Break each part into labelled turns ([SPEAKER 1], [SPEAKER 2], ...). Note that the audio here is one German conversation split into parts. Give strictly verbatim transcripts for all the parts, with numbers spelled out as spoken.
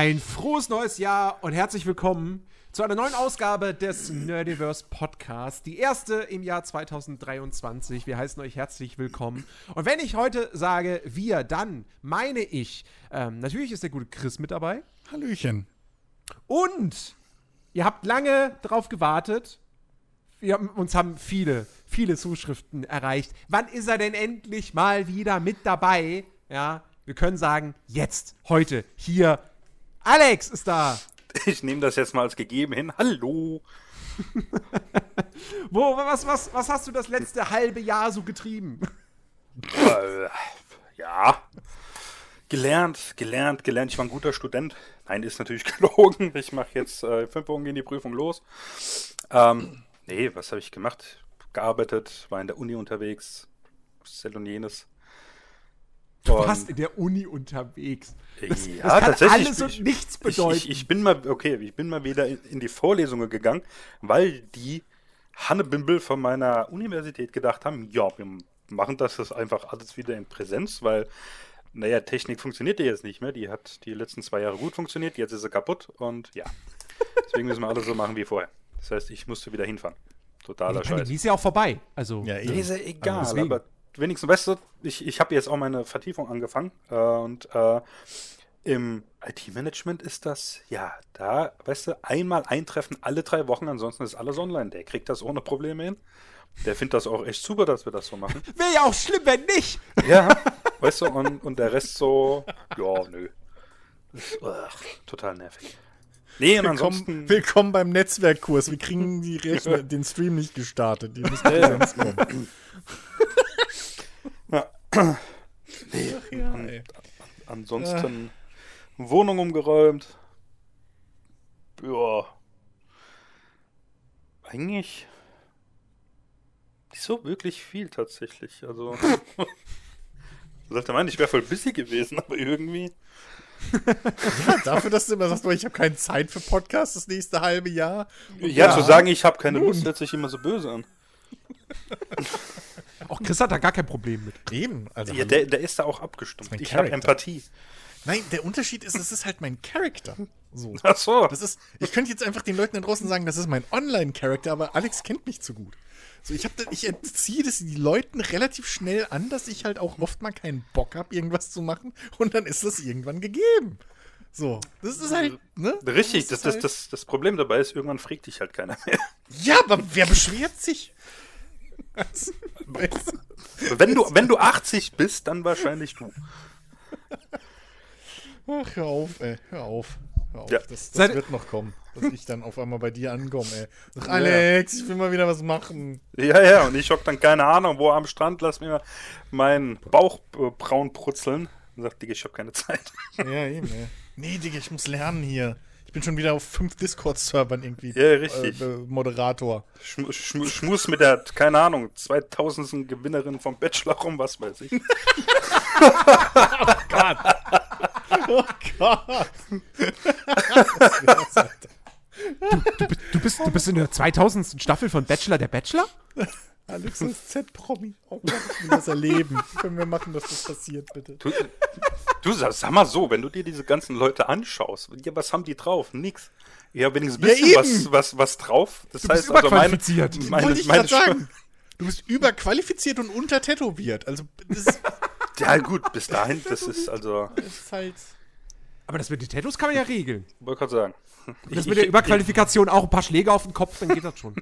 [SPEAKER 1] Ein frohes neues Jahr und herzlich willkommen zu einer neuen Ausgabe des Nerdiverse Podcasts. Die erste im Jahr zwanzig dreiundzwanzig. Wir heißen euch herzlich willkommen. Und wenn ich heute sage wir, dann meine ich, ähm, natürlich ist der gute Chris mit dabei.
[SPEAKER 2] Hallöchen.
[SPEAKER 1] Und ihr habt lange drauf gewartet. Wir haben, uns haben viele, viele Zuschriften erreicht. Wann ist er denn endlich mal wieder mit dabei? Ja, wir können sagen, jetzt, heute, hier. Alex ist da.
[SPEAKER 3] Ich nehme das jetzt mal als gegeben hin. Hallo.
[SPEAKER 1] Wo, was, was, was hast du das letzte halbe Jahr so getrieben?
[SPEAKER 3] Äh, ja. Gelernt, gelernt, gelernt. Ich war ein guter Student. Nein, ist natürlich gelogen. Ich mache jetzt äh, fünf Wochen gehen die Prüfung los. Ähm, nee, was habe ich gemacht? Gearbeitet, war in der Uni unterwegs. Das und jenes.
[SPEAKER 1] Du warst in der Uni unterwegs. Das,
[SPEAKER 3] ja,
[SPEAKER 1] das kann
[SPEAKER 3] tatsächlich.
[SPEAKER 1] alles und
[SPEAKER 3] ich,
[SPEAKER 1] nichts bedeuten.
[SPEAKER 3] Ich, ich, ich bin mal, okay, ich bin mal wieder in, in die Vorlesungen gegangen, weil die Hannebimbel von meiner Universität gedacht haben, ja, wir machen das jetzt einfach alles wieder in Präsenz, weil, naja, Technik funktioniert ja jetzt nicht mehr. Die hat die letzten zwei Jahre gut funktioniert, jetzt ist sie kaputt und ja. Deswegen müssen wir alles so machen wie vorher. Das heißt, ich musste wieder hinfahren. Totaler
[SPEAKER 1] die
[SPEAKER 3] Scheiß.
[SPEAKER 1] Pandemie ist ja auch vorbei. Also,
[SPEAKER 2] Ja,
[SPEAKER 3] ist ja egal,
[SPEAKER 1] also
[SPEAKER 3] aber wenigstens, weißt du, ich, ich habe jetzt auch meine Vertiefung angefangen äh, und äh, im I T-Management ist das, ja, da, weißt du, einmal eintreffen alle drei Wochen, ansonsten ist alles online. Der kriegt das ohne Probleme hin. Der findet das auch echt super, dass wir das so machen.
[SPEAKER 1] wäre ja auch schlimm, wenn nicht.
[SPEAKER 3] Ja, weißt du, und, und der Rest so, ja, nö. Das ist, ugh, total nervig. Nee, und ansonsten...
[SPEAKER 2] Willkommen, willkommen beim Netzwerkkurs. Wir kriegen die Rechner, den Stream nicht gestartet. Die müssen Präsenz kommen.
[SPEAKER 3] Ja. Nee,
[SPEAKER 2] Ja,
[SPEAKER 3] an,
[SPEAKER 2] ey.
[SPEAKER 3] ansonsten Wohnung umgeräumt. Ja. Eigentlich nicht so wirklich viel tatsächlich. Also ich sollte meinen, ich wäre voll busy gewesen, aber irgendwie.
[SPEAKER 2] Ja, dafür, dass du immer sagst, ich habe keine Zeit für Podcasts das nächste halbe Jahr. Und
[SPEAKER 3] Ja, zu sagen, ich habe keine Lust, hört sich immer so böse an.
[SPEAKER 1] Auch Chris hat da gar kein Problem mit.
[SPEAKER 2] Eben. Also,
[SPEAKER 3] Ja, der, der ist da auch abgestumpft.
[SPEAKER 2] Das ist mein
[SPEAKER 3] Ich habe
[SPEAKER 2] Charakter.
[SPEAKER 3] Empathie.
[SPEAKER 2] nein, der Unterschied ist, es ist halt mein Charakter. So.
[SPEAKER 3] Ach so.
[SPEAKER 2] Das ist, ich könnte jetzt einfach den Leuten da draußen sagen, das ist mein Online-Charakter, aber Alex kennt mich zu gut. So, ich, hab da, ich entziehe das die Leuten relativ schnell an, dass ich halt auch oft mal keinen Bock habe, irgendwas zu machen und dann ist das irgendwann gegeben. So, das ist halt, ne?
[SPEAKER 3] Richtig, das,
[SPEAKER 2] ist
[SPEAKER 3] das,
[SPEAKER 2] halt-
[SPEAKER 3] das, das Problem dabei ist, irgendwann fragt dich halt keiner mehr.
[SPEAKER 2] Ja, aber wer beschwert sich? Also, weißt du?
[SPEAKER 3] Wenn du, wenn du achtzig bist, dann wahrscheinlich du.
[SPEAKER 2] Ach, hör auf, ey, hör auf. Hör auf.
[SPEAKER 3] Ja.
[SPEAKER 2] Das, das
[SPEAKER 1] Seid-
[SPEAKER 2] wird noch kommen, dass ich dann auf einmal bei dir ankomme, ey. Sag, Alex, ich will mal wieder was machen.
[SPEAKER 3] Ja, ja, und ich hock dann keine Ahnung, wo am Strand, lass mir meinen Bauch äh, braun prutzeln. Und sag, Digga, ich hab keine Zeit.
[SPEAKER 2] Ja, eben, ey. Nee, Digga, ich muss lernen hier. Ich bin schon wieder auf fünf Discord-Servern irgendwie
[SPEAKER 3] Ja, richtig.
[SPEAKER 2] Äh, Moderator.
[SPEAKER 3] Schm schm schmus mit der, keine Ahnung, zweitausendsten Gewinnerin vom Bachelor rum, was weiß ich.
[SPEAKER 2] Oh Gott.
[SPEAKER 1] Du bist, du bist in der zweitausendsten Staffel von Bachelor der Bachelor?
[SPEAKER 2] Alex ist Z-Promi. Oh Gott, ich will das erleben. Können wir machen, dass das passiert, bitte?
[SPEAKER 3] Du, du sag, sag mal so, wenn du dir diese ganzen Leute anschaust, ja, was haben die drauf? Nix. Ja, wenigstens ein
[SPEAKER 2] Ja,
[SPEAKER 3] bisschen
[SPEAKER 2] eben.
[SPEAKER 3] was, was, was drauf. Das
[SPEAKER 1] Du bist
[SPEAKER 3] heißt also, meine,
[SPEAKER 1] überqualifiziert.
[SPEAKER 3] meine,
[SPEAKER 2] Wollte ich
[SPEAKER 3] meine
[SPEAKER 2] gerade sagen. Du bist überqualifiziert und untertätowiert. Also, das
[SPEAKER 3] Ja, gut, bis dahin, das ist also,
[SPEAKER 2] ist halt...
[SPEAKER 1] Aber das mit den Tattoos kann man ja regeln.
[SPEAKER 3] wollte gerade sagen.
[SPEAKER 1] Und das mit der Überqualifikation auch ein paar Schläge auf den Kopf, dann geht das schon.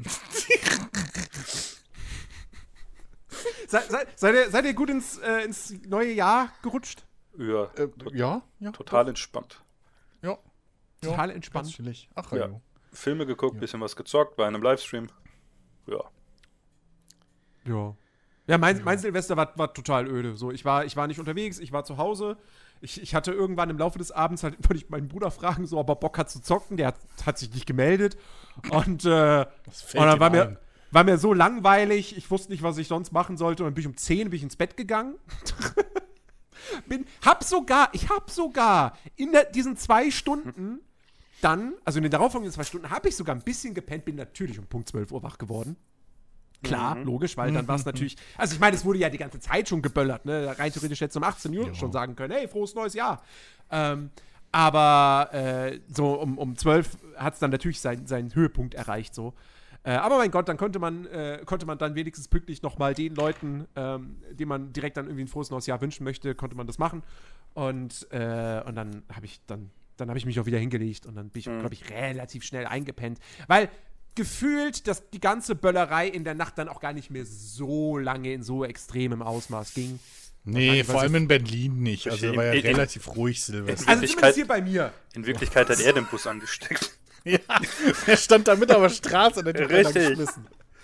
[SPEAKER 1] Se, se, seid, ihr, seid ihr gut ins, äh, ins neue Jahr gerutscht?
[SPEAKER 3] Ja,
[SPEAKER 2] Äh, ja, ja.
[SPEAKER 3] total entspannt.
[SPEAKER 2] Ja.
[SPEAKER 1] Total
[SPEAKER 2] Ganz
[SPEAKER 1] entspannt.
[SPEAKER 2] chillig. Ach,
[SPEAKER 3] Ja.
[SPEAKER 2] ja.
[SPEAKER 3] Filme geguckt, bisschen was gezockt bei einem Livestream. Ja.
[SPEAKER 1] Ja. Ja, mein, mein Silvester war, war total öde. So, ich war, ich war nicht unterwegs, ich war zu Hause. Ich, ich hatte irgendwann im Laufe des Abends halt, wollte ich meinen Bruder fragen, so, ob er Bock hat zu zocken. Der hat, hat sich nicht gemeldet. Und, äh, und dann war
[SPEAKER 2] ihm
[SPEAKER 1] mir,
[SPEAKER 2] ein.
[SPEAKER 1] war mir so langweilig, ich wusste nicht, was ich sonst machen sollte. Und dann bin ich um zehn bin ich ins Bett gegangen. bin, hab sogar, ich hab sogar in der, diesen zwei Stunden dann, also in den darauffolgenden zwei Stunden, habe ich sogar ein bisschen gepennt, bin natürlich um Punkt zwölf Uhr wach geworden. Klar,
[SPEAKER 3] Mhm.
[SPEAKER 1] logisch, weil dann war es natürlich, also ich meine, es wurde ja die ganze Zeit schon geböllert, ne? Rein theoretisch hätte es um achtzehn Uhr
[SPEAKER 2] Ja.
[SPEAKER 1] schon sagen können, hey, frohes neues Jahr. Ähm, Aber äh, so um, um zwölf hat es dann natürlich sein, seinen Höhepunkt erreicht, so. Äh, aber mein Gott, dann konnte man, äh, konnte man dann wenigstens pünktlich nochmal den Leuten, ähm, denen man direkt dann irgendwie ein frohes neues Jahr wünschen möchte, konnte man das machen. Und, äh, und dann habe ich dann, dann habe ich mich auch wieder hingelegt und dann bin ich, mhm. glaube ich, relativ schnell eingepennt. Weil gefühlt, dass die ganze Böllerei in der Nacht dann auch gar nicht mehr so lange in so extremem Ausmaß ging.
[SPEAKER 2] Nee, vor allem in Berlin nicht. Also da war ja
[SPEAKER 3] in,
[SPEAKER 2] relativ ruhig Silvester.
[SPEAKER 1] Also zumindest hier bei mir.
[SPEAKER 3] In Wirklichkeit hat er den Bus angesteckt.
[SPEAKER 2] Ja, er stand da mit auf der Straße und hat den
[SPEAKER 3] Richtig.
[SPEAKER 2] geschmissen.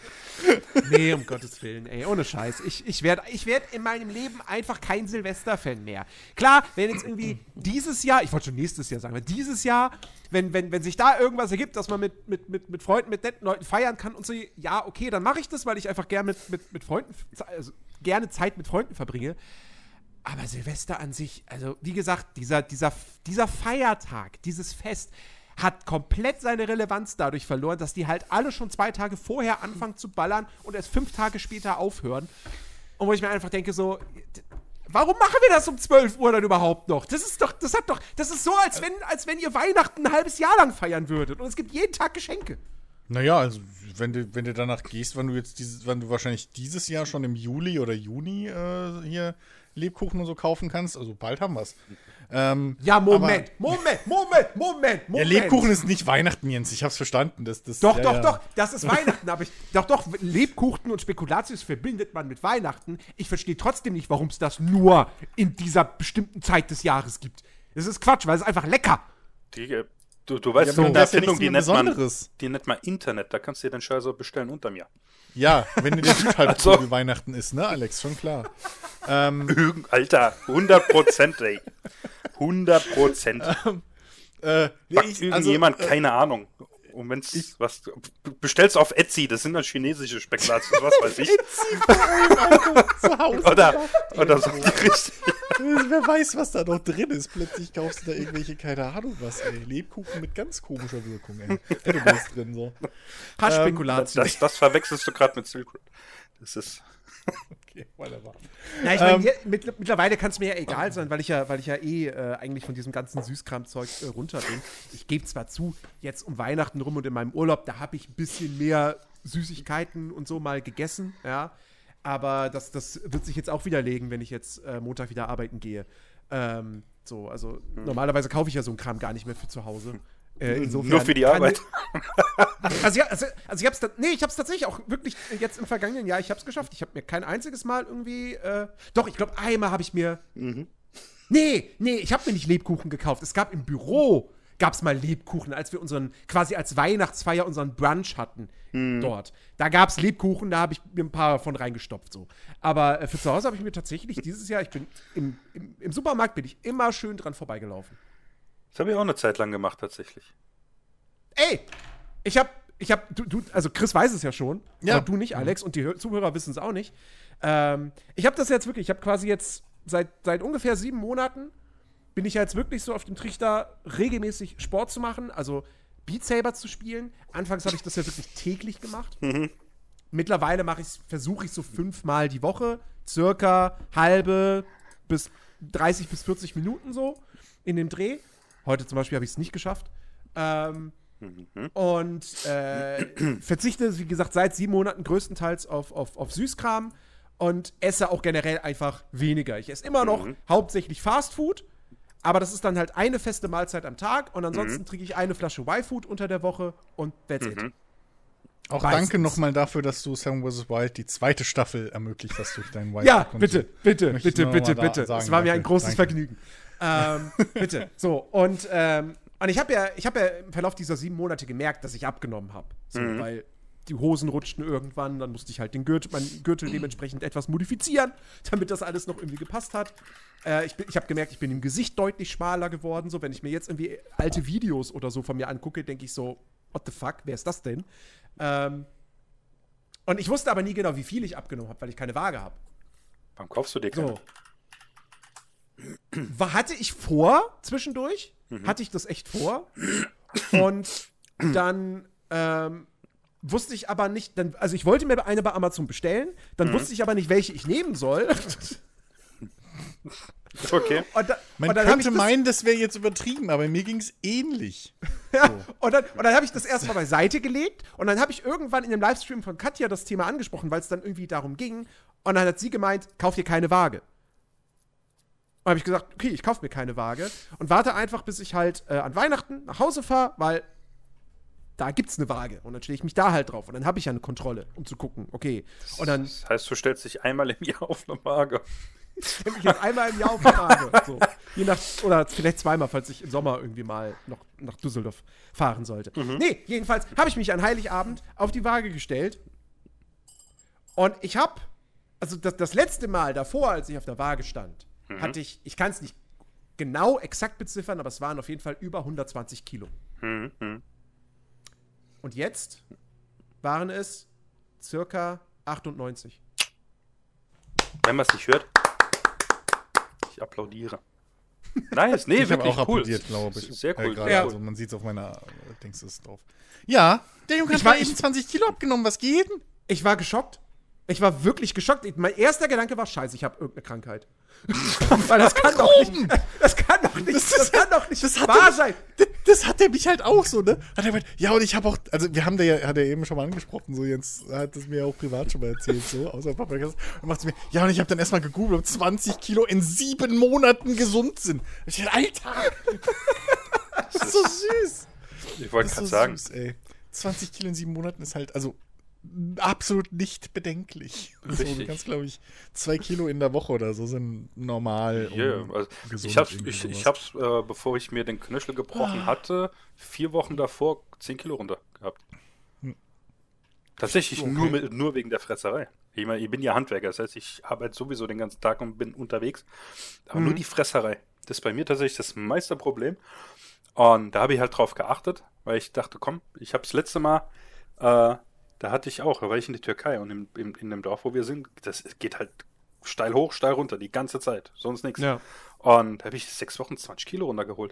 [SPEAKER 1] Nee, um Gottes Willen, ey, ohne Scheiß. Ich, ich werde ich werd in meinem Leben einfach kein Silvester-Fan mehr. Klar, wenn jetzt irgendwie dieses Jahr, ich wollte schon nächstes Jahr sagen, aber dieses Jahr, wenn, wenn, wenn sich da irgendwas ergibt, dass man mit, mit, mit, mit Freunden, mit netten Leuten feiern kann und so, ja, okay, dann mache ich das, weil ich einfach gerne mit, mit, mit Freunden, also gerne Zeit mit Freunden verbringe. Aber Silvester an sich, also wie gesagt, dieser, dieser, dieser Feiertag, dieses Fest, hat komplett seine Relevanz dadurch verloren, dass die halt alle schon zwei Tage vorher anfangen zu ballern und erst fünf Tage später aufhören. Und wo ich mir einfach denke so, warum machen wir das um zwölf Uhr dann überhaupt noch? Das ist doch, das hat doch, das ist so, als wenn, als wenn ihr Weihnachten ein halbes Jahr lang feiern würdet und es gibt jeden Tag Geschenke.
[SPEAKER 2] Naja, also wenn du, wenn du danach gehst, wann du jetzt dieses, wann du wahrscheinlich dieses Jahr schon im Juli oder Juni äh, hier Lebkuchen und so kaufen kannst, also bald haben wir's. Ähm,
[SPEAKER 1] ja, Moment, aber, Moment, Moment, Moment, Moment.
[SPEAKER 2] Ja, Lebkuchen ist nicht Weihnachten, Jens, ich hab's verstanden. Das, das,
[SPEAKER 1] doch,
[SPEAKER 2] ja,
[SPEAKER 1] doch,
[SPEAKER 2] ja.
[SPEAKER 1] doch, das ist Weihnachten, aber ich, doch, doch, Lebkuchen und Spekulatius verbindet man mit Weihnachten. Ich verstehe trotzdem nicht, warum es das nur in dieser bestimmten Zeit des Jahres gibt. Das ist Quatsch, weil es ist einfach lecker.
[SPEAKER 3] Die, du, du weißt,
[SPEAKER 2] ja,
[SPEAKER 3] so eine Erfindung,
[SPEAKER 2] ja
[SPEAKER 3] die, nennt man, die nennt man Internet, da kannst du dir den Scheiß auch bestellen unter mir.
[SPEAKER 2] Ja, wenn du der Typ halt
[SPEAKER 3] also,
[SPEAKER 2] so wie Weihnachten ist, ne, Alex, schon klar.
[SPEAKER 3] ähm, Alter, hundert Prozent, ey. hundert Prozent.
[SPEAKER 2] Ähm, äh,
[SPEAKER 3] Backt irgendjemand, also, äh, keine Ahnung. Und wenn's ich, was, bestellst auf Etsy, das sind dann chinesische Spekulatius, was weiß ich.
[SPEAKER 2] Etsy Alter, zu Hause.
[SPEAKER 3] Oder, oder so richtig.
[SPEAKER 2] Wer weiß, was da noch drin ist. Plötzlich kaufst du da irgendwelche, keine Ahnung was, ey. Lebkuchen mit ganz komischer Wirkung, ey. Edibles drin, so.
[SPEAKER 1] Haarspekulatius.
[SPEAKER 3] Ähm, das, das verwechselst du gerade mit Silk Road. Das ist...
[SPEAKER 2] Okay, wunderbar.
[SPEAKER 1] Na, ich meine, ähm, mit, mittlerweile kann es mir ja egal sein, weil ich ja, weil ich ja eh äh, eigentlich von diesem ganzen Süßkram-Zeug äh, runter bin. Ich gebe zwar zu, jetzt um Weihnachten rum und in meinem Urlaub, da habe ich ein bisschen mehr Süßigkeiten und so mal gegessen, ja. Aber das, das wird sich jetzt auch widerlegen, wenn ich jetzt äh, Montag wieder arbeiten gehe. Ähm, so, also hm. normalerweise kaufe ich ja so einen Kram gar nicht mehr für zu Hause. Äh, insofern
[SPEAKER 3] Nur für die Arbeit.
[SPEAKER 1] Also, ja, also, also ich hab's, nee, ich hab's tatsächlich auch wirklich jetzt im vergangenen Jahr, ich hab's geschafft. Ich habe mir kein einziges Mal irgendwie, äh, doch, ich glaube, einmal habe ich mir, mhm. nee, nee, ich habe mir nicht Lebkuchen gekauft. Es gab im Büro, gab's mal Lebkuchen, als wir unseren, quasi als Weihnachtsfeier unseren Brunch hatten mhm. dort. Da gab's Lebkuchen, da habe ich mir ein paar von reingestopft, so. Aber äh, für zu Hause habe ich mir tatsächlich dieses Jahr, ich bin, im, im, im Supermarkt bin ich immer schön dran vorbeigelaufen.
[SPEAKER 3] Das habe ich auch eine Zeit lang gemacht, tatsächlich.
[SPEAKER 1] Ey, ich hab, ich hab, du, du, also Chris weiß es ja schon,
[SPEAKER 2] ja.
[SPEAKER 1] aber du nicht, Alex, und die Hör- Zuhörer wissen es auch nicht. Ähm, ich habe das jetzt wirklich, ich habe quasi jetzt seit, seit ungefähr sieben Monaten bin ich jetzt wirklich so auf dem Trichter, regelmäßig Sport zu machen, also Beat Saber zu spielen. Anfangs habe ich das ja wirklich täglich gemacht. Mhm. Mittlerweile mache ich, versuche ich so fünfmal die Woche, circa halbe bis dreißig bis vierzig Minuten so in dem Dreh. Heute zum Beispiel habe ich es nicht geschafft. Ähm, mhm. Und äh, verzichte, wie gesagt, seit sieben Monaten größtenteils auf, auf, auf Süßkram und esse auch generell einfach weniger. Ich esse immer noch mhm. hauptsächlich Fastfood, aber das ist dann halt eine feste Mahlzeit am Tag und ansonsten mhm. trinke ich eine Flasche Y-Food unter der Woche und that's mhm. it.
[SPEAKER 2] Auch Meistens. Danke nochmal dafür, dass du Seven versus. Wild die zweite Staffel ermöglicht hast durch deinen
[SPEAKER 1] Y-Food. Ja, bitte, bitte, bitte, bitte, bitte. Es war mir ein großes Danke. Vergnügen. ähm, bitte. So, und, ähm, und ich habe ja, ich hab ja im Verlauf dieser sieben Monate gemerkt, dass ich abgenommen habe. So, mhm. Weil die Hosen rutschten irgendwann, dann musste ich halt den Gürtel, meinen Gürtel dementsprechend etwas modifizieren, damit das alles noch irgendwie gepasst hat. Äh, ich bin, ich habe gemerkt, ich bin im Gesicht deutlich schmaler geworden. So, wenn ich mir jetzt irgendwie alte Videos oder so von mir angucke, denke ich so, what the fuck, wer ist das denn? Ähm, und ich wusste aber nie genau, wie viel ich abgenommen habe, weil ich keine Waage habe.
[SPEAKER 3] Wann kaufst du dir keine?
[SPEAKER 1] So. War, hatte ich vor, zwischendurch, mhm. hatte ich das echt vor. Und dann ähm, wusste ich aber nicht, dann, also ich wollte mir eine bei Amazon bestellen, dann mhm. wusste ich aber nicht, welche ich nehmen soll.
[SPEAKER 3] Okay.
[SPEAKER 1] Und, da,
[SPEAKER 2] Man
[SPEAKER 1] und dann hab
[SPEAKER 2] könnte
[SPEAKER 1] ich das,
[SPEAKER 2] meinen, das wäre jetzt übertrieben, aber mir ging es ähnlich.
[SPEAKER 1] ja, und dann, und dann habe ich das erstmal beiseite gelegt und dann habe ich irgendwann in dem Livestream von Katja das Thema angesprochen, weil es dann irgendwie darum ging. Und dann hat sie gemeint, kauf dir keine Waage. Und habe ich gesagt, okay, ich kaufe mir keine Waage und warte einfach, bis ich halt äh, an Weihnachten nach Hause fahre, weil da gibt's eine Waage. Und dann stelle ich mich da halt drauf. Und dann habe ich ja eine Kontrolle, um zu gucken, okay. Und dann
[SPEAKER 3] Das heißt, du stellst dich einmal im Jahr auf eine Waage.
[SPEAKER 1] stelle ich jetzt einmal im Jahr auf die Waage. So. Je nach, oder vielleicht zweimal, falls ich im Sommer irgendwie mal noch nach Düsseldorf fahren sollte. Mhm. Nee, jedenfalls habe ich mich an Heiligabend auf die Waage gestellt. Und ich habe, also das, das letzte Mal davor, als ich auf der Waage stand, mhm. hatte ich, ich kann es nicht genau exakt beziffern, aber es waren auf jeden Fall über hundertzwanzig Kilo.
[SPEAKER 3] Mhm.
[SPEAKER 1] Und jetzt waren es circa achtundneunzig.
[SPEAKER 3] Wenn man es nicht hört, ich applaudiere. Nice, nee,
[SPEAKER 2] Ich habe
[SPEAKER 3] wirklich
[SPEAKER 2] auch
[SPEAKER 3] cool.
[SPEAKER 2] applaudiert, glaube ich.
[SPEAKER 3] Sehr cool.
[SPEAKER 2] Ja, gerade,
[SPEAKER 1] Ja.
[SPEAKER 2] Also man sieht es auf meiner äh, Dings ist drauf. Ja, der Junge hat
[SPEAKER 1] Ich war-
[SPEAKER 2] mal eben zwanzig Kilo abgenommen. Was geht denn?
[SPEAKER 1] Ich war geschockt. Ich war wirklich geschockt. Ich, mein erster Gedanke war, scheiße, ich habe irgendeine Krankheit. Weil das kann doch nicht, das kann doch nicht, das,
[SPEAKER 2] Das-
[SPEAKER 1] kann doch nicht
[SPEAKER 2] das hat
[SPEAKER 1] wahr
[SPEAKER 2] er-
[SPEAKER 1] sein.
[SPEAKER 2] Das, das hat er mich halt auch so, ne? Hat er gemeint, ja, und ich habe auch, also wir haben da ja, hat er eben schon mal angesprochen, so Jens hat das mir auch privat schon mal erzählt, so, außer Podcast. Und macht es mir, ja, und ich habe dann erstmal gegoogelt, ob zwanzig Kilo in sieben Monaten gesund sind. Ich dachte, Alter! Das ist so süß.
[SPEAKER 3] Ich wollte
[SPEAKER 2] Das
[SPEAKER 3] gerade
[SPEAKER 2] ist so
[SPEAKER 3] sagen,
[SPEAKER 2] süß, ey. zwanzig Kilo in sieben Monaten ist halt, also absolut nicht bedenklich. So, du
[SPEAKER 3] Richtig.
[SPEAKER 2] kannst, glaube ich, zwei Kilo in der Woche oder so sind normal. um
[SPEAKER 3] yeah, also
[SPEAKER 2] gesund
[SPEAKER 3] ich hab's,
[SPEAKER 2] irgendwie
[SPEAKER 3] ich,
[SPEAKER 2] sowas.
[SPEAKER 3] ich hab's äh, bevor ich mir den Knöchel gebrochen
[SPEAKER 2] Ah.
[SPEAKER 3] hatte, vier Wochen davor zehn Kilo runter gehabt.
[SPEAKER 2] Hm.
[SPEAKER 3] Tatsächlich
[SPEAKER 1] Okay.
[SPEAKER 3] nur, mit, nur wegen der Fresserei. Ich meine, ich bin ja Handwerker, das heißt, ich arbeite sowieso den ganzen Tag und bin unterwegs. Aber
[SPEAKER 1] Mhm.
[SPEAKER 3] nur die Fresserei. Das ist bei mir tatsächlich das meiste Problem. Und da habe ich halt drauf geachtet, weil ich dachte, komm, ich habe das letzte Mal, äh, da hatte ich auch, da war ich in der Türkei und im, im, in dem Dorf, wo wir sind, das geht halt steil hoch, steil runter, die ganze Zeit, sonst nichts.
[SPEAKER 1] Ja.
[SPEAKER 3] Und da habe ich sechs Wochen zwanzig Kilo runtergeholt.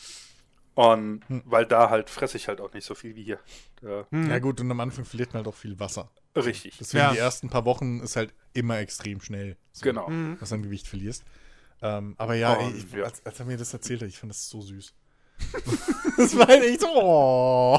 [SPEAKER 3] Und
[SPEAKER 2] Hm.
[SPEAKER 3] weil da halt fresse ich halt auch nicht so viel wie hier. Da,
[SPEAKER 2] Ja gut, und am Anfang verliert man halt auch viel Wasser.
[SPEAKER 3] richtig.
[SPEAKER 2] Deswegen
[SPEAKER 1] Ja.
[SPEAKER 2] die ersten paar Wochen ist halt immer extrem schnell, so,
[SPEAKER 3] Genau.
[SPEAKER 1] Mhm.
[SPEAKER 2] was du an Gewicht verlierst. Ähm, aber ja, ey,
[SPEAKER 3] Und,
[SPEAKER 2] ich,
[SPEAKER 3] ja.
[SPEAKER 2] Als, als er mir das erzählt hat, ich fand das so süß. Das war halt echt so, oh.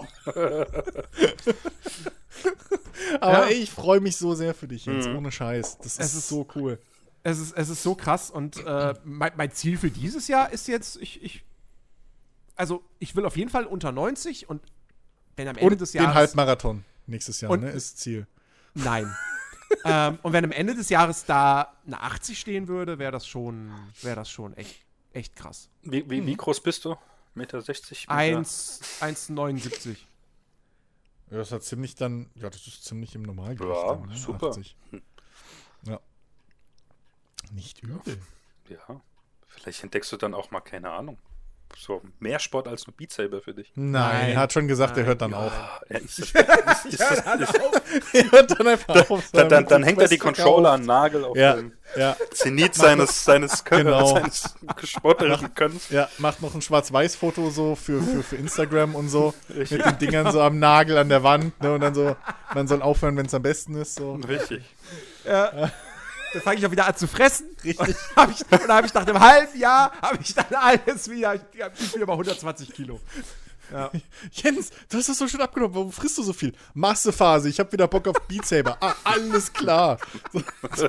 [SPEAKER 2] Aber
[SPEAKER 1] Ja.
[SPEAKER 2] ey, ich freue mich so sehr für dich jetzt,
[SPEAKER 3] Mhm.
[SPEAKER 2] ohne Scheiß. Das
[SPEAKER 1] Es
[SPEAKER 2] ist,
[SPEAKER 1] ist-
[SPEAKER 2] so cool.
[SPEAKER 1] Es ist, es ist so krass und äh, mein, mein Ziel für dieses Jahr ist jetzt, ich, ich, also ich will auf jeden Fall unter neunzig und wenn am Ende
[SPEAKER 2] Und
[SPEAKER 1] des
[SPEAKER 2] den
[SPEAKER 1] Jahres.
[SPEAKER 2] Halbmarathon nächstes Jahr,
[SPEAKER 1] Und-
[SPEAKER 2] ne, ist Ziel.
[SPEAKER 1] Nein. ähm, und wenn am Ende des Jahres da eine achtzig stehen würde, wäre das schon, wäre das schon echt, echt krass.
[SPEAKER 3] Wie, wie, wie groß bist du? eins Komma sechzig Meter?
[SPEAKER 1] eins Komma neunundsiebzig.
[SPEAKER 2] Ja, das hat ziemlich dann, ja, das ist ziemlich im Normalgewicht.
[SPEAKER 3] Ja,
[SPEAKER 2] dann, ne?
[SPEAKER 3] super.
[SPEAKER 2] achtzig. Ja. Nicht übel.
[SPEAKER 3] Ja. Vielleicht entdeckst du dann auch mal, keine Ahnung, so mehr Sport als nur Beat Saber für dich.
[SPEAKER 2] Nein,
[SPEAKER 1] Nein.
[SPEAKER 2] er hat schon gesagt, er
[SPEAKER 1] Nein,
[SPEAKER 2] hört dann
[SPEAKER 1] ja.
[SPEAKER 2] auf.
[SPEAKER 3] Ah, ja, ist das, ist, ist das, ist,
[SPEAKER 2] Er hört dann einfach auf.
[SPEAKER 3] dann, dann, dann hängt er die
[SPEAKER 2] Quest
[SPEAKER 3] Controller
[SPEAKER 2] verkauft.
[SPEAKER 3] an Nagel auf
[SPEAKER 2] Ja,
[SPEAKER 3] dem
[SPEAKER 2] ja,
[SPEAKER 3] Zenit seines, seines, Kön
[SPEAKER 2] Genau.
[SPEAKER 3] seines sportlerischen Könnens.
[SPEAKER 2] ja, macht noch ein Schwarz-Weiß-Foto so für, für, für Instagram und so. Mit
[SPEAKER 3] Richtig.
[SPEAKER 2] den Dingern so am Nagel an der Wand. Ne, und dann so, man soll aufhören, wenn es am besten ist. So.
[SPEAKER 3] Richtig.
[SPEAKER 1] Ja. Dann fange ich auch wieder an zu fressen.
[SPEAKER 2] Richtig.
[SPEAKER 1] Und dann habe ich, und dann hab ich nach einem halben Jahr, habe ich dann alles wieder, ich, ich bin über hundertzwanzig Kilo. Ja.
[SPEAKER 2] Jens, du hast das so schön abgenommen. Warum frisst du so viel? Massephase. Ich habe wieder Bock auf Beat Saber. Ah, alles klar. So,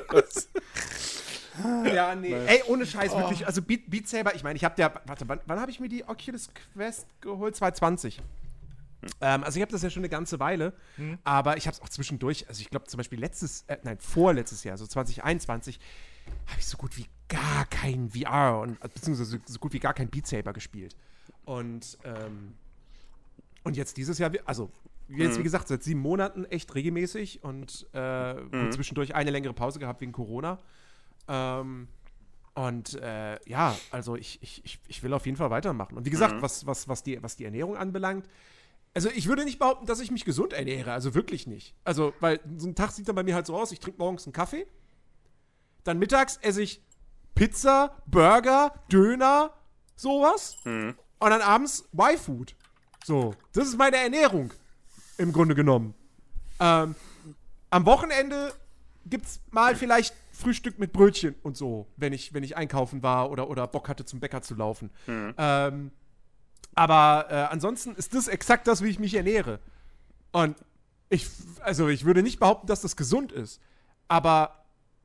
[SPEAKER 1] Ja, nee. Ey, ohne Scheiß, wirklich. Also Beat, Beat Saber, ich meine, ich habe der, warte, wann, wann habe ich mir die Oculus Quest geholt? zwanzig zwanzig. Ähm, also ich habe das ja schon eine ganze Weile, aber ich habe es auch zwischendurch, also ich glaube zum Beispiel letztes, äh, nein, vorletztes Jahr, so zwanzig einundzwanzig, habe ich so gut wie gar kein V R und beziehungsweise so gut wie gar kein Beat Saber gespielt. Und, ähm, und jetzt dieses Jahr, also jetzt wie gesagt, seit sieben Monaten echt regelmäßig und äh, gut, zwischendurch eine längere Pause gehabt wegen Corona. Ähm, und äh, ja, also ich, ich, ich, ich will auf jeden Fall weitermachen. Und wie gesagt, was, was, was, die, was die Ernährung anbelangt, also ich würde nicht behaupten, dass ich mich gesund ernähre, also wirklich nicht. Also, weil so ein Tag sieht dann bei mir halt so aus, ich trinke morgens einen Kaffee, dann mittags esse ich Pizza, Burger, Döner, sowas
[SPEAKER 3] Mhm.
[SPEAKER 1] und dann abends Y-Food. So, das ist meine Ernährung, im Grunde genommen. Ähm, am Wochenende gibt's mal vielleicht Frühstück mit Brötchen und so, wenn ich, wenn ich einkaufen war oder, oder Bock hatte, zum Bäcker zu laufen. Mhm. Ähm, aber äh, ansonsten ist das exakt das, wie ich mich ernähre. Und ich, also ich würde nicht behaupten, dass das gesund ist. Aber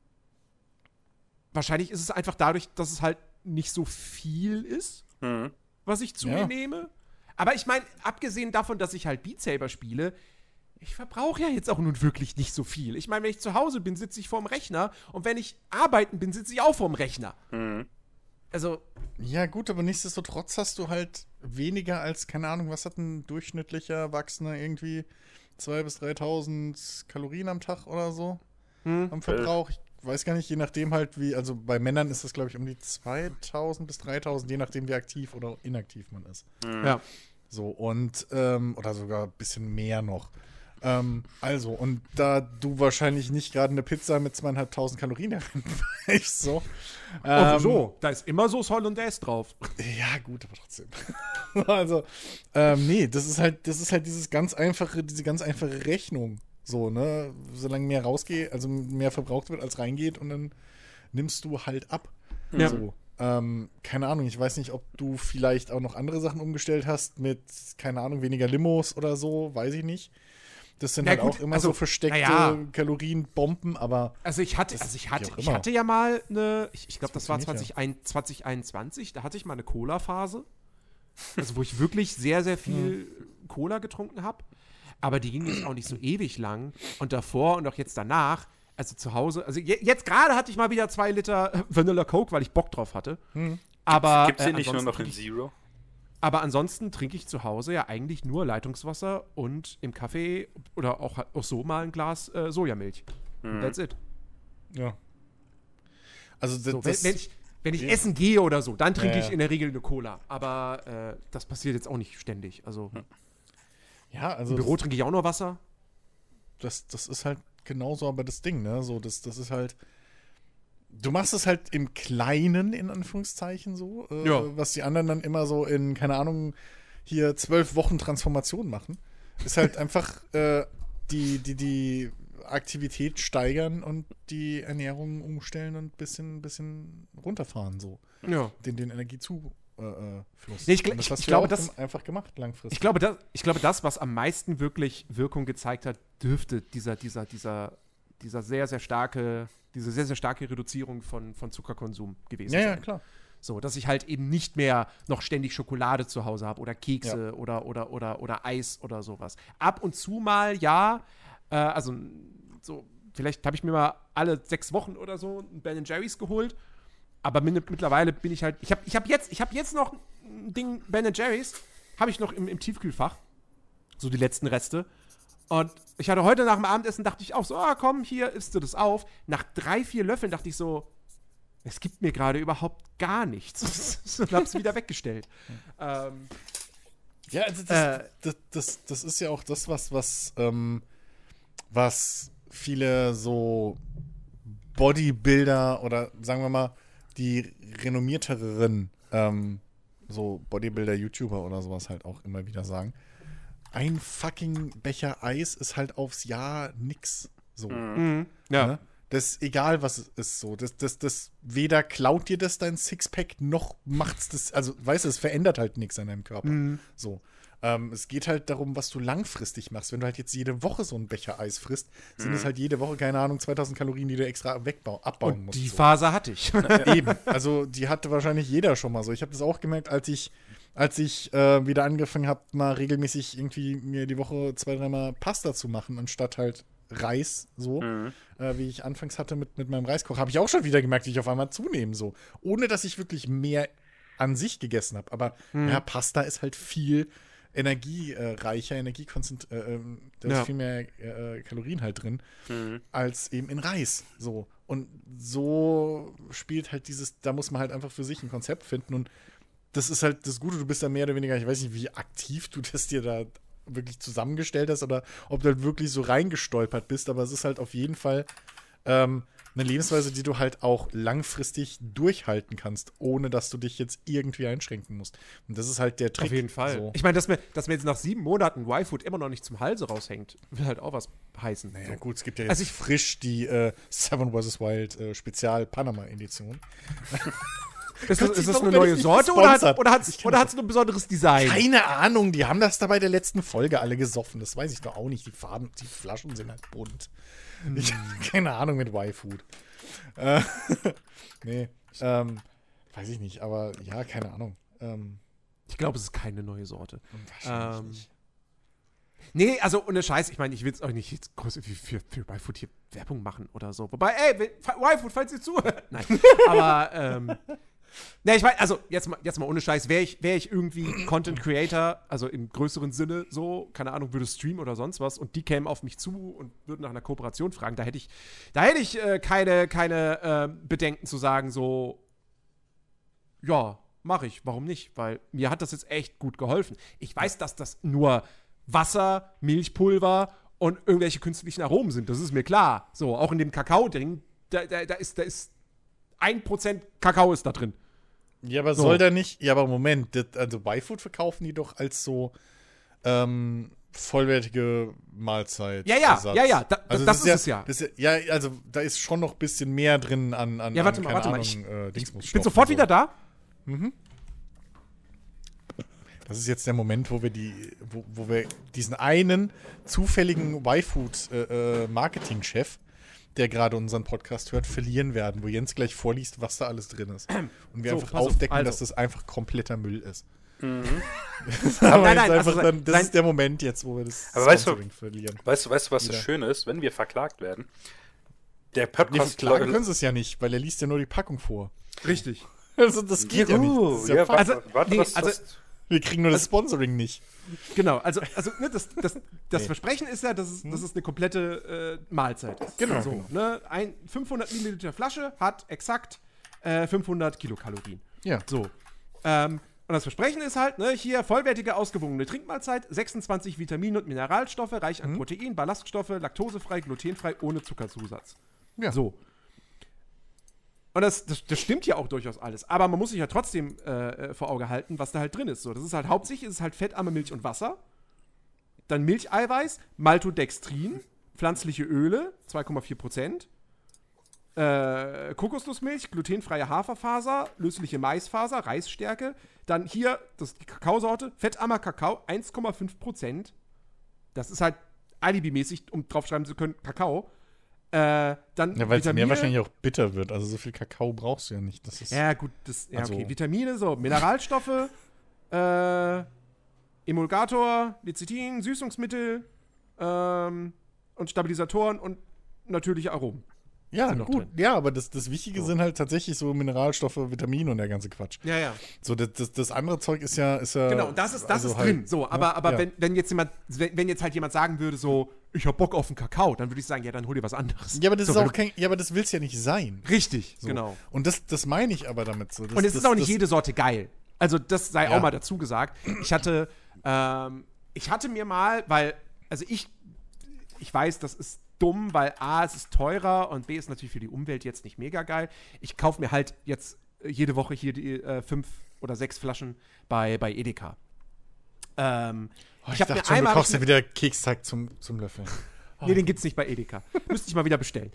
[SPEAKER 1] wahrscheinlich ist es einfach dadurch, dass es halt nicht so viel ist, mhm. was ich zu ja. mir nehme. Aber ich meine, abgesehen davon, dass ich halt Beat Saber spiele, ich verbrauche ja jetzt auch nun wirklich nicht so viel. Ich meine, wenn ich zu Hause bin, sitze ich vorm Rechner. Und wenn ich arbeiten bin, sitze ich auch vorm Rechner. Mhm. Also.
[SPEAKER 2] Ja, gut, aber nichtsdestotrotz hast du halt weniger als, keine Ahnung, was hat ein durchschnittlicher Erwachsener irgendwie zweitausend bis dreitausend Kalorien am Tag oder so hm. am Verbrauch. Ich weiß gar nicht, je nachdem halt wie, also bei Männern ist das, glaube ich, um die zweitausend bis dreitausend, je nachdem wie aktiv oder inaktiv man ist.
[SPEAKER 1] Mhm. Ja.
[SPEAKER 2] So, und, ähm, oder sogar ein bisschen mehr noch. Ähm, also, und da du wahrscheinlich nicht gerade eine Pizza mit zweieinhalbtausend Kalorien reinweichst, so.
[SPEAKER 1] Ähm, oh, so, da ist immer Sauce Hollandaise drauf.
[SPEAKER 2] Ja, gut, aber trotzdem. Also, ähm, nee, das ist halt, das ist halt dieses ganz einfache, diese ganz einfache Rechnung. So, ne, solange mehr rausgeht, also mehr verbraucht wird, als reingeht, und dann nimmst du halt ab.
[SPEAKER 1] Ja.
[SPEAKER 2] So. Ähm, keine Ahnung, ich weiß nicht, ob du vielleicht auch noch andere Sachen umgestellt hast mit, keine Ahnung, weniger Limos oder so, weiß ich nicht. Das sind
[SPEAKER 1] ja,
[SPEAKER 2] halt
[SPEAKER 1] gut,
[SPEAKER 2] auch immer
[SPEAKER 1] also,
[SPEAKER 2] so versteckte
[SPEAKER 1] ja.
[SPEAKER 2] Kalorienbomben, aber.
[SPEAKER 1] Also ich hatte, also ich hatte, ich hatte ja mal eine, ich, ich glaube, das, das war zwanzig einundzwanzig, da hatte ich mal eine Cola-Phase. Also wo ich wirklich sehr, sehr viel Cola getrunken habe. Aber die ging jetzt auch nicht so ewig lang. Und davor und auch jetzt danach, also zu Hause, also je, jetzt gerade hatte ich mal wieder zwei Liter Vanilla Coke, weil ich Bock drauf hatte.
[SPEAKER 2] Hm.
[SPEAKER 1] Aber
[SPEAKER 3] Gibt's
[SPEAKER 1] äh,
[SPEAKER 3] hier nicht nur noch in Zero?
[SPEAKER 1] Aber ansonsten trinke ich zu Hause ja eigentlich nur Leitungswasser und im Kaffee oder auch, auch so mal ein Glas äh, Sojamilch.
[SPEAKER 3] Hm.
[SPEAKER 1] That's it.
[SPEAKER 2] Ja. Also das,
[SPEAKER 1] so, wenn,
[SPEAKER 2] das,
[SPEAKER 1] wenn ich, wenn ich
[SPEAKER 2] ja.
[SPEAKER 1] essen gehe oder so, dann trinke
[SPEAKER 2] ja, ja.
[SPEAKER 1] ich in der Regel eine Cola. Aber äh, das passiert jetzt auch nicht ständig. Also
[SPEAKER 2] ja, also
[SPEAKER 1] im Büro trinke ich auch nur Wasser.
[SPEAKER 2] Das, das ist halt genauso aber das Ding, ne? So, das, das ist halt. Du machst es halt im Kleinen, in Anführungszeichen, so, äh,
[SPEAKER 1] ja.
[SPEAKER 2] was die anderen dann immer so in, keine Ahnung, hier zwölf Wochen Transformation machen. Ist halt einfach äh, die, die, die Aktivität steigern und die Ernährung umstellen und ein bisschen, bisschen runterfahren, so.
[SPEAKER 1] Ja.
[SPEAKER 2] Den, den Energiezufluss.
[SPEAKER 1] Nee, ich, ich,
[SPEAKER 2] das hast
[SPEAKER 1] ich
[SPEAKER 2] du
[SPEAKER 1] glaube,
[SPEAKER 2] auch
[SPEAKER 1] das
[SPEAKER 2] einfach gemacht, langfristig.
[SPEAKER 1] Ich glaube, das, ich glaube, das, was am meisten wirklich Wirkung gezeigt hat, dürfte dieser, dieser, dieser, dieser sehr, sehr starke, diese sehr, sehr starke Reduzierung von, von Zuckerkonsum gewesen
[SPEAKER 2] ja,
[SPEAKER 1] sein.
[SPEAKER 2] Ja, klar.
[SPEAKER 1] So, dass ich halt eben nicht mehr noch ständig Schokolade zu Hause habe oder Kekse
[SPEAKER 2] ja.
[SPEAKER 1] oder, oder, oder, oder Eis oder sowas. Ab und zu mal, ja, äh, also so, vielleicht habe ich mir mal alle sechs Wochen oder so ein Ben Jerry's geholt. Aber mittlerweile bin ich halt, ich habe ich hab jetzt, ich hab jetzt noch ein Ding Ben Jerry's, habe ich noch im, im Tiefkühlfach, so die letzten Reste. Und ich hatte heute nach dem Abendessen, dachte ich auch so, ah komm, hier isst du das auf. Nach drei, vier Löffeln dachte ich so, es gibt mir gerade überhaupt gar nichts. Und hab's wieder weggestellt. ähm,
[SPEAKER 2] ja, also das, äh, das, das, das ist ja auch das, was, was, ähm, was viele so Bodybuilder oder sagen wir mal, die renommierteren ähm, so Bodybuilder-YouTuber oder sowas halt auch immer wieder sagen. Ein fucking Becher Eis ist halt aufs Jahr nix. So.
[SPEAKER 1] Mhm. Ja.
[SPEAKER 2] Ne? Das ist egal, was es ist so. Das, das, das weder klaut dir das dein Sixpack, noch macht's das, also weißt du, es verändert halt nichts an deinem Körper.
[SPEAKER 1] Mhm.
[SPEAKER 2] So. Ähm, es geht halt darum, was du langfristig machst. Wenn du halt jetzt jede Woche so einen Becher Eis frisst, sind
[SPEAKER 3] Mhm.
[SPEAKER 2] es halt jede Woche, keine Ahnung, zweitausend Kalorien, die du extra wegbauen, abbauen
[SPEAKER 1] Und
[SPEAKER 2] musst.
[SPEAKER 1] die
[SPEAKER 2] so.
[SPEAKER 1] Phase hatte ich.
[SPEAKER 2] Eben. Also die hatte wahrscheinlich jeder schon mal so. Ich habe das auch gemerkt, als ich, als ich äh, wieder angefangen habe, mal regelmäßig irgendwie mir die Woche zwei, dreimal Pasta zu machen, anstatt halt Reis, so,
[SPEAKER 3] Mhm.
[SPEAKER 2] äh, wie ich anfangs hatte mit, mit meinem Reiskoch, habe ich auch schon wieder gemerkt, wie ich auf einmal zunehme, so. Ohne, dass ich wirklich mehr an sich gegessen habe. Aber
[SPEAKER 1] Mhm.
[SPEAKER 2] ja, Pasta ist halt viel energiereicher, Energiekonzent, äh, ähm, da
[SPEAKER 1] Ja.
[SPEAKER 2] ist viel mehr äh, Kalorien halt drin,
[SPEAKER 3] Mhm.
[SPEAKER 2] als eben in Reis. So. Und so spielt halt dieses, da muss man halt einfach für sich ein Konzept finden. Und das ist halt das Gute, du bist da mehr oder weniger, ich weiß nicht, wie aktiv du das dir da wirklich zusammengestellt hast oder ob du halt wirklich so reingestolpert bist, aber es ist halt auf jeden Fall ähm, eine Lebensweise, die du halt auch langfristig durchhalten kannst, ohne dass du dich jetzt irgendwie einschränken musst. Und das ist halt der Trick.
[SPEAKER 1] Auf jeden Fall.
[SPEAKER 2] So.
[SPEAKER 1] Ich meine, dass mir, dass mir jetzt nach sieben Monaten Y-Food immer noch nicht zum Halse raushängt, will halt auch was heißen.
[SPEAKER 2] Naja,
[SPEAKER 1] so.
[SPEAKER 2] gut, es gibt ja jetzt
[SPEAKER 1] Also ich-
[SPEAKER 2] frisch die äh, Seven versus. Wild äh, Spezial-Panama-Edition.
[SPEAKER 1] Ist das, ist das
[SPEAKER 2] Warum
[SPEAKER 1] eine
[SPEAKER 2] bin
[SPEAKER 1] neue
[SPEAKER 2] ich nicht
[SPEAKER 1] Sorte oder hat
[SPEAKER 2] gesponsert?
[SPEAKER 1] oder hat's,
[SPEAKER 2] Ich kenn
[SPEAKER 1] oder
[SPEAKER 2] das
[SPEAKER 1] hat's ein besonderes Design?
[SPEAKER 2] Keine Ahnung, die haben das da bei der letzten Folge alle gesoffen. Das weiß ich doch auch nicht. Die Farben, die Flaschen sind halt bunt. Ich keine Ahnung mit Y-Food. Äh, nee, ähm, weiß ich nicht, aber ja, keine Ahnung. Ähm,
[SPEAKER 1] Ich glaube, es ist keine neue Sorte.
[SPEAKER 2] wahrscheinlich
[SPEAKER 1] Ähm,
[SPEAKER 2] nicht.
[SPEAKER 1] Nee, also ohne Scheiß, ich meine, ich will jetzt auch nicht jetzt groß für, für, für Y-Food hier Werbung machen oder so. Wobei, ey, Y-Food, falls ihr zuhört. Nein, aber, ähm, ne, ich meine, also jetzt mal, jetzt mal ohne Scheiß, wäre ich, wär ich irgendwie Content Creator, also im größeren Sinne so, keine Ahnung, würde streamen oder sonst was und die kämen auf mich zu und würden nach einer Kooperation fragen, da hätte ich, da hätte ich äh, keine, keine äh, Bedenken zu sagen, so, ja, mache ich, warum nicht? Weil mir hat das jetzt echt gut geholfen. Ich weiß, dass das nur Wasser, Milchpulver und irgendwelche künstlichen Aromen sind, das ist mir klar. So, auch in dem Kakao-Ding, da, da, da ist, da ist ein Prozent Kakao ist da drin.
[SPEAKER 2] Ja, aber
[SPEAKER 1] so.
[SPEAKER 2] soll da nicht, ja, aber Moment, das, also Y-Food verkaufen die doch als so ähm, vollwertige Mahlzeit.
[SPEAKER 1] Ja, ja,
[SPEAKER 2] Ersatz.
[SPEAKER 1] ja, ja, da,
[SPEAKER 2] Also
[SPEAKER 1] das, ist
[SPEAKER 2] ja,
[SPEAKER 1] es ja.
[SPEAKER 2] Das ist ja. Ja, also da ist schon noch ein bisschen mehr drin an, an,
[SPEAKER 1] Ja, warte
[SPEAKER 2] an
[SPEAKER 1] mal,
[SPEAKER 2] keine
[SPEAKER 1] warte mal,
[SPEAKER 2] Ahnung,
[SPEAKER 1] ich-
[SPEAKER 2] äh,
[SPEAKER 1] Ich bin
[SPEAKER 2] Dingsbumsstoffen
[SPEAKER 1] sofort
[SPEAKER 2] so.
[SPEAKER 1] wieder da.
[SPEAKER 2] Das ist jetzt der Moment, wo wir die, wo, wo wir diesen einen zufälligen Y-Food-Marketing-Chef, der gerade unseren Podcast hört, verlieren werden, wo Jens gleich vorliest, was da alles drin ist. Und wir
[SPEAKER 1] So,
[SPEAKER 2] einfach
[SPEAKER 1] pass auf,
[SPEAKER 2] aufdecken,
[SPEAKER 1] also.
[SPEAKER 2] dass das einfach kompletter Müll ist.
[SPEAKER 3] Mhm.
[SPEAKER 2] Aber
[SPEAKER 1] Nein,
[SPEAKER 2] jetzt
[SPEAKER 1] nein,
[SPEAKER 2] einfach
[SPEAKER 1] also
[SPEAKER 2] dann, das
[SPEAKER 1] sein-
[SPEAKER 2] ist der Moment jetzt, wo wir das
[SPEAKER 3] Aber weißt du-
[SPEAKER 2] Sponsoring verlieren.
[SPEAKER 3] Weißt du, weißt du, was
[SPEAKER 2] Wieder.
[SPEAKER 3] das Schöne ist, wenn wir verklagt werden? Der
[SPEAKER 2] Nee,
[SPEAKER 3] Podcast
[SPEAKER 2] verklagen können sie es ja nicht, weil er liest ja nur die Packung vor.
[SPEAKER 1] Richtig.
[SPEAKER 2] Also das geht ja, nicht. Das ist ja
[SPEAKER 3] ja,
[SPEAKER 2] Fakt.
[SPEAKER 3] warte,
[SPEAKER 1] Also,
[SPEAKER 3] warte,
[SPEAKER 1] nee,
[SPEAKER 3] was,
[SPEAKER 1] also-
[SPEAKER 3] was,
[SPEAKER 2] Wir kriegen nur das Sponsoring nicht.
[SPEAKER 1] Genau, also, also ne, das, das, das
[SPEAKER 2] Nee.
[SPEAKER 1] Versprechen ist ja, dass es, dass es eine komplette äh, Mahlzeit ist.
[SPEAKER 2] Genau,
[SPEAKER 1] So,
[SPEAKER 2] genau.
[SPEAKER 1] ne, ein fünfhundert Milliliter Flasche hat exakt äh, fünfhundert Kilokalorien.
[SPEAKER 2] Ja.
[SPEAKER 1] So. Ähm, und das Versprechen ist halt, ne, hier vollwertige, ausgewogene Trinkmahlzeit, sechsundzwanzig Vitamine und Mineralstoffe, reich an Protein, Ballaststoffe, laktosefrei, glutenfrei, ohne Zuckerzusatz.
[SPEAKER 2] Ja.
[SPEAKER 1] So. Und das, das, das stimmt ja auch durchaus alles. Aber man muss sich ja trotzdem äh, äh, vor Auge halten, was da halt drin ist. So, das ist halt hauptsächlich ist es halt fettarme Milch und Wasser. Dann Milcheiweiß, Maltodextrin, pflanzliche Öle, zwei Komma vier Prozent. Äh, Kokosnussmilch, glutenfreie Haferfaser, lösliche Maisfaser, Reisstärke. Dann hier, das ist die Kakaosorte, fettarmer Kakao, eins Komma fünf Prozent. Das ist halt alibimäßig, um draufschreiben zu können, Kakao. Äh, dann
[SPEAKER 2] Ja, weil es mehr
[SPEAKER 1] Vitamine.
[SPEAKER 2] wahrscheinlich auch bitter wird. Also so viel Kakao brauchst du ja nicht. Das ist
[SPEAKER 1] Ja, gut, das, ja,
[SPEAKER 2] Also-
[SPEAKER 1] okay. Vitamine, so, Mineralstoffe, äh, Emulgator, Lecithin, Süßungsmittel, ähm, und Stabilisatoren und natürliche Aromen.
[SPEAKER 2] ja
[SPEAKER 1] sind noch
[SPEAKER 2] gut.
[SPEAKER 1] drin.
[SPEAKER 2] Ja, aber das, das Wichtige
[SPEAKER 1] So.
[SPEAKER 2] sind halt tatsächlich so Mineralstoffe, Vitamine und der ganze Quatsch.
[SPEAKER 1] Ja, ja.
[SPEAKER 2] So, das, das, das andere Zeug ist ja. Ist ja
[SPEAKER 1] Genau, das ist, das
[SPEAKER 2] also
[SPEAKER 1] ist
[SPEAKER 2] halt,
[SPEAKER 1] drin. So, aber,
[SPEAKER 2] ja,
[SPEAKER 1] aber
[SPEAKER 2] ja.
[SPEAKER 1] Wenn, wenn jetzt jemand, wenn, wenn jetzt halt jemand sagen würde, so, ich hab Bock auf einen Kakao, dann würde ich sagen, ja, dann hol dir was anderes.
[SPEAKER 2] Ja, aber das
[SPEAKER 1] so,
[SPEAKER 2] ist
[SPEAKER 1] wenn
[SPEAKER 2] auch kein. Ja, aber das will's ja nicht sein.
[SPEAKER 1] du- Richtig,
[SPEAKER 2] So.
[SPEAKER 1] genau.
[SPEAKER 2] Und das, das meine ich aber damit so. Das,
[SPEAKER 1] Und es
[SPEAKER 2] das,
[SPEAKER 1] ist auch nicht
[SPEAKER 2] das,
[SPEAKER 1] jede Sorte geil. Also, das sei
[SPEAKER 2] Ja.
[SPEAKER 1] auch mal dazu gesagt. Ich hatte, ähm, ich hatte mir mal, weil, also ich, ich weiß, das ist dumm, weil A, es ist teurer und B, ist natürlich für die Umwelt jetzt nicht mega geil. Ich kaufe mir halt jetzt äh, jede Woche hier die äh, fünf oder sechs Flaschen bei, bei Edeka. Ähm,
[SPEAKER 2] Oh, ich
[SPEAKER 1] ich habe
[SPEAKER 2] dachte
[SPEAKER 1] mir
[SPEAKER 2] schon, du
[SPEAKER 1] einmal. hab ich
[SPEAKER 2] kaufst ja
[SPEAKER 1] mir-
[SPEAKER 2] wieder Keksteig zum, zum Löffeln.
[SPEAKER 1] Nee, den gibt's nicht bei Edeka. Müsste ich mal wieder bestellen.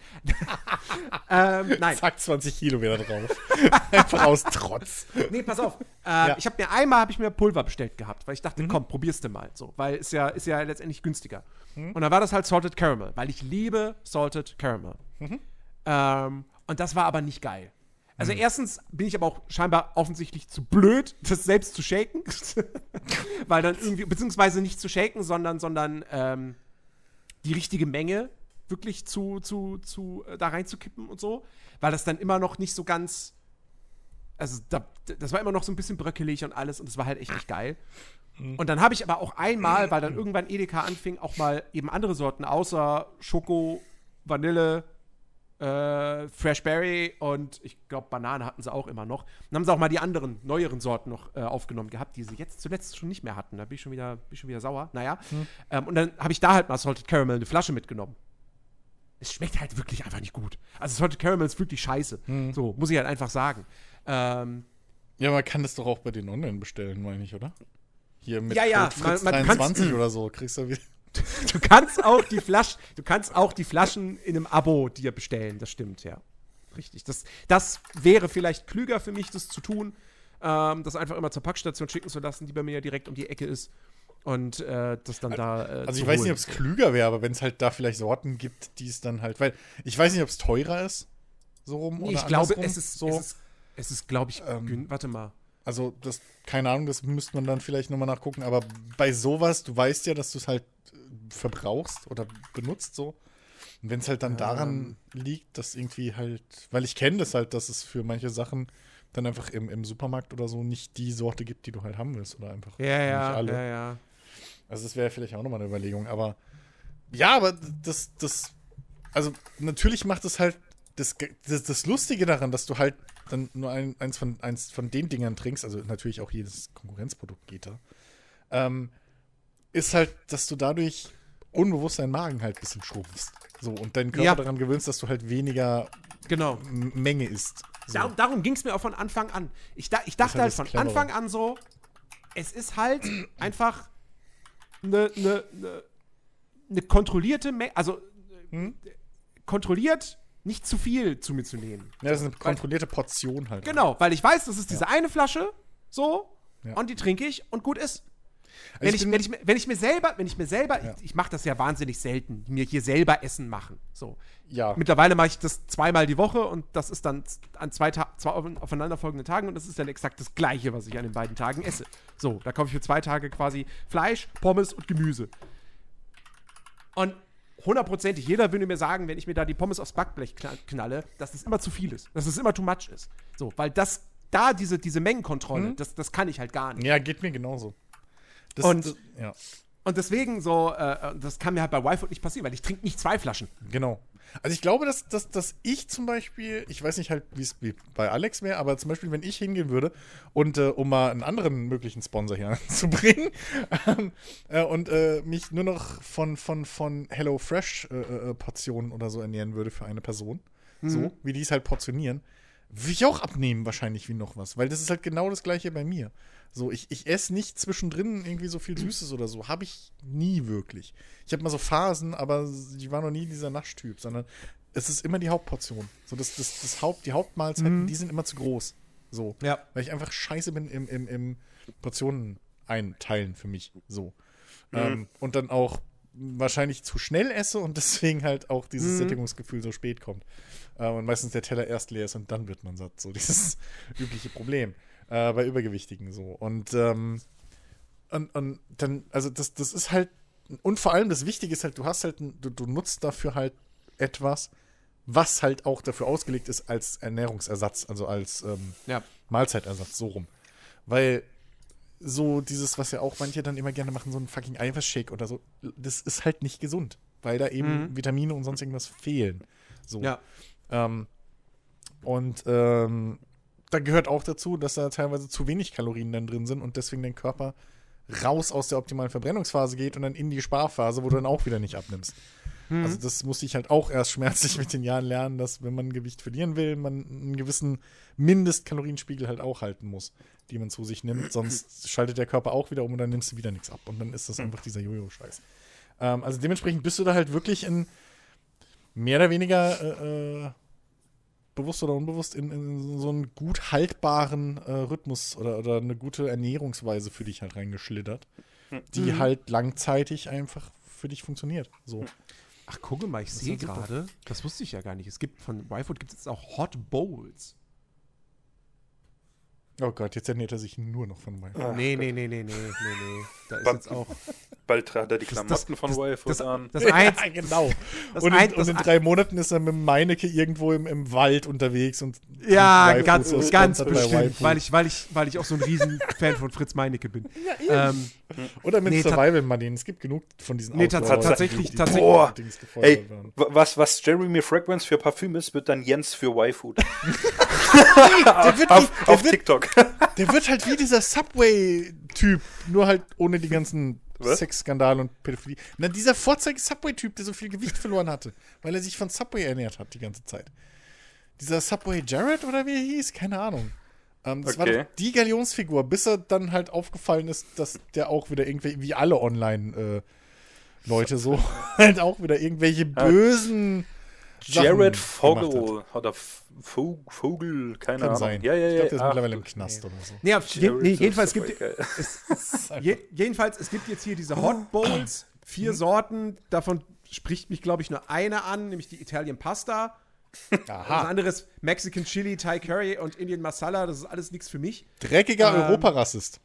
[SPEAKER 1] ähm, nein.
[SPEAKER 2] Zack, zwanzig Kilo wieder drauf. Einfach aus Trotz.
[SPEAKER 1] Nee, pass auf. Äh,
[SPEAKER 2] Ja.
[SPEAKER 1] Ich habe mir einmal hab ich mir Pulver bestellt gehabt, weil ich dachte,
[SPEAKER 2] Mhm.
[SPEAKER 1] komm, probierst du mal. So, weil ist ja, ist ja letztendlich günstiger. Und dann war das halt Salted Caramel, weil ich liebe Salted Caramel.
[SPEAKER 2] Mhm.
[SPEAKER 1] Ähm, und das war aber nicht geil. Also
[SPEAKER 2] Mhm.
[SPEAKER 1] erstens bin ich aber auch scheinbar offensichtlich zu blöd, das selbst zu shaken. weil dann irgendwie, beziehungsweise nicht zu shaken, sondern, sondern ähm, die richtige Menge wirklich zu, zu, zu äh, da reinzukippen und so. Weil das dann immer noch nicht so ganz. Also, da, das war immer noch so ein bisschen bröckelig und alles und das war halt echt nicht geil. Und dann habe ich aber auch einmal, weil dann irgendwann Edeka anfing, auch mal eben andere Sorten außer Schoko, Vanille, äh, Fresh Berry und ich glaube Banane hatten sie auch immer noch. Dann haben sie auch mal die anderen, neueren Sorten noch äh, aufgenommen gehabt, die sie jetzt zuletzt schon nicht mehr hatten. Da bin ich schon wieder, bin ich schon wieder sauer. Naja. Ähm, und dann habe ich da halt mal Salted Caramel eine Flasche mitgenommen. es schmeckt halt wirklich einfach nicht gut. Also Salted Caramel ist wirklich scheiße. Mhm. So, muss ich halt einfach sagen. Ähm,
[SPEAKER 2] ja, man kann das doch auch bei den online bestellen, meine ich, oder? Hier mit
[SPEAKER 1] ja, ja,
[SPEAKER 2] Code Fritz
[SPEAKER 1] man, man
[SPEAKER 2] dreiundzwanzig oder so, kriegst du wieder.
[SPEAKER 1] Du kannst auch die Flaschen, du kannst auch die Flaschen in einem Abo dir bestellen, das stimmt, ja. Richtig. Das, das wäre vielleicht klüger für mich, das zu tun, ähm, das einfach immer zur Packstation schicken zu lassen, die bei mir ja direkt um die Ecke ist. Und äh, das dann da. Äh,
[SPEAKER 2] also ich weiß nicht, ob es klüger wäre, aber wenn es halt da vielleicht Sorten gibt, die es dann halt. Weil ich weiß nicht, ob es teurer ist. So rum.
[SPEAKER 1] Nee,
[SPEAKER 2] oder
[SPEAKER 1] ich glaube,
[SPEAKER 2] andersrum,
[SPEAKER 1] es ist,
[SPEAKER 2] so.
[SPEAKER 1] es ist, es ist glaube ich,
[SPEAKER 2] ähm,
[SPEAKER 1] gün- warte mal.
[SPEAKER 2] Also, das, keine Ahnung, das müsste man dann vielleicht nochmal nachgucken. Aber bei sowas, du weißt ja, dass du es halt verbrauchst oder benutzt so. Und wenn es halt dann daran ähm. liegt, dass irgendwie halt, weil ich kenne das halt, dass es für manche Sachen dann einfach im, im Supermarkt oder so nicht die Sorte gibt, die du halt haben willst oder einfach
[SPEAKER 1] ja, ja,
[SPEAKER 2] nicht alle.
[SPEAKER 1] Ja, ja.
[SPEAKER 2] Also das wäre vielleicht auch nochmal eine Überlegung, aber ja, aber das, das, also natürlich macht es halt das, das, das Lustige daran, dass du halt dann nur ein, eins, von, eins von den Dingern trinkst, also natürlich auch jedes Konkurrenzprodukt geht da, ähm, ist halt, dass du dadurch unbewusst deinen Magen halt ein bisschen schrumpfst. So, und deinen Körper
[SPEAKER 1] ja.
[SPEAKER 2] daran gewöhnst, dass du halt weniger
[SPEAKER 1] genau.
[SPEAKER 2] M- Menge isst. So.
[SPEAKER 1] Darum, darum ging es mir auch von Anfang an. Ich, da, ich dachte halt, halt von Clevere. Anfang an so, es ist halt einfach eine ne, ne, ne kontrollierte Menge, also hm? kontrolliert nicht zu viel zu mir zu nehmen.
[SPEAKER 2] Ja, das ist eine kontrollierte Portion halt.
[SPEAKER 1] Genau, weil ich weiß, das ist diese ja. eine Flasche, so,
[SPEAKER 2] ja.
[SPEAKER 1] und die trinke ich und gut ist.
[SPEAKER 2] Also
[SPEAKER 1] wenn,
[SPEAKER 2] ich
[SPEAKER 1] ich, wenn, ich, wenn ich mir selber, wenn ich mir selber,
[SPEAKER 2] ja.
[SPEAKER 1] ich, ich mache das ja wahnsinnig selten, mir hier selber Essen machen. So.
[SPEAKER 2] Ja.
[SPEAKER 1] Mittlerweile mache ich das zweimal die Woche und das ist dann an zwei, Ta- zwei aufeinanderfolgenden Tagen und das ist dann exakt das Gleiche, was ich an den beiden Tagen esse. So, da kaufe ich für zwei Tage quasi Fleisch, Pommes und Gemüse. Und hundertprozentig, jeder würde mir sagen, wenn ich mir da die Pommes aufs Backblech knalle, dass das immer zu viel ist, dass das immer too much ist. So, weil das, da diese, diese Mengenkontrolle, mhm. das, das kann ich halt gar nicht.
[SPEAKER 2] Ja, geht mir genauso. Das,
[SPEAKER 1] und,
[SPEAKER 2] das, ja.
[SPEAKER 1] und deswegen so, äh, das kann mir halt bei Y-Food nicht passieren, weil ich trinke nicht zwei Flaschen.
[SPEAKER 2] Genau. Also ich glaube, dass, dass, dass ich zum Beispiel, ich weiß nicht halt, wie es bei Alex wäre, aber zum Beispiel, wenn ich hingehen würde und äh, um mal einen anderen möglichen Sponsor hier anzubringen ähm, äh, und äh, mich nur noch von, von, von HelloFresh-Portionen äh, oder so ernähren würde für eine Person, mhm. so, wie die es halt portionieren, würde ich auch abnehmen wahrscheinlich wie noch was, weil das ist halt genau das Gleiche bei mir. So, ich, ich esse nicht zwischendrin irgendwie so viel Süßes oder so. Habe ich nie wirklich. Ich habe mal so Phasen, aber ich war noch nie dieser Naschtyp, sondern es ist immer die Hauptportion. So, das, das, das Haupt, die Hauptmahlzeiten, mhm. die sind immer zu groß. So.
[SPEAKER 1] Ja.
[SPEAKER 2] Weil ich einfach scheiße bin im, im, im Portionen einteilen für mich. So. Mhm. Ähm, und dann auch wahrscheinlich zu schnell esse und deswegen halt auch dieses mhm. Sättigungsgefühl so spät kommt. Äh, und meistens der Teller erst leer ist und dann wird man satt. So dieses übliche Problem. Äh, bei Übergewichtigen so. Und, ähm, und, und dann, also das, das ist halt, und vor allem das Wichtige ist halt, du hast halt, du, du nutzt dafür halt etwas, was halt auch dafür ausgelegt ist als Ernährungsersatz, also als ähm,
[SPEAKER 1] ja.
[SPEAKER 2] Mahlzeitersatz, so rum. Weil so dieses, was ja auch manche dann immer gerne machen, so ein fucking Eiweißshake oder so, das ist halt nicht gesund, weil da eben mhm. Vitamine und sonst irgendwas fehlen. So.
[SPEAKER 1] Ja.
[SPEAKER 2] Ähm, und ähm, da gehört auch dazu, dass da teilweise zu wenig Kalorien dann drin sind und deswegen dein Körper raus aus der optimalen Verbrennungsphase geht und dann in die Sparphase, wo du dann auch wieder nicht abnimmst. Mhm. Also das musste ich halt auch erst schmerzlich mit den Jahren lernen, dass wenn man Gewicht verlieren will, man einen gewissen Mindestkalorienspiegel halt auch halten muss, die man zu sich nimmt. Sonst schaltet der Körper auch wieder um und dann nimmst du wieder nichts ab. Und dann ist das einfach dieser Jojo-Scheiß. Ähm, also dementsprechend bist du da halt wirklich in mehr oder weniger äh, äh, bewusst oder unbewusst in, in so einen gut haltbaren äh, Rhythmus oder, oder eine gute Ernährungsweise für dich halt reingeschlittert, die mhm. halt langzeitig einfach für dich funktioniert. So.
[SPEAKER 1] Ach, gucke mal, ich sehe gerade, das wusste ich ja gar nicht. Es gibt von Y-Food gibt es jetzt auch Hot Bowls.
[SPEAKER 2] Oh Gott, jetzt ernährt er sich nur noch von Y-Food.
[SPEAKER 1] Ah, nee, nee, nee, nee, nee, nee, nee. Da ist jetzt auch.
[SPEAKER 3] Bald trägt er die Klamotten
[SPEAKER 1] das, das,
[SPEAKER 3] von Y-Food an.
[SPEAKER 1] Das eins,
[SPEAKER 2] ja, genau.
[SPEAKER 1] Das
[SPEAKER 2] und,
[SPEAKER 1] ein,
[SPEAKER 2] in, und in drei Monaten ist er mit Meinecke irgendwo im, im Wald unterwegs und
[SPEAKER 1] ja, ganz, so ganz bestimmt, weil ich, weil, ich, weil ich auch so ein Riesenfan von Fritz Meinecke bin.
[SPEAKER 2] Ja, ähm, Oder mit nee, Survival Money. Es gibt genug von diesen
[SPEAKER 1] Nee, Outlaw tatsächlich, tatsächlich.
[SPEAKER 3] Boah, ey, was, was Jeremy Fragrance für Parfüm ist, wird dann Jens für Y-Food.
[SPEAKER 2] der wird
[SPEAKER 3] auf,
[SPEAKER 2] wie,
[SPEAKER 3] auf
[SPEAKER 2] der
[SPEAKER 3] TikTok.
[SPEAKER 2] Wird, der wird halt wie dieser Subway-Typ, nur halt ohne die ganzen
[SPEAKER 3] Was?
[SPEAKER 2] Sexskandal und Pädophilie. Na, dieser Vorzeige-Subway-Typ, der so viel Gewicht verloren hatte, weil er sich von Subway ernährt hat die ganze Zeit. Dieser Subway Jared oder wie er hieß? Keine Ahnung. Ähm, das
[SPEAKER 3] Okay.
[SPEAKER 2] war doch die Galionsfigur, bis er dann halt aufgefallen ist, dass der auch wieder irgendwie, wie alle Online-Leute so, halt auch wieder irgendwelche bösen
[SPEAKER 3] Jared
[SPEAKER 2] Sachen gemacht
[SPEAKER 3] Vogel oder Vogel, Vogel keine
[SPEAKER 2] Kann
[SPEAKER 3] Ahnung.
[SPEAKER 2] sein.
[SPEAKER 3] Ja, ja, ja.
[SPEAKER 2] Ich glaube, der ist
[SPEAKER 3] Ach,
[SPEAKER 2] mittlerweile im
[SPEAKER 3] du-
[SPEAKER 2] Knast oder so.
[SPEAKER 1] Nee, auf, je,
[SPEAKER 3] Jared
[SPEAKER 1] nee,
[SPEAKER 3] ist
[SPEAKER 1] jedenfalls
[SPEAKER 3] voll
[SPEAKER 1] gibt
[SPEAKER 3] geil.
[SPEAKER 1] je, jedenfalls, es gibt jetzt hier diese Hot Bowls, vier Sorten, davon spricht mich, glaube ich, nur eine an, nämlich die Italian Pasta. Das
[SPEAKER 2] Aha.
[SPEAKER 1] andere ist Mexican Chili, Thai Curry und Indian Masala, das ist alles nichts für mich.
[SPEAKER 2] Dreckiger
[SPEAKER 1] Ähm,
[SPEAKER 2] Europarassist.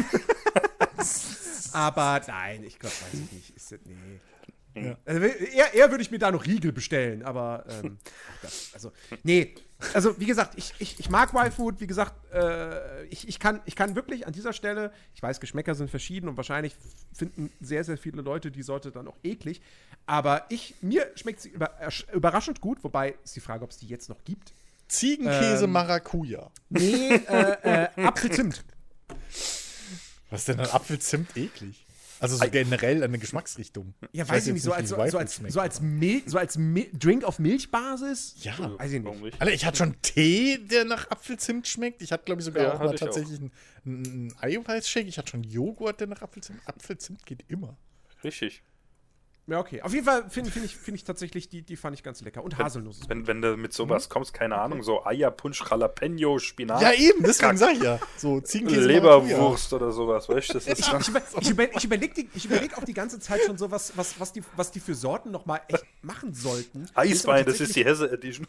[SPEAKER 1] Aber nein, ich glaube, weiß ich nicht. Ist das, nee.
[SPEAKER 2] Ja.
[SPEAKER 1] Also, eher, eher würde ich mir da noch Riegel bestellen, aber ähm, ach, das, also, nee. Also, wie gesagt, ich, ich, ich mag Y-Food, wie gesagt, äh, ich, ich, kann, ich kann wirklich an dieser Stelle, ich weiß, Geschmäcker sind verschieden und wahrscheinlich finden sehr, sehr viele Leute die Sorte dann auch eklig, aber ich, mir schmeckt sie über, überraschend gut, wobei ist die Frage, ob es die jetzt noch gibt.
[SPEAKER 2] Ziegenkäse
[SPEAKER 1] ähm,
[SPEAKER 2] Maracuja.
[SPEAKER 1] Nee, äh, äh, Apfelzimt.
[SPEAKER 2] Was ist denn an Apfelzimt eklig? Also so generell eine Geschmacksrichtung.
[SPEAKER 1] Ja,
[SPEAKER 2] Ich
[SPEAKER 1] weiß ich
[SPEAKER 2] jetzt
[SPEAKER 1] nicht, so
[SPEAKER 2] wie
[SPEAKER 1] als, so,
[SPEAKER 2] Y-Food
[SPEAKER 1] so als,
[SPEAKER 2] schmeckt.
[SPEAKER 1] so als, Mil so als Mil Drink auf Milchbasis?
[SPEAKER 2] Ja.
[SPEAKER 1] Weiß ich
[SPEAKER 3] Warum
[SPEAKER 1] nicht.
[SPEAKER 3] nicht?
[SPEAKER 2] Alter, ich hatte schon Tee, der nach Apfelzimt schmeckt. Ich hatte, glaube ich, sogar
[SPEAKER 3] Ja,
[SPEAKER 2] auch mal
[SPEAKER 3] hatte ich
[SPEAKER 2] tatsächlich einen, einen Eiweißshake. Ich hatte schon Joghurt, der nach Apfelzimt. Apfelzimt geht immer.
[SPEAKER 3] Richtig.
[SPEAKER 1] Ja, okay. Auf jeden Fall finde find ich, find ich tatsächlich, die, die fand ich ganz lecker. Und Haselnuss. ist
[SPEAKER 3] Wenn, wenn du mit sowas
[SPEAKER 1] Mhm.
[SPEAKER 3] kommst, keine Ahnung, so Eierpunsch, Jalapeno, Spinat,
[SPEAKER 2] Ja, eben, deswegen sag ich ja. So Ziegenkäse
[SPEAKER 3] Leberwurst oder sowas, weißt du? Das ist
[SPEAKER 1] Ich, ich, über, ich, über, ich überlege überleg auch die ganze Zeit schon so, was, was, was, die, was die für Sorten noch mal echt machen sollten.
[SPEAKER 3] Eisbein, das ist die Hesse Edition.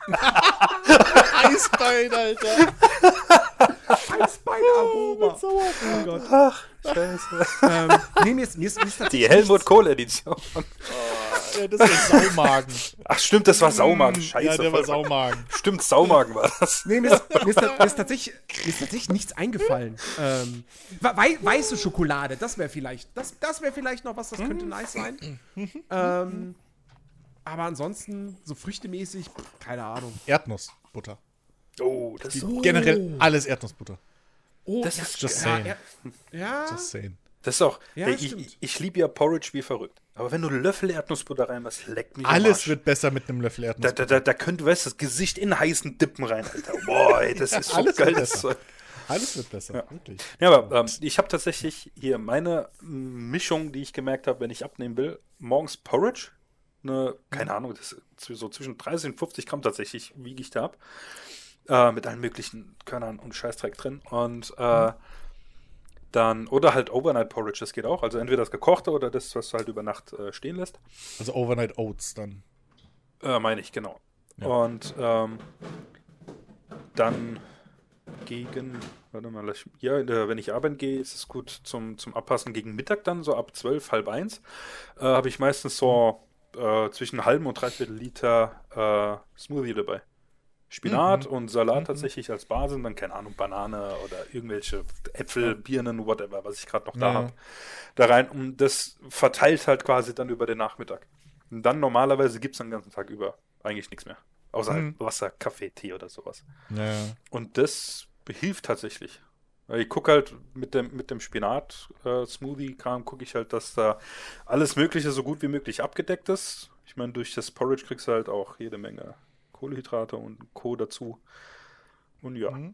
[SPEAKER 2] Eisbein, Alter.
[SPEAKER 1] Eisbein-Aroma. Oh Gott.
[SPEAKER 3] Ach, scheiße.
[SPEAKER 1] ähm, nee, mir ist, mir ist, mir ist
[SPEAKER 3] Die
[SPEAKER 1] tatsächlich
[SPEAKER 3] Helmut Kohl Edition.
[SPEAKER 2] Ja, das ist Saumagen.
[SPEAKER 3] Ach stimmt, das war Saumagen. Scheiße.
[SPEAKER 2] Ja, der war
[SPEAKER 3] voll-
[SPEAKER 2] Saumagen.
[SPEAKER 3] Stimmt, Saumagen war das.
[SPEAKER 1] Nee, mir ist, mir ist, mir ist, tatsächlich, mir ist tatsächlich nichts eingefallen. Ähm, wei weiße Schokolade, das wäre vielleicht, das, das wäre vielleicht noch was, das könnte nice sein. ähm, aber ansonsten, so früchtemäßig, pff, keine Ahnung.
[SPEAKER 2] Erdnussbutter.
[SPEAKER 3] Oh, das ist, so,
[SPEAKER 2] Generell alles Erdnussbutter.
[SPEAKER 1] Oh,
[SPEAKER 3] Das ist
[SPEAKER 2] Just
[SPEAKER 1] ja,
[SPEAKER 2] saying.
[SPEAKER 1] ja, ja,
[SPEAKER 2] Just saying.
[SPEAKER 3] das ist auch.
[SPEAKER 1] Ja,
[SPEAKER 3] ey, ich
[SPEAKER 1] stimmt.
[SPEAKER 3] ich liebe ja Porridge wie verrückt. Aber wenn du einen Löffel Erdnussbutter reinmachst, leckt mich am
[SPEAKER 2] Alles
[SPEAKER 3] Arsch.
[SPEAKER 2] wird besser mit einem Löffel
[SPEAKER 3] Da,
[SPEAKER 2] Erdnussbutter.
[SPEAKER 3] da, da, da könnte, weißt du, das Gesicht in heißen Dippen rein, Alter. Boah, ey, das ist so
[SPEAKER 2] alles
[SPEAKER 3] geil.
[SPEAKER 2] wird
[SPEAKER 3] Das
[SPEAKER 2] besser.
[SPEAKER 3] Zeug.
[SPEAKER 2] Alles wird besser, wirklich.
[SPEAKER 3] Ja, aber ähm, ich habe tatsächlich hier meine m, Mischung, die ich gemerkt habe, wenn ich abnehmen will, morgens Porridge, eine, keine Ahnung, das ist so zwischen dreißig und fünfzig Gramm tatsächlich wiege ich da ab, äh, mit allen möglichen Körnern und Scheißdreck drin und äh, dann, oder halt Overnight Porridge, das geht auch, also entweder das gekochte oder das, was du halt über Nacht äh, stehen lässt,
[SPEAKER 2] Also Overnight Oats dann.
[SPEAKER 3] äh, meine ich, genau.
[SPEAKER 2] Ja.
[SPEAKER 3] Und ähm, dann gegen, warte mal, ich- ja, äh, wenn ich arbeiten gehe, ist es gut zum, zum Abpassen gegen Mittag dann, so ab zwölf, halb eins, äh, habe ich meistens so äh, zwischen einem halben und dreiviertel Liter äh, Smoothie dabei. Spinat und Salat tatsächlich als Basis, dann keine Ahnung, Banane oder irgendwelche Äpfel, Birnen, whatever, was ich gerade noch da
[SPEAKER 2] Ja.
[SPEAKER 3] habe, da rein. Und das verteilt halt quasi dann über den Nachmittag. Und dann normalerweise gibt es den ganzen Tag über eigentlich nichts mehr. Außer
[SPEAKER 2] Mhm.
[SPEAKER 3] halt Wasser, Kaffee, Tee oder sowas.
[SPEAKER 2] Ja, ja.
[SPEAKER 3] Und das hilft tatsächlich. Weil Ich gucke halt mit dem, mit dem Spinat-Smoothie-Kram, gucke ich halt, dass da alles Mögliche so gut wie möglich abgedeckt ist. Ich meine, durch das Porridge kriegst du halt auch jede Menge Kohlenhydrate und Co. dazu. Und ja.
[SPEAKER 2] Mhm.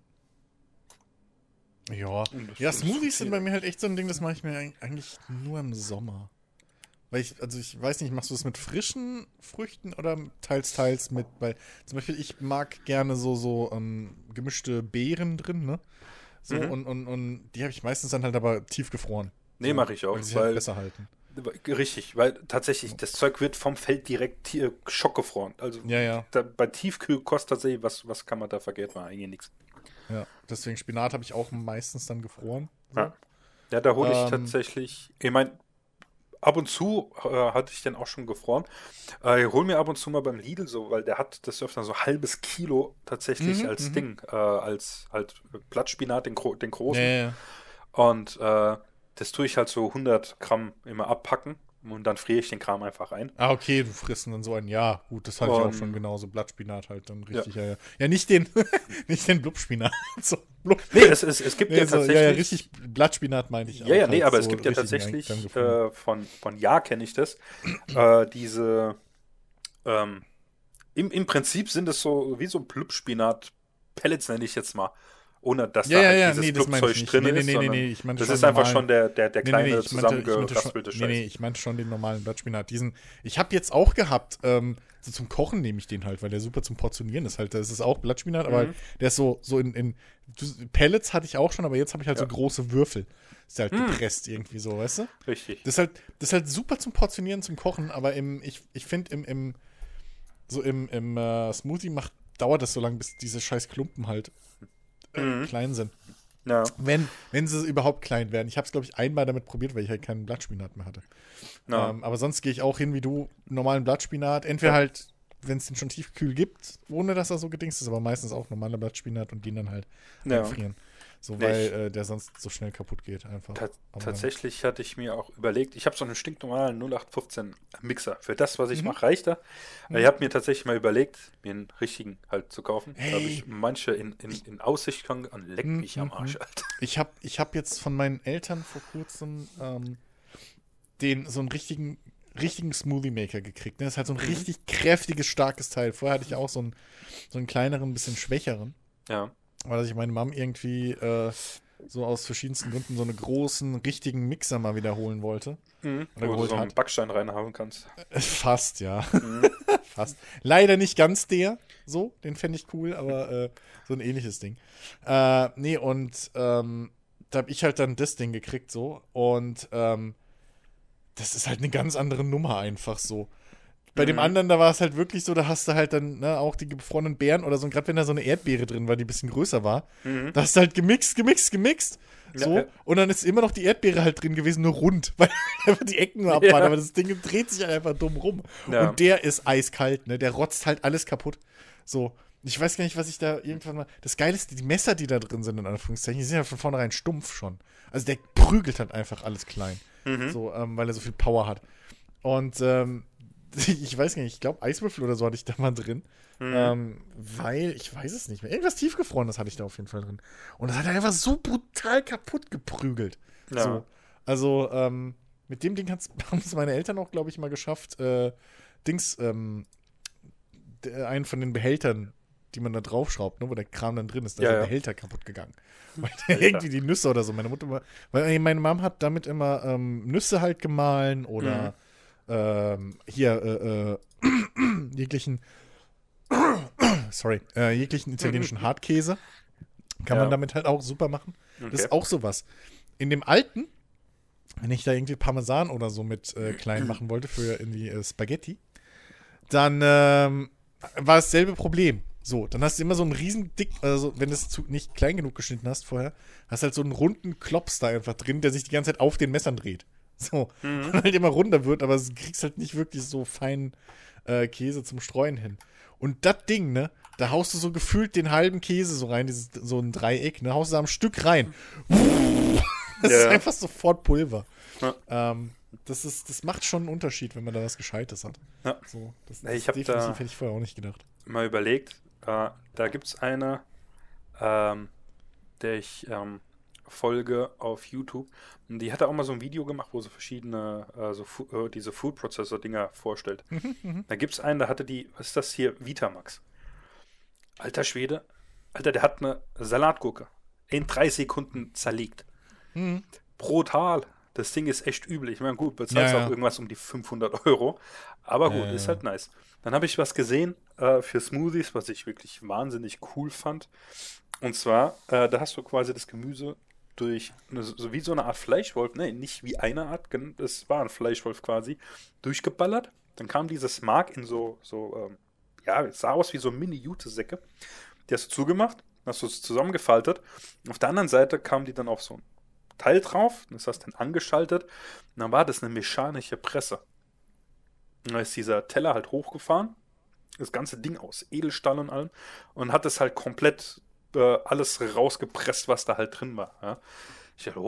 [SPEAKER 2] Ja,
[SPEAKER 3] Und das
[SPEAKER 2] ja
[SPEAKER 3] ist
[SPEAKER 2] Smoothies sind
[SPEAKER 3] viel.
[SPEAKER 2] bei mir halt echt so ein Ding, das mache ich mir eig- eigentlich nur im Sommer. Weil ich, also ich weiß nicht, machst du das mit frischen Früchten oder teils, teils mit, weil zum Beispiel ich mag gerne so, so ähm, gemischte Beeren drin, ne? So,
[SPEAKER 3] Mhm.
[SPEAKER 2] und, und, und die habe ich meistens dann halt aber tiefgefroren.
[SPEAKER 3] Nee,
[SPEAKER 2] so,
[SPEAKER 3] mache ich auch,
[SPEAKER 2] Weil sie sich halt
[SPEAKER 3] weil-
[SPEAKER 2] besser halten.
[SPEAKER 3] Richtig, weil tatsächlich das Zeug wird vom Feld direkt hier schockgefroren. Also
[SPEAKER 2] Ja, ja,
[SPEAKER 3] da, bei Tiefkühlkost tatsächlich, was, was kann man da vergeht, war eigentlich nichts.
[SPEAKER 2] ja. Deswegen Spinat habe ich auch meistens dann gefroren. So.
[SPEAKER 3] Ja. Ja, da hole ich
[SPEAKER 2] Ähm.
[SPEAKER 3] tatsächlich, ich meine, ab und zu äh, hatte ich den auch schon gefroren. Äh, ich hole mir ab und zu mal beim Lidl so, weil der hat das öfter so ein halbes Kilo tatsächlich
[SPEAKER 2] Mhm,
[SPEAKER 3] als
[SPEAKER 2] mhm.
[SPEAKER 3] Ding, äh, als halt Blattspinat, den, gro den großen.
[SPEAKER 2] Ja, ja, ja.
[SPEAKER 3] Und äh, das tue ich halt so hundert Gramm immer abpacken. und dann friere ich den Kram einfach ein.
[SPEAKER 2] Ah, okay, du frisst dann so ein, ja, gut, das hatte ich
[SPEAKER 3] Und-
[SPEAKER 2] auch schon genauso, Blattspinat halt dann richtig, ja, ja. Ja, nicht den, nicht den Blubspinat. So, Blub.
[SPEAKER 3] Nee, es, es, es gibt
[SPEAKER 2] Nee,
[SPEAKER 3] ja
[SPEAKER 2] so,
[SPEAKER 3] tatsächlich...
[SPEAKER 2] ja, ja, richtig Blattspinat meine ich
[SPEAKER 3] Ja, ja, nee,
[SPEAKER 2] halt
[SPEAKER 3] aber
[SPEAKER 2] so
[SPEAKER 3] es gibt ja
[SPEAKER 2] richtigen
[SPEAKER 3] tatsächlich,
[SPEAKER 2] Einklang gefunden.
[SPEAKER 3] äh, von, von Ja kenne ich das, äh, diese, ähm, im, im Prinzip sind es so, wie so Blubspinat-Pellets nenne ich jetzt mal, ohne dass
[SPEAKER 2] Ja,
[SPEAKER 3] da
[SPEAKER 2] ja,
[SPEAKER 3] halt
[SPEAKER 2] ja,
[SPEAKER 3] dieses
[SPEAKER 2] nee, das meine ich
[SPEAKER 3] Blubzeug
[SPEAKER 2] nicht.
[SPEAKER 3] drin
[SPEAKER 2] Nee, nee,
[SPEAKER 3] ist,
[SPEAKER 2] nee, nee,
[SPEAKER 3] sondern
[SPEAKER 2] nee, ich meinte
[SPEAKER 3] das
[SPEAKER 2] schon
[SPEAKER 3] ist einfach
[SPEAKER 2] normalen-
[SPEAKER 3] schon der, der, der
[SPEAKER 2] Nee,
[SPEAKER 3] kleine
[SPEAKER 2] nee, nee, ich meinte, ich meinte schon,
[SPEAKER 3] zusammengeraspelte
[SPEAKER 2] nee,
[SPEAKER 3] Scheiß.
[SPEAKER 2] nee, ich meinte schon den normalen Blattspinat. Diesen, ich habe jetzt auch gehabt, ähm, so zum Kochen nehme ich den halt, weil der super zum Portionieren ist halt. Das ist auch Blattspinat, aber
[SPEAKER 3] Mhm.
[SPEAKER 2] der ist so, so in, in Pellets hatte ich auch schon, aber jetzt habe ich halt
[SPEAKER 3] Ja.
[SPEAKER 2] so große Würfel. Ist halt
[SPEAKER 3] Mhm.
[SPEAKER 2] gepresst irgendwie so, weißt du?
[SPEAKER 3] Richtig.
[SPEAKER 2] Das ist halt, das ist halt super zum Portionieren, zum Kochen, aber im, ich, ich finde im, im, so im, im äh, Smoothie macht, dauert das so lange, bis diese scheiß Klumpen halt äh,
[SPEAKER 3] Mhm.
[SPEAKER 2] klein sind.
[SPEAKER 3] Ja.
[SPEAKER 2] Wenn, wenn sie überhaupt klein werden. Ich habe es, glaube ich, einmal damit probiert, weil ich halt keinen Blattspinat mehr hatte.
[SPEAKER 3] Ja.
[SPEAKER 2] Ähm, aber sonst gehe ich auch hin wie du, normalen Blattspinat. Entweder
[SPEAKER 3] Ja.
[SPEAKER 2] halt, wenn es den schon tiefkühl gibt, ohne dass er so gedingst ist, aber meistens auch normaler Blattspinat und den dann halt
[SPEAKER 3] Ja.
[SPEAKER 2] einfrieren. So,
[SPEAKER 3] Nee,
[SPEAKER 2] weil
[SPEAKER 3] ich-
[SPEAKER 2] äh, der sonst so schnell kaputt geht einfach.
[SPEAKER 3] Ta
[SPEAKER 2] Aber-
[SPEAKER 3] tatsächlich hatte ich mir auch überlegt, ich habe so einen stinknormalen null acht fünfzehn Mixer. Für das, was ich
[SPEAKER 2] Mhm.
[SPEAKER 3] mache, reicht er.
[SPEAKER 2] Mhm.
[SPEAKER 3] Ich habe mir tatsächlich mal überlegt, mir einen richtigen halt zu kaufen. Da habe
[SPEAKER 2] Hey.
[SPEAKER 3] ich manche in, in, in Aussicht kann, und leck
[SPEAKER 2] Mhm,
[SPEAKER 3] mich am
[SPEAKER 2] mhm,
[SPEAKER 3] Arsch,
[SPEAKER 2] mhm.
[SPEAKER 3] Alter.
[SPEAKER 2] Ich habe ich hab jetzt von meinen Eltern vor kurzem ähm, den, so einen richtigen, richtigen Smoothie Maker gekriegt. Ne? Das ist halt so ein
[SPEAKER 3] Mhm.
[SPEAKER 2] richtig kräftiges, starkes Teil. Vorher hatte ich auch so einen, so einen kleineren, bisschen schwächeren.
[SPEAKER 3] Ja.
[SPEAKER 2] Weil sich meine Mom irgendwie äh, so aus verschiedensten Gründen so einen großen, richtigen Mixer mal wiederholen wollte.
[SPEAKER 3] Mhm.
[SPEAKER 2] Oder
[SPEAKER 3] Wo du
[SPEAKER 2] geholt
[SPEAKER 3] so einen
[SPEAKER 2] hat.
[SPEAKER 3] Backstein reinhauen kannst.
[SPEAKER 2] Äh, Fast, ja.
[SPEAKER 3] Mhm.
[SPEAKER 2] Fast. Leider nicht ganz der, so, den fände ich cool, aber äh, so ein ähnliches Ding. Äh, nee, und ähm, da habe ich halt dann das Ding gekriegt, so. Und ähm, das ist halt eine ganz andere Nummer einfach so. Bei dem
[SPEAKER 3] Mhm.
[SPEAKER 2] anderen, da war es halt wirklich so, da hast du halt dann ne, auch die gefrorenen Beeren oder so, gerade wenn da so eine Erdbeere drin war, die ein bisschen größer war,
[SPEAKER 3] Mhm.
[SPEAKER 2] da hast du halt gemixt, gemixt, gemixt. So,
[SPEAKER 3] Ja, ja.
[SPEAKER 2] und dann ist immer noch die Erdbeere halt drin gewesen, nur rund, weil einfach die Ecken nur abfahren,
[SPEAKER 3] Ja.
[SPEAKER 2] aber das Ding dreht sich halt einfach dumm rum.
[SPEAKER 3] Ja.
[SPEAKER 2] Und der ist eiskalt, ne? Der rotzt halt alles kaputt. So. Ich weiß gar nicht, was ich da irgendwann mal. Das Geile ist, die Messer, die da drin sind, in Anführungszeichen, die sind ja von vornherein stumpf schon. Also der prügelt halt einfach alles klein.
[SPEAKER 3] Mhm.
[SPEAKER 2] So, ähm, weil er so viel Power hat. Und ähm, ich weiß gar nicht, ich glaube, Eiswürfel oder so hatte ich da mal drin.
[SPEAKER 3] Mhm.
[SPEAKER 2] Ähm, weil, ich weiß es nicht mehr. Irgendwas tiefgefrorenes hatte ich da auf jeden Fall drin. Und das hat er einfach so brutal kaputt geprügelt.
[SPEAKER 3] Ja.
[SPEAKER 2] So. Also, ähm, mit dem Ding hat's, haben es meine Eltern auch, glaube ich, mal geschafft, äh, Dings, ähm, der- einen von den Behältern, die man da draufschraubt, ne, wo der Kram dann drin ist, da
[SPEAKER 3] Ja,
[SPEAKER 2] ist der
[SPEAKER 3] ja.
[SPEAKER 2] Behälter kaputt gegangen. Weil der
[SPEAKER 3] Alter.
[SPEAKER 2] irgendwie die Nüsse oder so, meine Mutter immer, weil meine Mom hat damit immer ähm, Nüsse halt gemahlen oder ähm, hier äh, äh, jeglichen sorry, äh, jeglichen italienischen Hartkäse kann
[SPEAKER 3] Ja.
[SPEAKER 2] man damit halt auch super machen. Das
[SPEAKER 3] Okay.
[SPEAKER 2] ist auch sowas. In dem alten, wenn ich da irgendwie Parmesan oder so mit äh, klein machen wollte für in die äh, Spaghetti, dann ähm, war es dasselbe Problem. So, dann hast du immer so einen riesen dick, also wenn du es zu, nicht klein genug geschnitten hast vorher, hast halt so einen runden Klops da einfach drin, der sich die ganze Zeit auf den Messern dreht. So,
[SPEAKER 3] Mhm.
[SPEAKER 2] und halt immer runder wird, aber du kriegst halt nicht wirklich so feinen äh, Käse zum Streuen hin. Und das Ding, ne, da haust du so gefühlt den halben Käse so rein, dieses, so ein Dreieck, ne, haust du da am Stück rein. Das ist
[SPEAKER 3] Ja.
[SPEAKER 2] einfach sofort Pulver.
[SPEAKER 3] Ja.
[SPEAKER 2] Ähm, das, ist, das macht schon einen Unterschied, wenn man da was Gescheites hat.
[SPEAKER 3] Ja.
[SPEAKER 2] So, das,
[SPEAKER 3] Ja, ich
[SPEAKER 2] das
[SPEAKER 3] hab
[SPEAKER 2] definitiv
[SPEAKER 3] da-
[SPEAKER 2] hätte ich vorher auch nicht gedacht.
[SPEAKER 3] Mal überlegt, äh, da gibt es eine, ähm, der ich ähm, folge auf YouTube. Und die hatte auch mal so ein Video gemacht, wo sie verschiedene, äh, so Fu äh, diese Food-Processor-Dinger vorstellt. Da gibt es einen, da hatte die, was ist das hier, Vitamax. Alter Schwede, Alter, der hat eine Salatgurke in drei Sekunden zerlegt.
[SPEAKER 2] Mhm.
[SPEAKER 3] Brutal. Das Ding ist echt übel. Ich meine, gut, bezahlst
[SPEAKER 2] Ja, ja.
[SPEAKER 3] auch irgendwas um die fünfhundert Euro. Aber gut,
[SPEAKER 2] Ja, ja,
[SPEAKER 3] ist
[SPEAKER 2] ja.
[SPEAKER 3] halt nice. Dann habe ich was gesehen äh, für Smoothies, was ich wirklich wahnsinnig cool fand. Und zwar, äh, da hast du quasi das Gemüse durch, eine, so wie so eine Art Fleischwolf, ne, nicht wie eine Art, gen- es war ein Fleischwolf quasi, durchgeballert. Dann kam dieses Mark in so, so ähm, ja, es sah aus wie so Mini-Jute-Säcke. Die hast du zugemacht, hast du es zusammengefaltet. Auf der anderen Seite kam die dann auf so ein Teil drauf, das hast du dann angeschaltet. Und dann war das eine mechanische Presse. Und dann ist dieser Teller halt hochgefahren, das ganze Ding aus Edelstahl und allem, und hat es halt komplett äh, alles rausgepresst, was da halt drin war. Ja. Ich dachte, oh,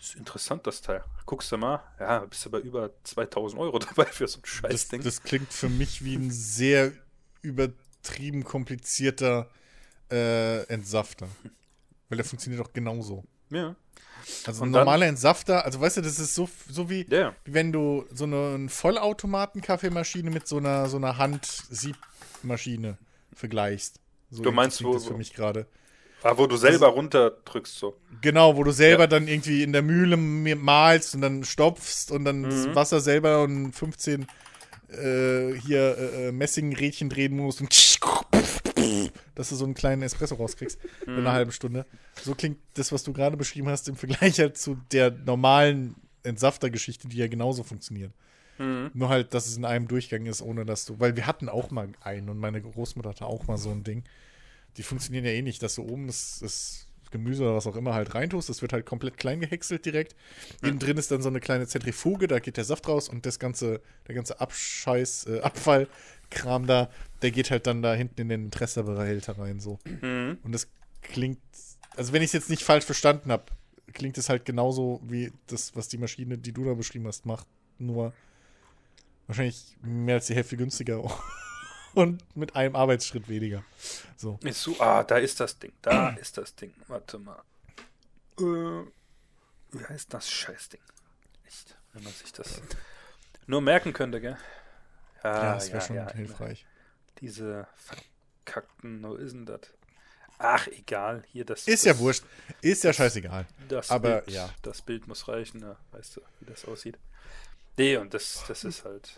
[SPEAKER 3] Das ist interessant, das Teil. Guckst du mal, ja, bist du bei über zweitausend Euro dabei für so ein
[SPEAKER 2] Das,
[SPEAKER 3] Scheißding.
[SPEAKER 2] das klingt für mich wie ein sehr übertrieben komplizierter äh, Entsafter. Weil der funktioniert doch genauso.
[SPEAKER 3] Ja.
[SPEAKER 2] Also
[SPEAKER 3] Und
[SPEAKER 2] ein
[SPEAKER 3] dann-
[SPEAKER 2] normaler Entsafter, also weißt du, das ist so, so wie,
[SPEAKER 3] Ja, ja.
[SPEAKER 2] wie wenn du so eine Vollautomaten-Kaffeemaschine mit so einer, so einer Hand-Siebmaschine vergleichst. So
[SPEAKER 3] Du meinst,
[SPEAKER 2] klingt
[SPEAKER 3] wo-
[SPEAKER 2] das für mich gerade.
[SPEAKER 3] Ah, wo du selber runterdrückst, so.
[SPEAKER 2] Genau, wo du selber
[SPEAKER 3] Ja.
[SPEAKER 2] dann irgendwie in der Mühle mi- malst und dann stopfst und dann das
[SPEAKER 3] Mhm.
[SPEAKER 2] Wasser selber und fünfzehn äh, hier äh, äh, Messingrädchen drehen musst und dass du so einen kleinen Espresso rauskriegst in
[SPEAKER 3] Mhm.
[SPEAKER 2] einer halben Stunde. So klingt das, was du gerade beschrieben hast, im Vergleich halt zu der normalen Entsaftergeschichte, die ja genauso funktioniert.
[SPEAKER 3] Mhm.
[SPEAKER 2] Nur halt, dass es in einem Durchgang ist, ohne dass du, weil wir hatten auch mal einen und meine Großmutter hatte auch mal so ein Ding. Die funktionieren ja eh nicht, dass du oben das, das Gemüse oder was auch immer halt reintust. Das wird halt komplett klein gehäckselt direkt. Innen drin ist dann so eine kleine Zentrifuge, da geht der Saft raus und das ganze, der ganze Abscheiß, äh, Abfallkram da, der geht halt dann da hinten in den Tresserbehälter rein so.
[SPEAKER 3] Mhm.
[SPEAKER 2] Und das klingt, also wenn ich es jetzt nicht falsch verstanden habe, klingt es halt genauso wie das, was die Maschine, die du da beschrieben hast, macht. Nur wahrscheinlich mehr als die Hälfte günstiger und mit einem Arbeitsschritt weniger. So.
[SPEAKER 3] Ist so, ah, da ist das Ding. Da ist das Ding. Warte mal. Äh, wie heißt das Scheißding? Echt, wenn man sich das nur merken könnte, gell?
[SPEAKER 2] Ja, das wäre schon
[SPEAKER 3] ja,
[SPEAKER 2] hilfreich.
[SPEAKER 3] Diese verkackten, wo ist denn das? Ach, egal. Hier das.
[SPEAKER 2] Ist
[SPEAKER 3] das,
[SPEAKER 2] ja wurscht. Ist ja scheißegal.
[SPEAKER 3] Das
[SPEAKER 2] Aber,
[SPEAKER 3] Bild,
[SPEAKER 2] ja.
[SPEAKER 3] Das Bild muss reichen, ja. Weißt du, wie das aussieht? Nee, und das, das ist halt.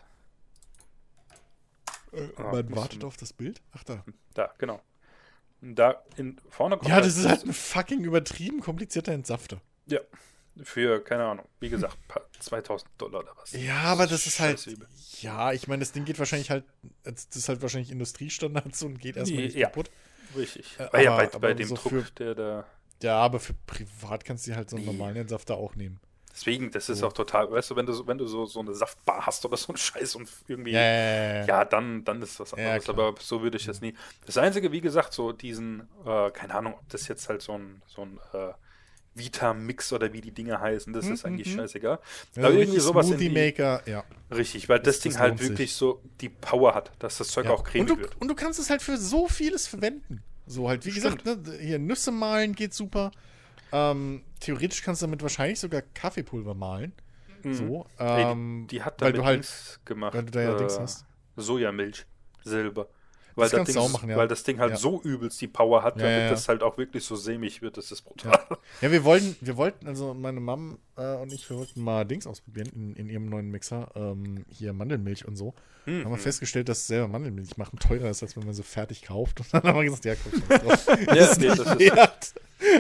[SPEAKER 3] Ah,
[SPEAKER 2] Man
[SPEAKER 3] bisschen-
[SPEAKER 2] wartet auf das Bild? Ach da.
[SPEAKER 3] Da, genau. Und da in, vorne kommt
[SPEAKER 2] Ja, das
[SPEAKER 3] halt
[SPEAKER 2] ist halt ein fucking übertrieben komplizierter Entsafter.
[SPEAKER 3] Ja, für, keine Ahnung, wie gesagt, pa- zweitausend Dollar oder was.
[SPEAKER 2] Ja, aber das ist halt.
[SPEAKER 3] scheiße übel.
[SPEAKER 2] Ja, ich meine, das Ding geht wahrscheinlich halt. Das ist halt wahrscheinlich Industriestandards und geht erstmal nicht
[SPEAKER 3] Ja.
[SPEAKER 2] kaputt.
[SPEAKER 3] Richtig.
[SPEAKER 2] Äh,
[SPEAKER 3] Aber ja,
[SPEAKER 2] aber-
[SPEAKER 3] bei,
[SPEAKER 2] aber
[SPEAKER 3] bei dem
[SPEAKER 2] so
[SPEAKER 3] Druck,
[SPEAKER 2] für-
[SPEAKER 3] der da.
[SPEAKER 2] Ja, aber für privat kannst du halt so einen
[SPEAKER 3] Nee.
[SPEAKER 2] normalen Entsafter auch nehmen.
[SPEAKER 3] Deswegen, das ist
[SPEAKER 2] So.
[SPEAKER 3] auch total, weißt du, wenn du, so- wenn du so, so eine Saftbar hast oder so einen Scheiß und irgendwie.
[SPEAKER 2] Ja, ja, ja, ja.
[SPEAKER 3] Ja, dann, dann ist was
[SPEAKER 2] Ja,
[SPEAKER 3] anderes,
[SPEAKER 2] klar.
[SPEAKER 3] aber so würde ich das nie. Das Einzige, wie gesagt, so diesen, äh, keine Ahnung, ob das jetzt halt so ein, so ein äh, Vita-Mix oder wie die Dinge heißen, das
[SPEAKER 2] Mhm,
[SPEAKER 3] ist eigentlich
[SPEAKER 2] mhm.
[SPEAKER 3] scheißegal.
[SPEAKER 2] Ja,
[SPEAKER 3] aber
[SPEAKER 2] so
[SPEAKER 3] irgendwie
[SPEAKER 2] richtig
[SPEAKER 3] sowas in
[SPEAKER 2] Smoothie
[SPEAKER 3] die,
[SPEAKER 2] Maker, ja.
[SPEAKER 3] richtig, weil das,
[SPEAKER 2] Das-
[SPEAKER 3] Ding
[SPEAKER 2] das
[SPEAKER 3] halt
[SPEAKER 2] lohnt sich.
[SPEAKER 3] wirklich so die Power hat, dass das Zeug
[SPEAKER 2] ja.
[SPEAKER 3] auch cremig
[SPEAKER 2] und, du,
[SPEAKER 3] wird.
[SPEAKER 2] und du kannst es halt für so vieles verwenden. So halt, wie
[SPEAKER 3] Stimmt.
[SPEAKER 2] gesagt, ne, hier Nüsse mahlen geht super. Ähm, theoretisch kannst du damit wahrscheinlich sogar Kaffeepulver mahlen. So,
[SPEAKER 3] Ey,
[SPEAKER 2] ähm,
[SPEAKER 3] die, die hat
[SPEAKER 2] weil
[SPEAKER 3] damit
[SPEAKER 2] du halt,
[SPEAKER 3] Dings gemacht.
[SPEAKER 2] weil du da ja
[SPEAKER 3] äh,
[SPEAKER 2] Dings hast.
[SPEAKER 3] Sojamilch, Silber. Weil
[SPEAKER 2] Das
[SPEAKER 3] das,
[SPEAKER 2] kannst
[SPEAKER 3] Ding,
[SPEAKER 2] du auch machen, ja.
[SPEAKER 3] weil das Ding halt
[SPEAKER 2] Ja.
[SPEAKER 3] so übelst die Power hat,
[SPEAKER 2] Ja,
[SPEAKER 3] damit
[SPEAKER 2] ja, ja.
[SPEAKER 3] das halt auch wirklich so sämig wird, das ist brutal.
[SPEAKER 2] Ja, wir wollten, wir wollten, also meine Mom äh, und ich, wir wollten mal Dings ausprobieren in, in ihrem neuen Mixer. Ähm, hier Mandelmilch und so.
[SPEAKER 3] Mhm.
[SPEAKER 2] Haben wir festgestellt, dass selber Mandelmilch machen teurer ist, als wenn man so fertig kauft. Und dann haben wir gesagt, ja, guck schon drauf.
[SPEAKER 3] Ja, nee, das ist
[SPEAKER 2] wert.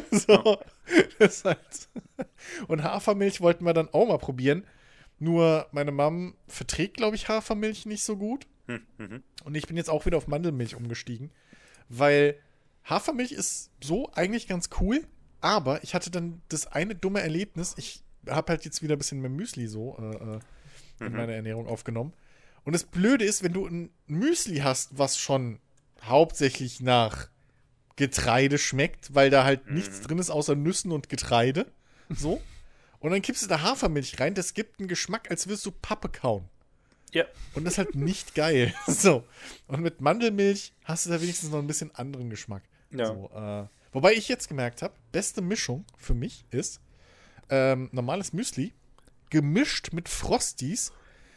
[SPEAKER 2] So, das ist halt. Und Hafermilch wollten wir dann auch mal probieren. Nur meine Mom verträgt, glaube ich, Hafermilch nicht so gut.
[SPEAKER 3] Hm, mhm.
[SPEAKER 2] Und ich bin jetzt auch wieder auf Mandelmilch umgestiegen, weil Hafermilch ist so eigentlich ganz cool, aber ich hatte dann das eine dumme Erlebnis. Ich habe halt jetzt wieder ein bisschen mehr Müsli so äh, äh, in
[SPEAKER 3] Mhm.
[SPEAKER 2] meine Ernährung aufgenommen. Und das Blöde ist, wenn du ein Müsli hast, was schon hauptsächlich nach Getreide schmeckt, weil da halt nichts drin ist außer Nüssen und Getreide. So. Und dann kippst du da Hafermilch rein, das gibt einen Geschmack, als würdest du Pappe kauen.
[SPEAKER 3] Ja.
[SPEAKER 2] Und das ist halt nicht geil. So. Und mit Mandelmilch hast du da wenigstens noch ein bisschen anderen Geschmack.
[SPEAKER 3] Ja.
[SPEAKER 2] So, äh, wobei ich jetzt gemerkt habe, beste Mischung für mich ist ähm, normales Müsli gemischt mit Frosties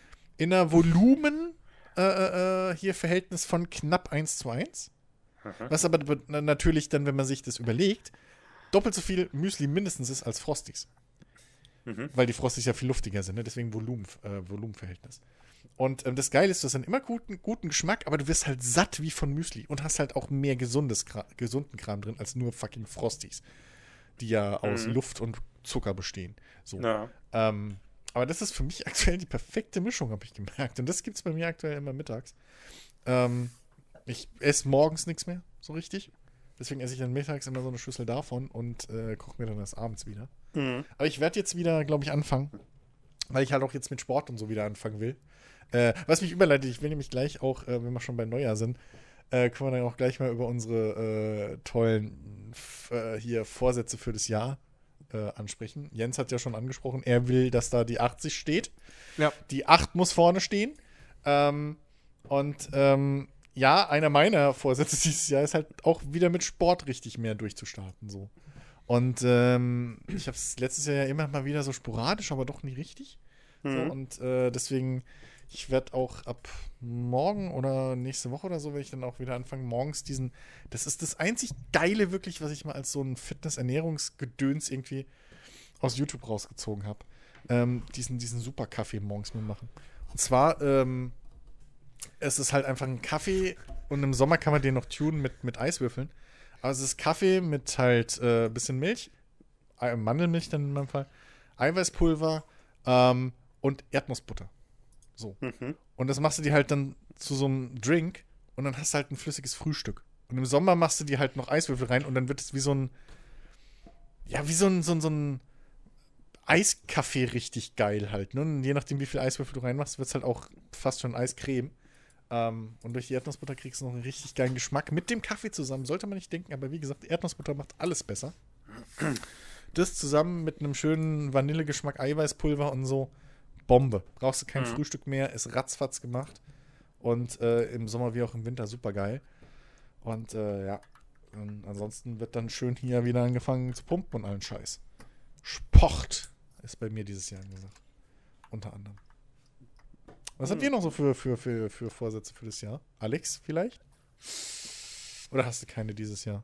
[SPEAKER 2] in einer Volumen äh, äh, hier Verhältnis von knapp eins zu eins. Was aber be- na- natürlich dann, wenn man sich das überlegt, doppelt so viel Müsli mindestens ist als Frosties.
[SPEAKER 3] Mhm.
[SPEAKER 2] Weil die Frosties ja viel luftiger sind, ne? Deswegen Volumen, äh, Volumenverhältnis. Und ähm, das Geile ist, du hast dann immer guten, guten Geschmack, aber du wirst halt satt wie von Müsli und hast halt auch mehr gesundes Kra gesunden Kram drin als nur fucking Frosties, die ja aus
[SPEAKER 3] Mhm.
[SPEAKER 2] Luft und Zucker bestehen. So.
[SPEAKER 3] Ja.
[SPEAKER 2] Ähm, aber das ist für mich aktuell die perfekte Mischung, habe ich gemerkt. Und das gibt es bei mir aktuell immer mittags. Ähm, ich esse morgens nichts mehr, so richtig. Deswegen esse ich dann mittags immer so eine Schüssel davon und äh, koche mir dann das abends wieder.
[SPEAKER 3] Mhm.
[SPEAKER 2] Aber ich werde jetzt wieder, glaube ich, anfangen, weil ich halt auch jetzt mit Sport und so wieder anfangen will. Äh, was mich überleitet, ich will nämlich gleich auch, äh, wenn wir schon bei Neujahr sind, äh, können wir dann auch gleich mal über unsere äh, tollen f- äh, hier Vorsätze für das Jahr äh, ansprechen. Jens hat ja schon angesprochen, er will, dass da die achtzig steht.
[SPEAKER 1] Ja.
[SPEAKER 2] Die acht muss vorne stehen. Ähm, und ähm, ja, einer meiner Vorsätze dieses Jahr ist halt auch wieder mit Sport richtig mehr durchzustarten. So. Und ähm, ich habe es letztes Jahr ja immer mal wieder so sporadisch, aber doch nie richtig.
[SPEAKER 3] Mhm.
[SPEAKER 2] So, und äh, deswegen, ich werde auch ab morgen oder nächste Woche oder so, werde ich dann auch wieder anfangen, morgens diesen, das ist das einzig Geile wirklich, was ich mal als so ein Fitness-Ernährungsgedöns irgendwie aus YouTube rausgezogen habe. Ähm, diesen, diesen Super-Kaffee morgens mir machen. Und zwar, ähm, es ist halt einfach ein Kaffee und im Sommer kann man den noch tunen mit, mit Eiswürfeln. Aber es ist Kaffee mit halt äh, bisschen Milch, äh, Mandelmilch dann in meinem Fall, Eiweißpulver ähm, und Erdnussbutter. So.
[SPEAKER 3] Mhm.
[SPEAKER 2] Und das machst du dir halt dann zu so einem Drink und dann hast du halt ein flüssiges Frühstück. Und im Sommer machst du dir halt noch Eiswürfel rein und dann wird es wie so ein, ja, wie so ein, so ein, so ein Eiskaffee richtig geil halt. Ne? Und je nachdem, wie viel Eiswürfel du reinmachst, wird es halt auch fast schon Eiscreme. Ähm, und durch die Erdnussbutter kriegst du noch einen richtig geilen Geschmack. Mit dem Kaffee zusammen, sollte man nicht denken, aber wie gesagt, Erdnussbutter macht alles besser. Das zusammen mit einem schönen Vanillegeschmack, Eiweißpulver und so, Bombe. Brauchst du kein
[SPEAKER 3] Mhm.
[SPEAKER 2] Frühstück mehr, ist ratzfatz gemacht. Und äh, im Sommer wie auch im Winter super geil. Und äh, ja, und ansonsten wird dann schön hier wieder angefangen zu pumpen und allen Scheiß. Sport ist bei mir dieses Jahr angesagt. Unter anderem. Was habt ihr noch so für, für, für, für Vorsätze für das Jahr? Alex, vielleicht? Oder hast du keine dieses Jahr?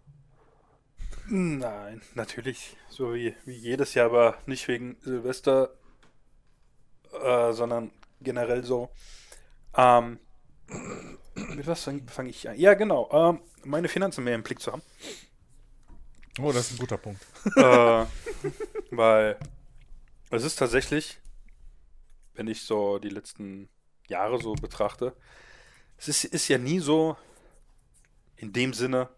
[SPEAKER 3] Nein, natürlich, so wie, wie jedes Jahr, aber nicht wegen Silvester, äh, sondern generell so. Ähm, mit was fange fang ich an? Ja, genau, ähm, meine Finanzen mehr im Blick zu haben.
[SPEAKER 2] Oh, das ist ein guter Punkt.
[SPEAKER 3] äh, weil es ist tatsächlich, wenn ich so die letzten Jahre so betrachte, es ist, ist ja nie so in dem Sinne,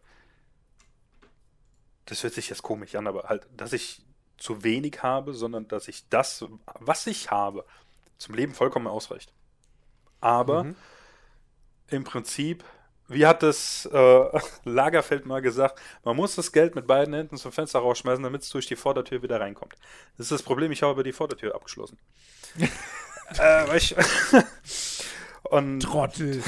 [SPEAKER 3] das hört sich jetzt komisch an, aber halt, dass ich zu wenig habe, sondern dass ich das, was ich habe, zum Leben vollkommen ausreicht. Aber
[SPEAKER 1] Mhm.
[SPEAKER 3] im Prinzip, wie hat das äh, Lagerfeld mal gesagt, man muss das Geld mit beiden Händen zum Fenster rausschmeißen, damit es durch die Vordertür wieder reinkommt. Das ist das Problem, ich habe aber die Vordertür abgeschlossen. äh, weil ich und,
[SPEAKER 1] Trottel.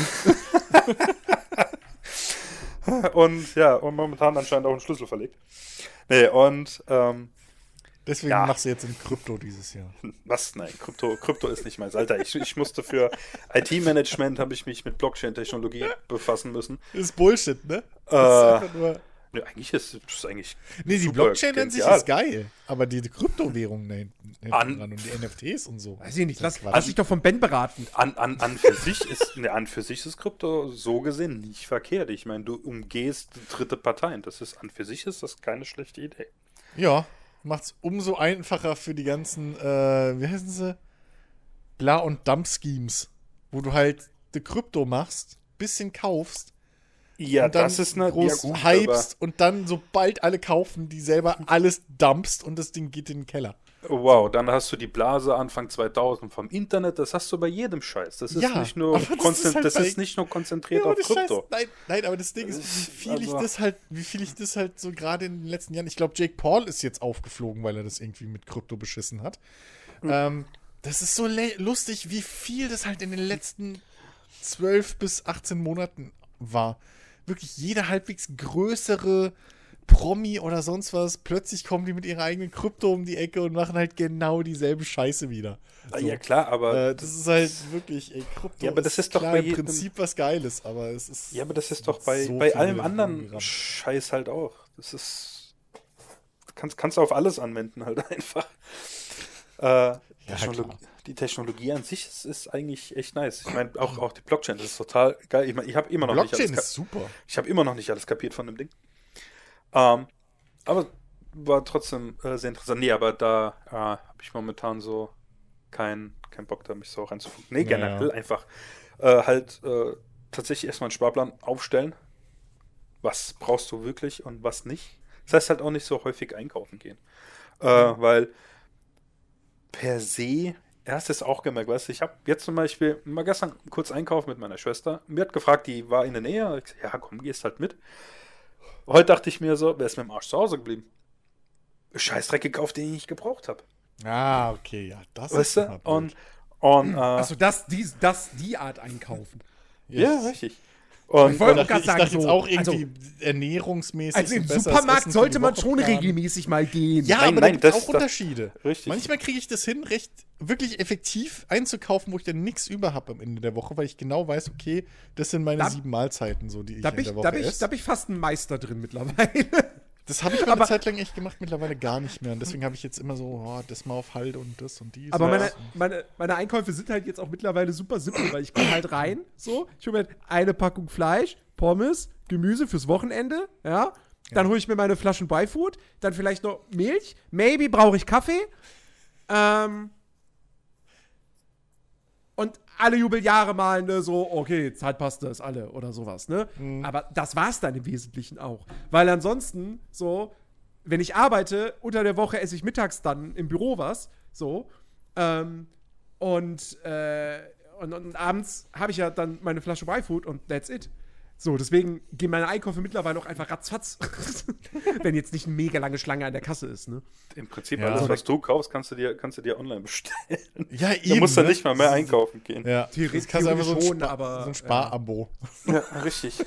[SPEAKER 3] und ja, und momentan anscheinend auch einen Schlüssel verlegt. Nee, und ähm,
[SPEAKER 2] Deswegen
[SPEAKER 3] Ja.
[SPEAKER 2] machst du jetzt in Krypto dieses Jahr.
[SPEAKER 3] was? Nein, Krypto, Krypto ist nicht meins. Alter, ich, ich musste für I T-Management, habe ich mich mit Blockchain-Technologie befassen müssen.
[SPEAKER 2] Das ist Bullshit, ne?
[SPEAKER 3] Äh,
[SPEAKER 2] Das ist einfach nur.
[SPEAKER 3] Nee, eigentlich ist es eigentlich
[SPEAKER 2] Nee, die
[SPEAKER 3] super
[SPEAKER 2] Blockchain an sich
[SPEAKER 3] genial.
[SPEAKER 2] ist geil, aber die, die Kryptowährungen da hinten hinten
[SPEAKER 3] An-
[SPEAKER 2] dran und die N F Ts und so.
[SPEAKER 1] Weiß ich nicht, lass,
[SPEAKER 2] Quatsch.
[SPEAKER 1] lass dich doch von Ben beraten.
[SPEAKER 3] An, an, an, für sich ist, ne, an für sich ist Krypto so gesehen nicht verkehrt. Ich meine, du umgehst dritte Parteien. Das ist, an für sich ist das keine schlechte Idee.
[SPEAKER 2] Ja, macht's umso einfacher für die ganzen, äh, wie heißen sie? Bla- und Dump-Schemes, wo du halt die Krypto machst, bisschen kaufst
[SPEAKER 3] Ja,
[SPEAKER 2] und dann
[SPEAKER 3] das ist eine
[SPEAKER 2] groß
[SPEAKER 3] ja, gut,
[SPEAKER 2] hypst und dann, sobald alle kaufen, die selber alles dumpst und das Ding geht in den Keller.
[SPEAKER 3] aber, wow, dann hast du die Blase Anfang zweitausend vom Internet. Das hast du bei jedem Scheiß. Das ist
[SPEAKER 2] Ja,
[SPEAKER 3] nicht nur
[SPEAKER 2] aber das
[SPEAKER 3] konzent-
[SPEAKER 2] ist halt
[SPEAKER 3] das
[SPEAKER 2] bei-
[SPEAKER 3] ist nicht nur konzentriert
[SPEAKER 2] Ja,
[SPEAKER 3] auf
[SPEAKER 2] ohne Scheiß.
[SPEAKER 3] Krypto.
[SPEAKER 2] Nein, nein, aber das Ding ist,
[SPEAKER 3] Das
[SPEAKER 2] wie
[SPEAKER 3] ist
[SPEAKER 2] viel ich
[SPEAKER 3] also-
[SPEAKER 2] das halt, wie viel ich das halt so gerade in den letzten Jahren, ich glaube, Jake Paul ist jetzt aufgeflogen, weil er das irgendwie mit Krypto beschissen hat.
[SPEAKER 3] Hm.
[SPEAKER 2] Ähm, das ist so le- lustig, wie viel das halt in den letzten zwölf bis achtzehn Monaten war. Wirklich jede halbwegs größere Promi oder sonst was, plötzlich kommen die mit ihrer eigenen Krypto um die Ecke und machen halt genau dieselbe Scheiße wieder.
[SPEAKER 3] Ah, ja, klar, aber
[SPEAKER 2] Äh, das ist halt wirklich, ey, Krypto
[SPEAKER 3] Ja, aber das ist doch
[SPEAKER 2] klar
[SPEAKER 3] bei
[SPEAKER 2] im
[SPEAKER 3] jedem-
[SPEAKER 2] Prinzip was Geiles, aber es ist.
[SPEAKER 3] Ja, aber das ist doch bei,
[SPEAKER 2] so
[SPEAKER 3] bei
[SPEAKER 2] viel
[SPEAKER 3] allem
[SPEAKER 2] wieder
[SPEAKER 3] anderen
[SPEAKER 2] rumgerammt.
[SPEAKER 3] Scheiß halt auch. Das ist. Kannst, kannst du auf alles anwenden, halt einfach. Äh, Technologie,
[SPEAKER 2] klar.
[SPEAKER 3] die Technologie an sich ist, ist eigentlich echt nice. Ich meine, auch, auch die Blockchain, das ist total geil. Ich meine, ich habe immer noch
[SPEAKER 2] Blockchain
[SPEAKER 3] nicht alles,
[SPEAKER 2] ist super.
[SPEAKER 3] ka- ich habe immer noch nicht alles kapiert von dem Ding. Ähm, aber war trotzdem äh, sehr interessant. Nee, aber da äh, habe ich momentan so keinen kein Bock, da mich so reinzufugen. Nee,
[SPEAKER 2] Ja,
[SPEAKER 3] generell
[SPEAKER 2] ja.
[SPEAKER 3] einfach äh, halt äh, tatsächlich erstmal einen Sparplan aufstellen. Was brauchst du wirklich und was nicht. Das heißt halt auch nicht so häufig einkaufen gehen. Äh, weil per se, erstes auch gemerkt, weißt du, ich habe jetzt zum Beispiel mal gestern kurz einkaufen mit meiner Schwester. Mir hat gefragt, die war in der Nähe. Ich gesagt, ja, komm, gehst halt mit. Heute dachte ich mir so, wer ist mit dem Arsch zu Hause geblieben? Scheißdreck gekauft, den ich nicht gebraucht habe.
[SPEAKER 2] Ah, okay, ja, das
[SPEAKER 3] Weißt
[SPEAKER 2] ist
[SPEAKER 3] du? Und, und äh,
[SPEAKER 1] Achso, das, die, das, die Art einkaufen.
[SPEAKER 3] ja, richtig. Und,
[SPEAKER 1] Ich wollte
[SPEAKER 3] und
[SPEAKER 1] auch grad
[SPEAKER 2] Ich
[SPEAKER 1] sagen,
[SPEAKER 2] dachte jetzt
[SPEAKER 1] so,
[SPEAKER 2] auch irgendwie
[SPEAKER 1] also-
[SPEAKER 2] ernährungsmäßig.
[SPEAKER 1] Also
[SPEAKER 2] so
[SPEAKER 1] im
[SPEAKER 2] besseres
[SPEAKER 1] Supermarkt
[SPEAKER 2] Essen für
[SPEAKER 1] sollte
[SPEAKER 2] die
[SPEAKER 1] man
[SPEAKER 2] Woche
[SPEAKER 1] schon
[SPEAKER 2] planen.
[SPEAKER 1] regelmäßig mal gehen.
[SPEAKER 2] Ja,
[SPEAKER 3] Nein,
[SPEAKER 2] aber
[SPEAKER 3] nein,
[SPEAKER 2] da gibt
[SPEAKER 3] das-
[SPEAKER 2] es auch
[SPEAKER 3] das-
[SPEAKER 2] Unterschiede.
[SPEAKER 3] richtig.
[SPEAKER 2] Manchmal kriege ich das hin, recht wirklich effektiv einzukaufen, wo ich dann nichts über habe am Ende der Woche, weil ich genau weiß, okay, das sind meine
[SPEAKER 1] Da-
[SPEAKER 2] sieben Mahlzeiten, so die ich
[SPEAKER 1] Da
[SPEAKER 2] in
[SPEAKER 1] bin ich,
[SPEAKER 2] der
[SPEAKER 1] da,
[SPEAKER 2] Woche
[SPEAKER 1] bin ich,
[SPEAKER 2] esse.
[SPEAKER 1] da bin ich fast ein Meister drin mittlerweile.
[SPEAKER 2] Das habe ich mal eine
[SPEAKER 1] aber-
[SPEAKER 2] Zeit lang echt gemacht, mittlerweile gar nicht mehr. Und deswegen habe ich jetzt immer so, oh, das mal auf Halt und das und dies.
[SPEAKER 1] Aber
[SPEAKER 2] und
[SPEAKER 1] meine,
[SPEAKER 2] das.
[SPEAKER 1] meine, meine Einkäufe sind halt jetzt auch mittlerweile super simpel, weil ich gehe halt rein, so, ich hole mir halt eine Packung Fleisch, Pommes, Gemüse fürs Wochenende, ja. Dann hole ich mir meine Flaschen Beifood, dann vielleicht noch Milch, maybe brauche ich Kaffee. Ähm, und alle Jubeljahre mal, ne, so, okay, Zahnpasta ist alle oder sowas, ne? Aber das war's dann im Wesentlichen auch. Weil ansonsten, so, wenn ich arbeite, unter der Woche esse ich mittags dann im Büro was, so, ähm, und, äh, und, und abends habe ich ja dann meine Flasche Beifood und that's it. So, deswegen gehen meine Einkäufe mittlerweile auch einfach ratzfatz. Wenn jetzt nicht eine mega lange Schlange an der Kasse ist, ne?
[SPEAKER 3] im Prinzip
[SPEAKER 2] Ja.
[SPEAKER 3] alles, was du kaufst, kannst du dir, kannst du dir online bestellen.
[SPEAKER 2] Ja,
[SPEAKER 3] Du musst dann
[SPEAKER 2] ne?
[SPEAKER 3] nicht mal mehr einkaufen gehen.
[SPEAKER 2] Ja,
[SPEAKER 1] Theoretisch
[SPEAKER 2] das kannst du einfach so ein,
[SPEAKER 1] schon,
[SPEAKER 2] Spar
[SPEAKER 1] aber,
[SPEAKER 2] so ein Sparabo.
[SPEAKER 3] Ja, richtig.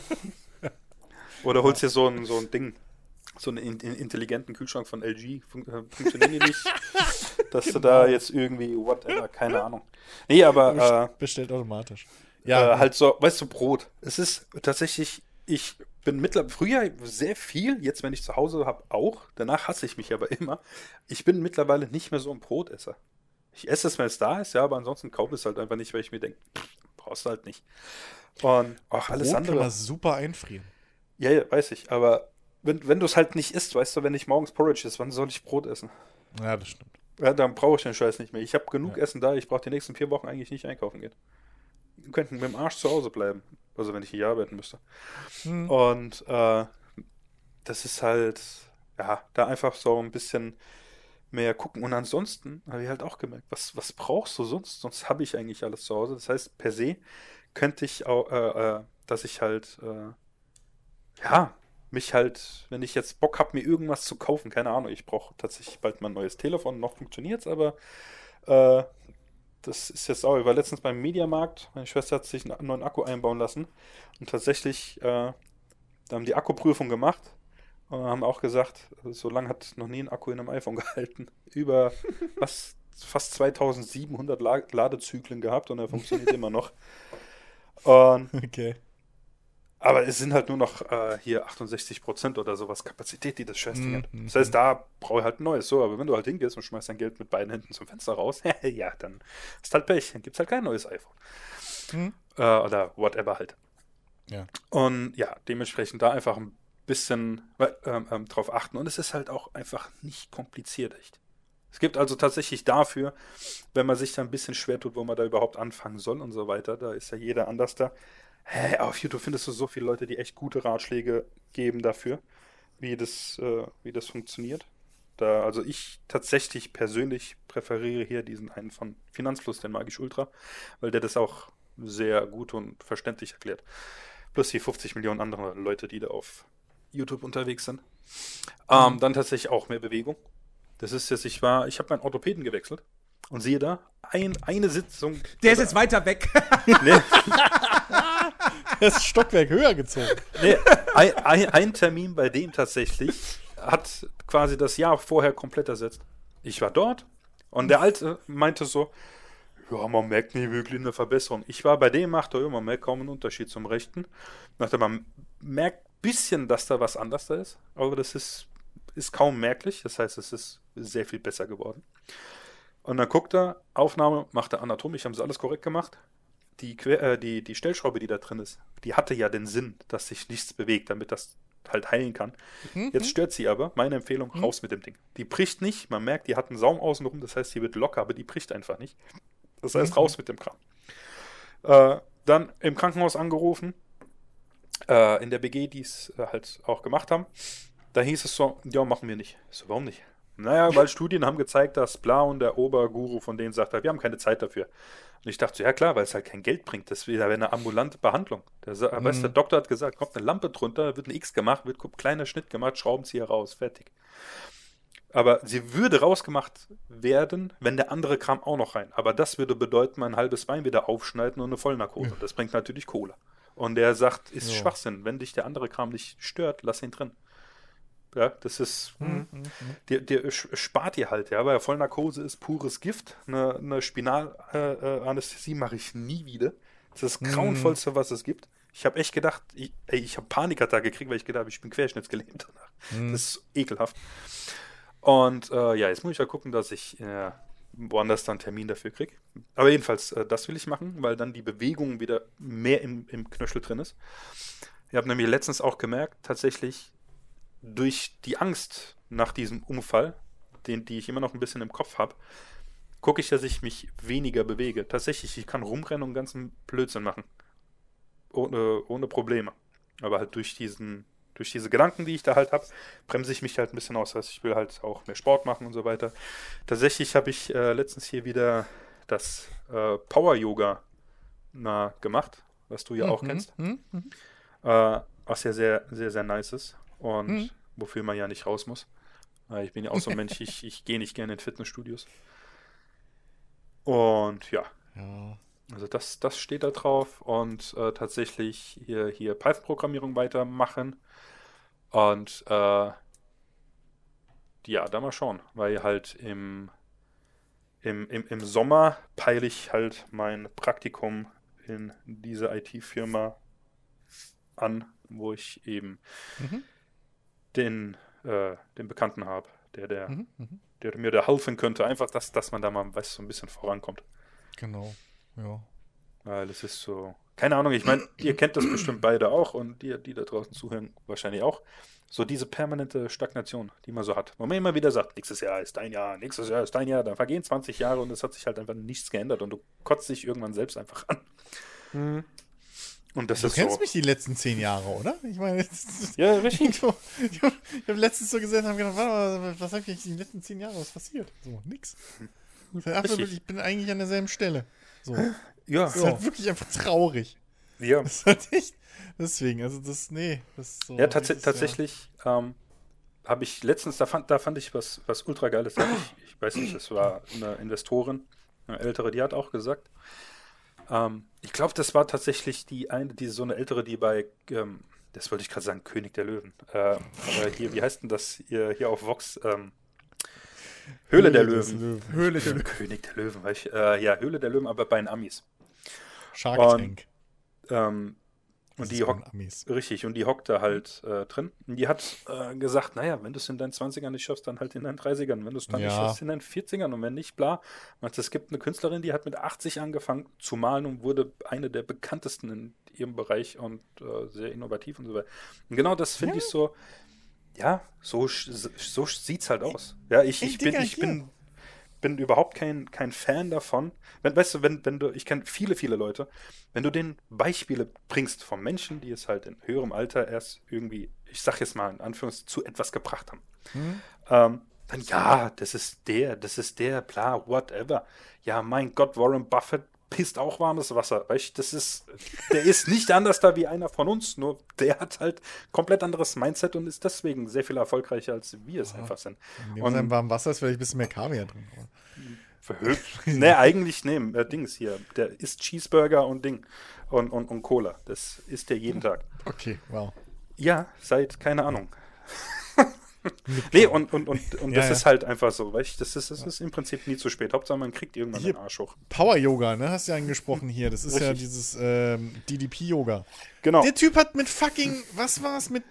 [SPEAKER 3] Oder holst dir so ein, so ein Ding, so einen in, in, intelligenten Kühlschrank von L G. Fun äh, funktionieren die nicht? Dass du da jetzt irgendwie, whatever, keine Ahnung. Nee, aber äh,
[SPEAKER 2] Bestellt automatisch.
[SPEAKER 3] Ja, äh, halt so, weißt du, Brot. Es ist tatsächlich, ich bin mittlerweile, früher sehr viel, jetzt wenn ich zu Hause habe auch, danach hasse ich mich aber immer. Ich bin mittlerweile nicht mehr so ein Brotesser. Ich esse es, wenn es da ist, ja, aber ansonsten kaufe ich es halt einfach nicht, weil ich mir denke, brauchst du halt nicht. Und auch alles
[SPEAKER 2] Brot
[SPEAKER 3] andere.
[SPEAKER 2] kann man super einfrieren.
[SPEAKER 3] Ja, ja, weiß ich, aber wenn, wenn du es halt nicht isst, weißt du, wenn ich morgens Porridge esse, wann soll ich Brot essen?
[SPEAKER 2] Ja, das stimmt.
[SPEAKER 3] Ja, dann brauche ich den Scheiß nicht mehr. Ich habe genug
[SPEAKER 2] Ja.
[SPEAKER 3] Essen da, ich brauche die nächsten vier Wochen eigentlich nicht einkaufen gehen. Wir könnten mit dem Arsch zu Hause bleiben. Also wenn ich hier arbeiten müsste.
[SPEAKER 2] Hm.
[SPEAKER 3] Und äh, das ist halt, ja, da einfach so ein bisschen mehr gucken. Und ansonsten habe ich halt auch gemerkt, was, was brauchst du sonst? Sonst habe ich eigentlich alles zu Hause. Das heißt, per se könnte ich auch, äh, äh, dass ich halt, äh, ja, mich halt, wenn ich jetzt Bock habe, mir irgendwas zu kaufen, keine Ahnung, ich brauche tatsächlich bald mal ein neues Telefon, noch funktioniert es, aber äh, das ist jetzt auch, ich war letztens beim Mediamarkt, meine Schwester hat sich einen neuen Akku einbauen lassen und tatsächlich, äh, da haben die Akkuprüfung gemacht und haben auch gesagt, so lange hat noch nie ein Akku in einem iPhone gehalten. Über was, fast zweitausendsiebenhundert La Ladezyklen gehabt und er funktioniert immer noch. Und
[SPEAKER 2] Okay.
[SPEAKER 3] aber es sind halt nur noch äh, hier achtundsechzig Prozent oder sowas Kapazität, die das Scheißding hat.
[SPEAKER 2] Mhm.
[SPEAKER 3] Das heißt, da brauche ich halt ein neues. So, aber wenn du halt hingehst und schmeißt dein Geld mit beiden Händen zum Fenster raus, ja, dann ist halt Pech. Dann gibt es halt kein neues iPhone.
[SPEAKER 2] Mhm.
[SPEAKER 3] Äh, oder whatever halt.
[SPEAKER 2] Ja.
[SPEAKER 3] Und ja, dementsprechend da einfach ein bisschen ähm, ähm, drauf achten. Und es ist halt auch einfach nicht kompliziert, echt. Es gibt also tatsächlich dafür, wenn man sich da ein bisschen schwer tut, wo man da überhaupt anfangen soll und so weiter, da ist ja jeder anders da. Hey, auf YouTube findest du so viele Leute, die echt gute Ratschläge geben dafür, wie das, äh, wie das funktioniert. Da, also ich tatsächlich persönlich präferiere hier diesen einen von Finanzfluss, den Magisch Ultra, weil der das auch sehr gut und verständlich erklärt. Plus die fünfzig Millionen andere Leute, die da auf YouTube unterwegs sind. Ähm, dann tatsächlich auch mehr Bewegung. Das ist jetzt, ich war, ich habe meinen Orthopäden gewechselt und siehe da, ein, eine Sitzung.
[SPEAKER 1] Der ist jetzt weiter weg.
[SPEAKER 3] Nee,
[SPEAKER 2] Das Stockwerk höher gezogen.
[SPEAKER 3] nee, ein, ein, ein Termin bei dem tatsächlich hat quasi das Jahr vorher komplett ersetzt. Ich war dort und der Alte meinte so, ja, man merkt nie wirklich eine Verbesserung. Ich war bei dem, macht er, ja, man merkt kaum einen Unterschied zum Rechten. Dachte, man merkt ein bisschen, dass da was anders da ist, aber das ist, ist kaum merklich. Das heißt, es ist sehr viel besser geworden. Und dann guckt er, Aufnahme, macht er anatomisch, haben sie alles korrekt gemacht. Die, Que- äh, die, die Stellschraube, die da drin ist, die hatte ja den Sinn, dass sich nichts bewegt, damit das halt heilen kann. Jetzt stört sie aber. Meine Empfehlung, raus mit dem Ding. Die bricht nicht, man merkt, die hat einen Saum außenrum, das heißt, die wird locker, aber die bricht einfach nicht. Das heißt, raus mit dem Kram. Äh, dann im Krankenhaus angerufen, äh, in der B G, die es äh, halt auch gemacht haben. Da hieß es so, ja, machen wir nicht. So, warum nicht? Naja, weil Studien haben gezeigt, dass bla und der Oberguru von denen sagt, wir haben keine Zeit dafür. Und ich dachte so, ja klar, weil es halt kein Geld bringt. Das wäre eine ambulante Behandlung. Der, sa-
[SPEAKER 2] Mhm.
[SPEAKER 3] weißt, der Doktor hat gesagt, kommt eine Lampe drunter, wird ein X gemacht, wird ein kleiner Schnitt gemacht, Schraubenzieher raus, fertig. Aber sie würde rausgemacht werden, wenn der andere Kram auch noch rein. Aber das würde bedeuten, mein halbes Bein wieder aufschneiden und eine Vollnarkose.
[SPEAKER 2] Ja.
[SPEAKER 3] Das bringt natürlich Kohle. Und der sagt, ist
[SPEAKER 2] Ja.
[SPEAKER 3] Schwachsinn. Wenn dich der andere Kram nicht stört, lass ihn drin. Ja, das ist,
[SPEAKER 2] Mhm.
[SPEAKER 3] dir, dir spart dir halt, ja, weil Vollnarkose ist pures Gift. Eine, eine Spinalanästhesie mache ich nie wieder. Das ist das Grauenvollste, was es gibt. Ich habe echt gedacht, ich, ey, ich habe Panikattacke gekriegt, weil ich gedacht habe, ich bin querschnittsgelähmt danach.
[SPEAKER 2] Mhm.
[SPEAKER 3] Das ist ekelhaft. Und äh, ja, jetzt muss ich ja gucken, dass ich äh, woanders dann einen Termin dafür kriege. Aber jedenfalls, äh, das will ich machen, weil dann die Bewegung wieder mehr im, im Knöchel drin ist. Ich habe nämlich letztens auch gemerkt, tatsächlich durch die Angst nach diesem Unfall, den, die ich immer noch ein bisschen im Kopf habe, gucke ich, dass ich mich weniger bewege. Tatsächlich, ich kann rumrennen und einen ganzen Blödsinn machen. Ohne, ohne Probleme. Aber halt durch diesen, durch diese Gedanken, die ich da halt habe, bremse ich mich halt ein bisschen aus. Das heißt, ich will halt auch mehr Sport machen und so weiter. Tatsächlich habe ich äh, letztens hier wieder das äh, Power-Yoga na, gemacht, was du ja auch
[SPEAKER 2] Mhm.
[SPEAKER 3] kennst.
[SPEAKER 2] Mhm. Mhm.
[SPEAKER 3] Äh, was ja sehr, sehr, sehr nice ist. Und
[SPEAKER 2] Mhm.
[SPEAKER 3] wofür man ja nicht raus muss. Äh, ich bin ja auch so ein Mensch, ich, ich gehe nicht gerne in Fitnessstudios. Und ja,
[SPEAKER 2] Ja.
[SPEAKER 3] also das, das steht da drauf. Und äh, tatsächlich hier, hier Python-Programmierung weitermachen. Und äh, ja, da mal schauen. Weil halt im, im, im, im Sommer peile ich halt mein Praktikum in dieser I T-Firma an, wo ich eben
[SPEAKER 2] Mhm.
[SPEAKER 3] den, äh, den Bekannten habe, der, der,
[SPEAKER 2] Mhm. Mhm.
[SPEAKER 3] der mir da helfen könnte. Einfach, dass, dass man da mal, weißt, so ein bisschen vorankommt.
[SPEAKER 2] Genau. Ja.
[SPEAKER 3] Weil es ist so, keine Ahnung, ich meine, ihr kennt das bestimmt beide auch und die, die da draußen zuhören, wahrscheinlich auch. So diese permanente Stagnation, die man so hat. Wo man immer wieder sagt, nächstes Jahr ist dein Jahr, nächstes Jahr ist dein Jahr, dann vergehen zwanzig Jahre und es hat sich halt einfach nichts geändert und du kotzt dich irgendwann selbst einfach an.
[SPEAKER 1] Mhm.
[SPEAKER 3] Und das
[SPEAKER 2] Du
[SPEAKER 3] ist
[SPEAKER 2] kennst
[SPEAKER 3] so.
[SPEAKER 2] mich die letzten zehn Jahre, oder? Ich meine, das ist-
[SPEAKER 3] Ja, richtig.
[SPEAKER 2] ich habe hab letztens so gesessen und habe gedacht, warte mal, was habe ich eigentlich die letzten zehn Jahre, was passiert? So, nix. Das ist absolut,
[SPEAKER 3] Richtig.
[SPEAKER 2] ich bin eigentlich an derselben Stelle. So. Das
[SPEAKER 3] Ja,
[SPEAKER 2] ist halt wirklich einfach traurig.
[SPEAKER 3] ja.
[SPEAKER 2] Das ist halt echt. Deswegen, also das, nee. Das ist so
[SPEAKER 3] Ja, tats
[SPEAKER 2] dieses
[SPEAKER 3] tatsächlich ähm, habe ich letztens, da fand, da fand ich was, was ultra geiles. Da hab ich, ich weiß nicht, das war eine Investorin, eine ältere, die hat auch gesagt. Ähm, ich glaube, das war tatsächlich die eine, die so eine ältere, die bei, ähm, das wollte ich gerade sagen, König der Löwen. Äh, aber hier, wie heißt denn das hier, hier auf Vox? Ähm, Höhle der
[SPEAKER 2] des
[SPEAKER 3] Löwen.
[SPEAKER 1] Höhle der Löwen.
[SPEAKER 3] König der Löwen, weil ich, äh, ja, Höhle der Löwen, aber bei den Amis.
[SPEAKER 2] Shark
[SPEAKER 3] Und-
[SPEAKER 2] Tank.
[SPEAKER 3] Ähm,
[SPEAKER 2] Das
[SPEAKER 3] und
[SPEAKER 2] ist
[SPEAKER 3] die
[SPEAKER 2] von
[SPEAKER 3] hockt
[SPEAKER 2] Amis.
[SPEAKER 3] Richtig, und die hockt da halt äh, drin. Und die hat äh, gesagt, naja, wenn du es in deinen zwanzigern nicht schaffst, dann halt in deinen dreißigern. Wenn du es dann nicht
[SPEAKER 2] Ja.
[SPEAKER 3] schaffst, in deinen vierzigern. Und wenn nicht, bla. Und es gibt eine Künstlerin, die hat mit achtzig angefangen zu malen und wurde eine der bekanntesten in ihrem Bereich und äh, sehr innovativ und so weiter. Und genau das finde ich so, ja, so, sch- so sieht's halt aus. Ja, ich,
[SPEAKER 2] Ey,
[SPEAKER 3] ich bin,
[SPEAKER 2] Digga,
[SPEAKER 3] ich
[SPEAKER 2] hier.
[SPEAKER 3] bin, bin überhaupt kein, kein Fan davon. Wenn, weißt du, wenn, wenn du, ich kenne viele, viele Leute, wenn du denen Beispiele bringst von Menschen, die es halt in höherem Alter erst irgendwie, ich sag jetzt mal in Anführungszeichen, zu etwas gebracht haben,
[SPEAKER 2] Hm?
[SPEAKER 3] ähm, dann ja, das ist der, das ist der, bla, whatever. Ja, mein Gott, Warren Buffett pisst auch warmes Wasser. Weißt du, das ist, der ist nicht anders da wie einer von uns, nur der hat halt komplett anderes Mindset und ist deswegen sehr viel erfolgreicher, als wir es einfach sind.
[SPEAKER 2] Neben
[SPEAKER 3] Und-
[SPEAKER 2] seinem warmen Wasser ist vielleicht ein bisschen mehr Kaviar drin. aber-
[SPEAKER 3] Verhöft. Ne, eigentlich ne, äh, Dings hier. Der isst Cheeseburger und Ding. Und, und, und Cola. Das isst der jeden Tag.
[SPEAKER 2] Okay, wow.
[SPEAKER 3] Ja, seit, keine Ahnung. Nee, und, und, und, und
[SPEAKER 2] Ja,
[SPEAKER 3] das
[SPEAKER 2] ja.
[SPEAKER 3] ist halt einfach so, weißt du, das ist, das ist im Prinzip nie zu spät. Hauptsache, man kriegt irgendwann
[SPEAKER 2] Hier-
[SPEAKER 3] den Arsch hoch.
[SPEAKER 2] Power Yoga, ne? Hast du ja angesprochen hier. Das ist ja
[SPEAKER 3] Richtig.
[SPEAKER 2] dieses ähm, D D P-Yoga.
[SPEAKER 3] Genau.
[SPEAKER 2] Der Typ hat mit fucking, was war's, mit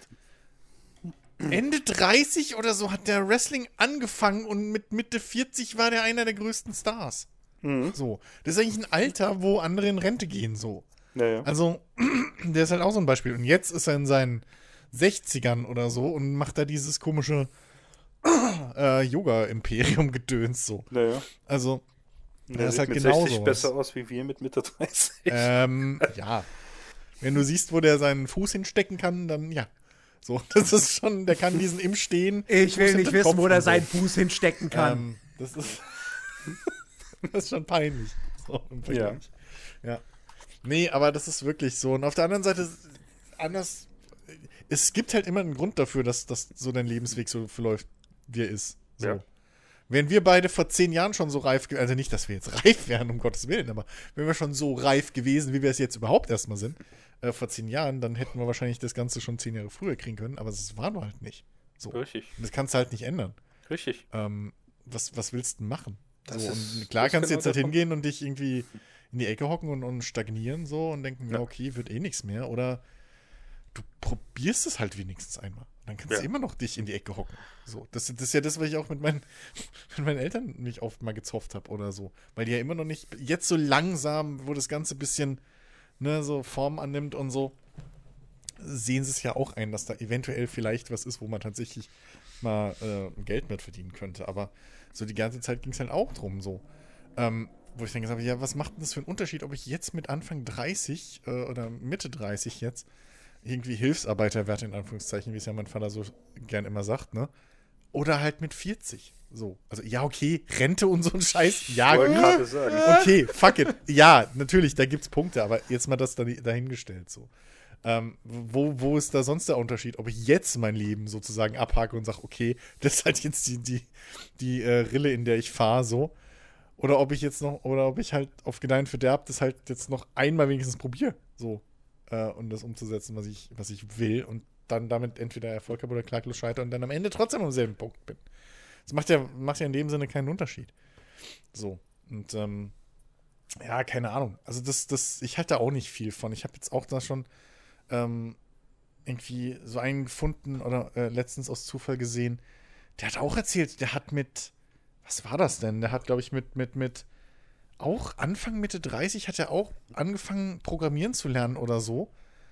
[SPEAKER 2] Ende dreißig oder so hat der Wrestling angefangen und mit Mitte vierzig war der einer der größten Stars.
[SPEAKER 3] Mhm.
[SPEAKER 2] So. Das ist eigentlich ein Alter, wo andere in Rente gehen, so.
[SPEAKER 3] Ja, ja.
[SPEAKER 2] Also, der ist halt auch so ein Beispiel. Und jetzt ist er in seinen sechzigern oder so und macht da dieses komische äh, Yoga-Imperium-Gedöns so.
[SPEAKER 3] Ja, ja.
[SPEAKER 2] Also,
[SPEAKER 3] Der
[SPEAKER 2] Der ist
[SPEAKER 3] sieht
[SPEAKER 2] halt
[SPEAKER 3] mit
[SPEAKER 2] genau
[SPEAKER 3] sechzig
[SPEAKER 2] sowas.
[SPEAKER 3] besser aus wie wir mit Mitte dreißig.
[SPEAKER 2] ähm, ja. Wenn du siehst, wo der seinen Fuß hinstecken kann, dann ja. So, das ist schon, der kann diesen im Stehen.
[SPEAKER 1] Ich will
[SPEAKER 2] Fuß
[SPEAKER 1] nicht
[SPEAKER 2] hinter
[SPEAKER 1] wissen,
[SPEAKER 2] Kopf
[SPEAKER 1] wo der
[SPEAKER 2] und so.
[SPEAKER 1] seinen Fuß hinstecken kann.
[SPEAKER 2] Ähm, das ist. Das ist schon peinlich. So, im Vergleich. Ja. Nee, aber das ist wirklich so. Und auf der anderen Seite, anders. Es gibt halt immer einen Grund dafür, dass, dass so dein Lebensweg so verläuft, wie er ist. So.
[SPEAKER 3] Ja.
[SPEAKER 2] Wenn wir beide vor zehn Jahren schon so reif, ge- also nicht, dass wir jetzt reif wären, um Gottes Willen, aber wenn wir schon so reif gewesen, wie wir es jetzt überhaupt erstmal sind, äh, vor zehn Jahren, dann hätten wir wahrscheinlich das Ganze schon zehn Jahre früher kriegen können, aber das waren wir halt nicht. So.
[SPEAKER 3] Richtig.
[SPEAKER 2] Und das kannst du halt nicht ändern.
[SPEAKER 3] Richtig.
[SPEAKER 2] Ähm, was, was willst du denn machen?
[SPEAKER 3] Das
[SPEAKER 2] So,
[SPEAKER 3] ist-
[SPEAKER 2] und klar
[SPEAKER 3] das ist
[SPEAKER 2] kannst du
[SPEAKER 3] genau
[SPEAKER 2] jetzt halt
[SPEAKER 3] der Punkt.
[SPEAKER 2] hingehen und dich irgendwie in die Ecke hocken und, und stagnieren so und denken, ja,
[SPEAKER 3] Ja.
[SPEAKER 2] okay, wird eh nichts mehr. Oder du probierst es halt wenigstens einmal. Dann kannst
[SPEAKER 3] Ja.
[SPEAKER 2] du immer noch dich in die Ecke hocken. So, das, das ist ja das, was ich auch mit meinen, mit meinen Eltern mich oft mal gezofft habe oder so. Weil die ja immer noch nicht, jetzt so langsam, wo das Ganze ein bisschen ne, so Form annimmt und so, sehen sie es ja auch ein, dass da eventuell vielleicht was ist, wo man tatsächlich mal äh, Geld mit verdienen könnte. Aber so die ganze Zeit ging es halt auch drum, so. Ähm, wo ich dann gesagt habe, ja, was macht denn das für einen Unterschied, ob ich jetzt mit Anfang dreißig äh, oder Mitte dreißig jetzt irgendwie Hilfsarbeiter werde, in Anführungszeichen, wie es ja mein Vater so gern immer sagt, ne? Oder halt mit vierzig. So. Also, ja, okay, Rente und so ein Scheiß. Ja,
[SPEAKER 3] Wollte
[SPEAKER 2] gut.
[SPEAKER 3] gerade sagen.
[SPEAKER 2] Okay, fuck it. Ja, natürlich, da gibt's Punkte, aber jetzt mal das da, dahingestellt so. Ähm, wo, wo ist da sonst der Unterschied, ob ich jetzt mein Leben sozusagen abhake und sage, okay, das ist halt jetzt die, die, die äh, Rille, in der ich fahre, so. Oder ob ich jetzt noch, oder ob ich halt auf Gedeihen Verderb das halt jetzt noch einmal wenigstens probiere, so. Äh, um das umzusetzen, was ich, was ich will und dann damit entweder Erfolg habe oder klaglos scheitere und dann am Ende trotzdem am selben Punkt bin. Das macht ja, macht ja in dem Sinne keinen Unterschied. So. Und, ähm, ja, keine Ahnung. Also das, das, ich halte da auch nicht viel von. Ich habe jetzt auch da schon ähm, irgendwie so einen gefunden oder äh, letztens aus Zufall gesehen. Der hat auch erzählt, der hat mit, was war das denn? Der hat, glaube ich, mit, mit, mit auch Anfang, Mitte dreißig hat er auch angefangen, Programmieren zu lernen oder so.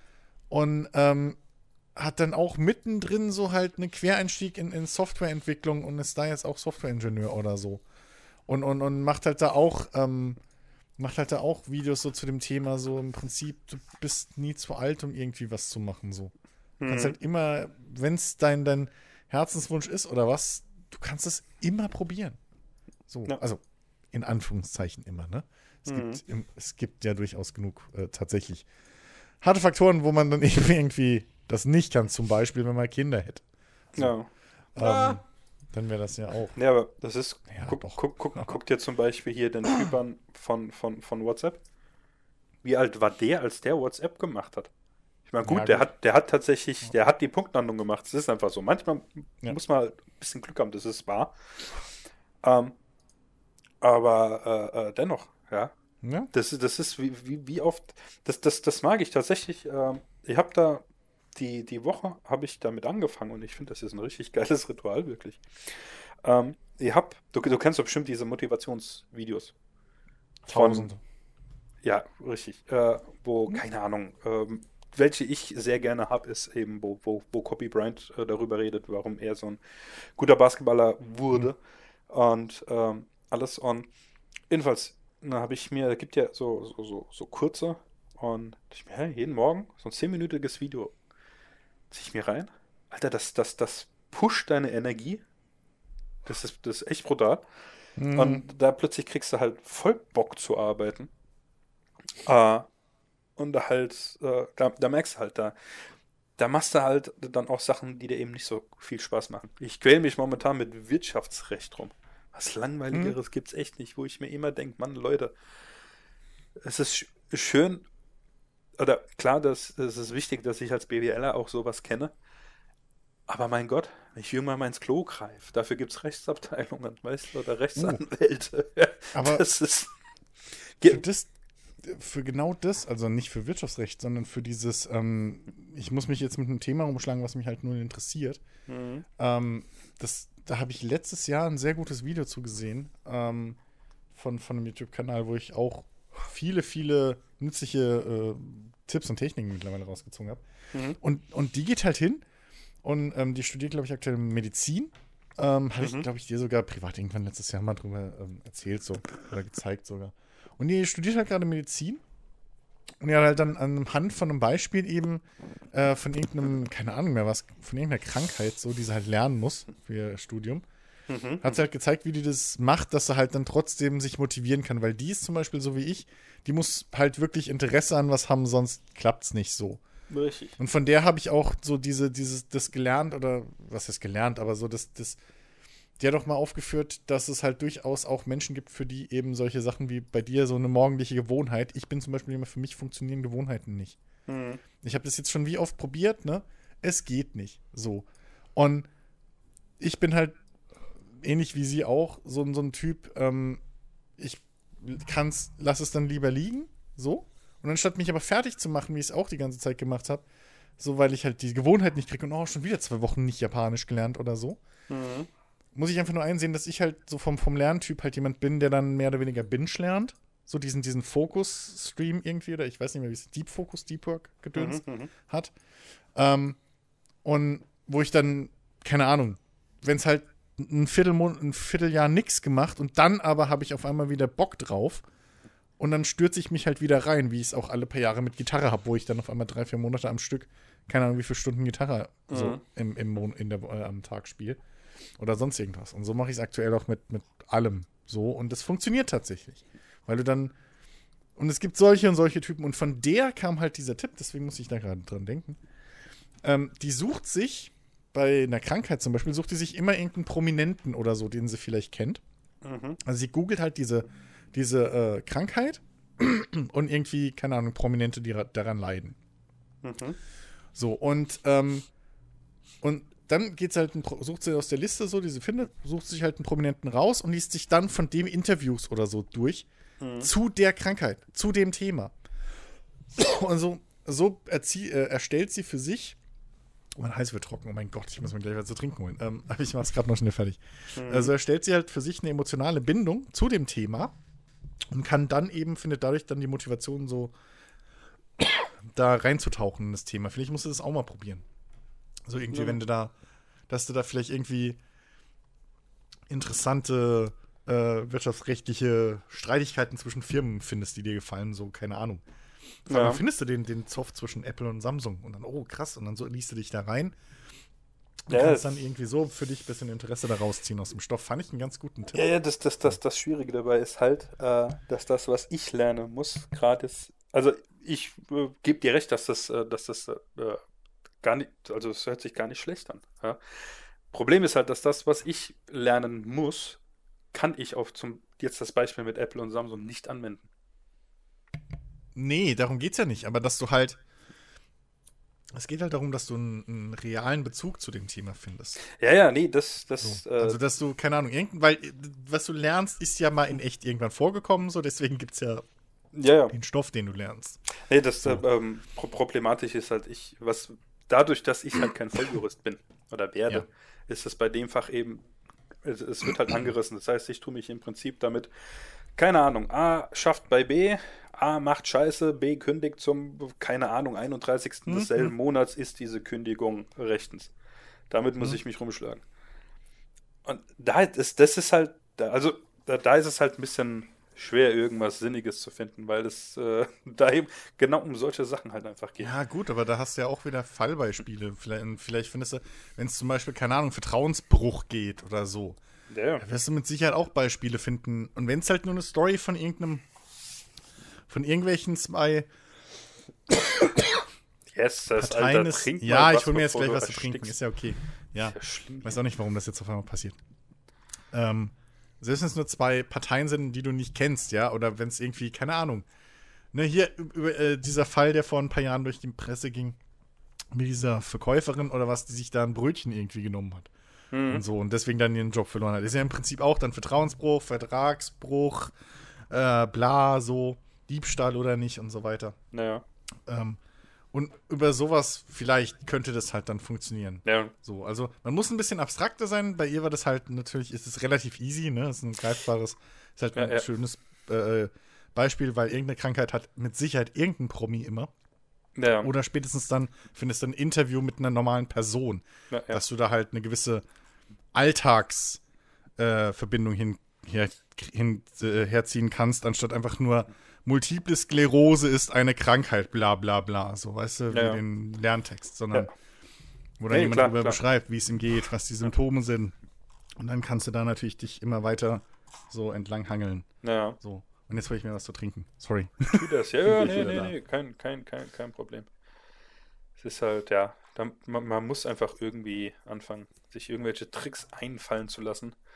[SPEAKER 2] Und ähm, hat dann auch mittendrin so halt einen Quereinstieg in, in Softwareentwicklung und ist da jetzt auch Softwareingenieur oder so. Und, und, und macht halt da auch, ähm, macht halt da auch Videos so zu dem Thema, so im Prinzip, du bist nie zu alt, um irgendwie was zu machen, so. Du kannst halt immer, wenn es dein, dein Herzenswunsch ist oder was, du kannst es immer probieren. So,
[SPEAKER 3] Ja.
[SPEAKER 2] also in Anführungszeichen immer, ne? Es,
[SPEAKER 3] Mhm.
[SPEAKER 2] gibt, im- es gibt ja durchaus genug äh, tatsächlich harte Faktoren, wo man dann eben irgendwie das nicht kann, zum Beispiel, wenn man Kinder hätte.
[SPEAKER 3] Ja.
[SPEAKER 2] Ähm,
[SPEAKER 1] Ah.
[SPEAKER 2] Dann wäre das ja auch.
[SPEAKER 3] Ja, aber das ist,
[SPEAKER 2] Ja,
[SPEAKER 3] guck,
[SPEAKER 2] doch.
[SPEAKER 3] guck, guck, guck dir zum Beispiel hier den Typ an von, von, von WhatsApp. Wie alt war der, als der WhatsApp gemacht hat? Ich meine, gut,
[SPEAKER 2] Ja,
[SPEAKER 3] der
[SPEAKER 2] gut.
[SPEAKER 3] hat, der hat tatsächlich, der hat die Punktlandung gemacht. Das ist einfach so. Manchmal
[SPEAKER 2] Ja.
[SPEAKER 3] muss man halt ein bisschen Glück haben, das ist wahr. Ähm, aber äh, äh, dennoch, ja.
[SPEAKER 2] Ja?
[SPEAKER 3] Das, ist- das ist wie, wie, wie oft, das, das, das mag ich tatsächlich. Ähm, ich habe da, die, die Woche habe ich damit angefangen und ich finde, das ist ein richtig geiles Ritual, wirklich. Ähm, ich hab, du, du kennst doch bestimmt diese Motivationsvideos. Von-
[SPEAKER 2] Tausende.
[SPEAKER 3] Ja, richtig. Äh, wo, keine Ahnung, ähm, welche ich sehr gerne habe, ist eben, wo, wo, wo Kobe Bryant äh, darüber redet, warum er so ein guter Basketballer wurde und ähm, alles. Und jedenfalls, da habe ich mir, da gibt ja so, so, so, so kurze und ich mir, hey, jeden Morgen so ein zehnminütiges Video ziehe ich mir rein. Alter, das, das, das pusht deine Energie. Das ist, das ist echt brutal.
[SPEAKER 2] Mhm.
[SPEAKER 3] Und da plötzlich kriegst du halt voll Bock zu arbeiten. Äh, und da halt, äh, da, da merkst du halt, da, da machst du halt dann auch Sachen, die dir eben nicht so viel Spaß machen. Ich quäle mich momentan mit Wirtschaftsrecht rum. Was Langweiligeres gibt's echt nicht, wo ich mir immer denke, Mann, Leute, es ist sch schön, oder klar, das, es ist wichtig, dass ich als BWLer auch sowas kenne. Aber mein Gott, wenn ich irgendwann mal ins Klo greife, dafür gibt es Rechtsabteilungen, weißt du, oder Rechtsanwälte.
[SPEAKER 2] Aber
[SPEAKER 3] das ist.
[SPEAKER 2] für, das, für genau das, also nicht für Wirtschaftsrecht, sondern für dieses, ähm, ich muss mich jetzt mit einem Thema umschlagen, was mich halt nur interessiert.
[SPEAKER 3] Mhm.
[SPEAKER 2] Ähm, das, da habe ich letztes Jahr ein sehr gutes Video zu gesehen ähm, von, von einem YouTube-Kanal, wo ich auch viele, viele nützliche äh, Tipps und Techniken mittlerweile rausgezogen habe.
[SPEAKER 3] Mhm.
[SPEAKER 2] Und, und die geht halt hin und ähm, die studiert, glaube ich, aktuell Medizin. Ähm, Habe
[SPEAKER 3] Mhm.
[SPEAKER 2] ich, glaube ich, dir sogar privat irgendwann letztes Jahr mal drüber ähm, erzählt so oder gezeigt sogar. Und die studiert halt gerade Medizin. Und die hat halt dann anhand von einem Beispiel eben äh, von irgendeinem, keine Ahnung mehr was, von irgendeiner Krankheit, so, die sie halt lernen muss für ihr Studium,
[SPEAKER 3] Mhm.
[SPEAKER 2] hat sie halt gezeigt, wie die das macht, dass sie halt dann trotzdem sich motivieren kann. Weil die ist zum Beispiel so wie ich, die muss halt wirklich Interesse an was haben, sonst klappt's nicht so.
[SPEAKER 3] Richtig.
[SPEAKER 2] Und von der habe ich auch so diese, dieses, das gelernt, oder was ist gelernt, aber so das, das, die hat doch mal aufgeführt, dass es halt durchaus auch Menschen gibt, für die eben solche Sachen wie bei dir so eine morgendliche Gewohnheit. Ich bin zum Beispiel immer, für mich funktionieren Gewohnheiten nicht.
[SPEAKER 3] Mhm.
[SPEAKER 2] Ich habe das jetzt schon wie oft probiert, ne? Es geht nicht. So. Und ich bin halt ähnlich wie sie auch so, so ein Typ, ähm, ich kann's, lass es dann lieber liegen, so. Und anstatt mich aber fertig zu machen, wie ich es auch die ganze Zeit gemacht habe, so weil ich halt die Gewohnheit nicht kriege und auch schon wieder zwei Wochen nicht Japanisch gelernt oder so,
[SPEAKER 3] Mhm.
[SPEAKER 2] muss ich einfach nur einsehen, dass ich halt so vom, vom Lerntyp halt jemand bin, der dann mehr oder weniger Binge lernt. So diesen, diesen Fokus-Stream irgendwie, oder ich weiß nicht mehr, wie es Deep Focus, Deep Work gedöns
[SPEAKER 3] Mhm. Mhm.
[SPEAKER 2] hat. Ähm, und wo ich dann, keine Ahnung, wenn es halt ein, Viertelmon- ein Vierteljahr nix gemacht und dann aber habe ich auf einmal wieder Bock drauf und dann stürze ich mich halt wieder rein, wie ich es auch alle paar Jahre mit Gitarre habe, wo ich dann auf einmal drei, vier Monate am Stück, keine Ahnung, wie viele Stunden Gitarre so
[SPEAKER 3] Mhm.
[SPEAKER 2] im, im Mon in der, äh, am Tag spiele oder sonst irgendwas. Und so mache ich es aktuell auch mit, mit allem so und das funktioniert tatsächlich, weil du dann und es gibt solche und solche Typen und von der kam halt dieser Tipp, deswegen muss ich da gerade dran denken. Ähm, die sucht sich bei einer Krankheit zum Beispiel, sucht die sich immer irgendeinen Prominenten oder so, den sie vielleicht kennt.
[SPEAKER 3] Mhm.
[SPEAKER 2] Also sie googelt halt diese, diese äh, Krankheit und irgendwie, keine Ahnung, Prominente, die ra- daran leiden.
[SPEAKER 3] Mhm.
[SPEAKER 2] So, und, ähm, und dann geht's halt, ein, Pro- sucht sie aus der Liste so, die sie findet, sucht sich halt einen Prominenten raus und liest sich dann von dem Interviews oder so durch
[SPEAKER 3] Mhm.
[SPEAKER 2] zu der Krankheit, zu dem Thema. Und so, so erzie- äh, erstellt sie für sich. Oh, mein Hals wird trocken. Oh mein Gott, ich muss mir gleich was zu trinken holen. Ähm, aber ich mach's gerade noch schnell fertig.
[SPEAKER 3] Mhm.
[SPEAKER 2] Also erstellt sie halt für sich eine emotionale Bindung zu dem Thema und kann dann eben, findet dadurch dann die Motivation so da reinzutauchen in das Thema. Vielleicht musst du das auch mal probieren. So irgendwie,
[SPEAKER 3] Ja.
[SPEAKER 2] wenn du da, dass du da vielleicht irgendwie interessante äh, wirtschaftsrechtliche Streitigkeiten zwischen Firmen findest, die dir gefallen, so, keine Ahnung. Vor allem
[SPEAKER 3] Ja.
[SPEAKER 2] findest du den, den Zoff zwischen Apple und Samsung und dann, oh krass, und dann so liest du dich da rein und
[SPEAKER 3] Ja,
[SPEAKER 2] kannst
[SPEAKER 3] das-
[SPEAKER 2] dann irgendwie so für dich ein bisschen Interesse da rausziehen aus dem Stoff. Fand ich einen ganz guten Tipp.
[SPEAKER 3] Ja, ja, das, das, das, das Schwierige dabei ist halt, äh, dass das, was ich lernen muss, gerade ist, also ich äh, gebe dir recht, dass das, äh, dass das äh, gar nicht, also es hört sich gar nicht schlecht an. Ja? Problem ist halt, dass das, was ich lernen muss, kann ich auf zum, jetzt das Beispiel mit Apple und Samsung nicht anwenden.
[SPEAKER 2] Nee, darum geht's ja nicht, aber dass du halt es geht halt darum, dass du einen, einen realen Bezug zu dem Thema findest.
[SPEAKER 3] Ja, ja, nee, das, das,
[SPEAKER 2] So.
[SPEAKER 3] äh,
[SPEAKER 2] Also, dass du, keine Ahnung, irgend, weil äh, was du lernst, ist ja mal in echt irgendwann vorgekommen, so deswegen gibt's ja
[SPEAKER 3] ja, ja.
[SPEAKER 2] den Stoff, den du lernst.
[SPEAKER 3] Nee, das
[SPEAKER 2] So.
[SPEAKER 3] äh, ähm, pro problematisch ist halt, ich, was, dadurch, dass ich halt kein Volljurist bin oder werde,
[SPEAKER 2] Ja.
[SPEAKER 3] ist es bei dem Fach eben, es, es wird halt angerissen. Das heißt, ich tue mich im Prinzip damit, keine Ahnung, A schafft bei B, A macht Scheiße, B kündigt zum, keine Ahnung, einunddreißigsten
[SPEAKER 2] Mhm.
[SPEAKER 3] desselben Monats ist diese Kündigung rechtens. Damit muss
[SPEAKER 2] Mhm.
[SPEAKER 3] ich mich rumschlagen. Und da ist, das ist halt, da, also da, da ist es halt ein bisschen schwer, irgendwas Sinniges zu finden, weil es äh, da eben genau um solche Sachen halt einfach geht.
[SPEAKER 2] Ja, gut, aber da hast du ja auch wieder Fallbeispiele. Vielleicht, vielleicht findest du, wenn es zum Beispiel, keine Ahnung, Vertrauensbruch geht oder so,
[SPEAKER 3] Ja, ja.
[SPEAKER 2] da wirst du mit Sicherheit auch Beispiele finden. Und wenn es halt nur eine Story von irgendeinem, von irgendwelchen zwei
[SPEAKER 3] Yes, das
[SPEAKER 2] Parteien
[SPEAKER 3] Alter,
[SPEAKER 2] ist.
[SPEAKER 3] trink mal
[SPEAKER 2] Ja,
[SPEAKER 3] was,
[SPEAKER 2] ich hole mir jetzt
[SPEAKER 3] bevor
[SPEAKER 2] gleich
[SPEAKER 3] du
[SPEAKER 2] was zu trinken.
[SPEAKER 3] erstickst.
[SPEAKER 2] Ist ja okay. Ja.
[SPEAKER 3] Ist ja schlimm.
[SPEAKER 2] Weiß auch nicht, warum das jetzt auf einmal passiert. Ähm, selbst wenn es nur zwei Parteien sind, die du nicht kennst, ja, oder wenn es irgendwie, keine Ahnung. Ne, hier über, äh, dieser Fall, der vor ein paar Jahren durch die Presse ging, mit dieser Verkäuferin oder was, die sich da ein Brötchen irgendwie genommen hat.
[SPEAKER 3] Mhm.
[SPEAKER 2] Und so, und deswegen dann ihren Job verloren hat. Ist ja im Prinzip auch dann Vertrauensbruch, Vertragsbruch, äh, bla, so, Diebstahl oder nicht und so weiter.
[SPEAKER 3] Naja.
[SPEAKER 2] Ähm, und über sowas vielleicht könnte das halt dann funktionieren.
[SPEAKER 3] Ja.
[SPEAKER 2] So, also man muss ein bisschen abstrakter sein. Bei ihr war das halt natürlich, ist es relativ easy, ne? Ist ein greifbares, ist halt ein
[SPEAKER 3] Ja, ja.
[SPEAKER 2] schönes äh, Beispiel, weil irgendeine Krankheit hat mit Sicherheit irgendein Promi immer.
[SPEAKER 3] Ja.
[SPEAKER 2] Oder spätestens dann findest du ein Interview mit einer normalen Person,
[SPEAKER 3] Ja, ja.
[SPEAKER 2] dass du da halt eine gewisse Alltagsverbindung äh, Verbindung hin, her, hin, äh, herziehen kannst, anstatt einfach nur Multiple Sklerose ist eine Krankheit, bla bla bla. So, weißt du, wie
[SPEAKER 3] Ja, ja.
[SPEAKER 2] den Lerntext, sondern
[SPEAKER 3] Ja.
[SPEAKER 2] wo dann
[SPEAKER 3] Nee,
[SPEAKER 2] jemand
[SPEAKER 3] klar,
[SPEAKER 2] darüber
[SPEAKER 3] klar.
[SPEAKER 2] beschreibt, wie es ihm geht, was die Symptome sind. Und dann kannst du da natürlich dich immer weiter so entlanghangeln.
[SPEAKER 3] Ja.
[SPEAKER 2] So. Und jetzt hole ich mir was zu trinken. Sorry.
[SPEAKER 3] Tu das. Ja, ja,
[SPEAKER 2] Bin ich
[SPEAKER 3] nee,
[SPEAKER 2] wieder
[SPEAKER 3] nee,
[SPEAKER 2] da.
[SPEAKER 3] nee. Kein, kein, kein, kein Problem. Es ist halt, ja, da, man, man muss einfach irgendwie anfangen, sich irgendwelche Tricks einfallen zu lassen,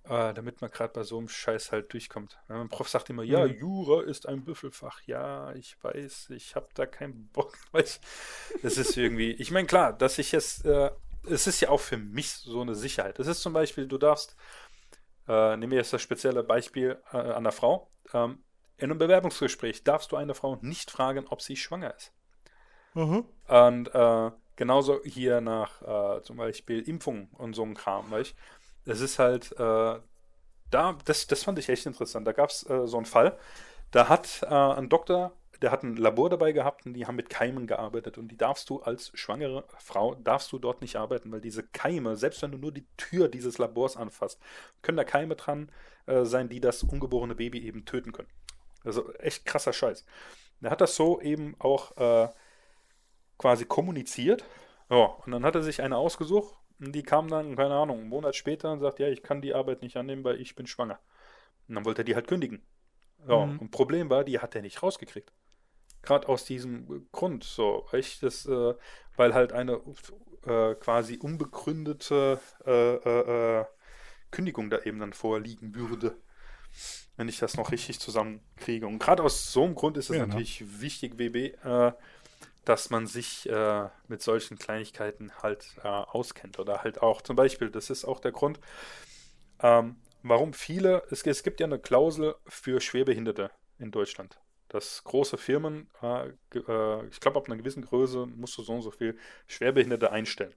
[SPEAKER 3] äh, damit man gerade bei so einem Scheiß halt durchkommt. Ja, mein Prof sagt immer, ja,
[SPEAKER 1] Mhm.
[SPEAKER 3] Jura ist ein Büffelfach. Ja, ich weiß, ich habe da keinen Bock. Weil ich, es ist irgendwie, ich meine, klar, dass ich es, äh, es ist ja auch für mich so eine Sicherheit. Es ist zum Beispiel, du darfst, äh, nehmen wir jetzt das spezielle Beispiel äh, an der Frau, ähm, in einem Bewerbungsgespräch darfst du eine Frau nicht fragen, ob sie schwanger ist.
[SPEAKER 2] Mhm.
[SPEAKER 3] Und äh, genauso hier nach äh, zum Beispiel Impfungen und so ein Kram, weißt du? Es ist halt, äh, da, das, das fand ich echt interessant. Da gab es äh, so einen Fall, da hat äh, ein Doktor, der hat ein Labor dabei gehabt und die haben mit Keimen gearbeitet und die darfst du als schwangere Frau, darfst du dort nicht arbeiten, weil diese Keime, selbst wenn du nur die Tür dieses Labors anfasst, können da Keime dran äh, sein, die das ungeborene Baby eben töten können. Also echt krasser Scheiß. Der hat das so eben auch äh, quasi kommuniziert. Ja, und dann hat er sich eine ausgesucht und die kam dann, keine Ahnung, einen Monat später und sagt, ja, ich kann die Arbeit nicht annehmen, weil ich bin schwanger. Und dann wollte er die halt kündigen. Ja,
[SPEAKER 1] Mhm.
[SPEAKER 3] und Problem war, die hat er nicht rausgekriegt. Gerade aus diesem Grund, so, echt, das, äh, weil halt eine äh, quasi unbegründete äh, äh, äh, Kündigung da eben dann vorliegen würde, wenn ich das noch richtig zusammenkriege. Und gerade aus so einem Grund ist es
[SPEAKER 2] Ja, ne?
[SPEAKER 3] natürlich wichtig, W B, äh, dass man sich äh, mit solchen Kleinigkeiten halt äh, auskennt. Oder halt auch zum Beispiel, das ist auch der Grund, ähm, warum viele, es, es gibt ja eine Klausel für Schwerbehinderte in Deutschland, dass große Firmen, äh, ge- äh, ich glaube, ab einer gewissen Größe musst du so und so viel Schwerbehinderte einstellen.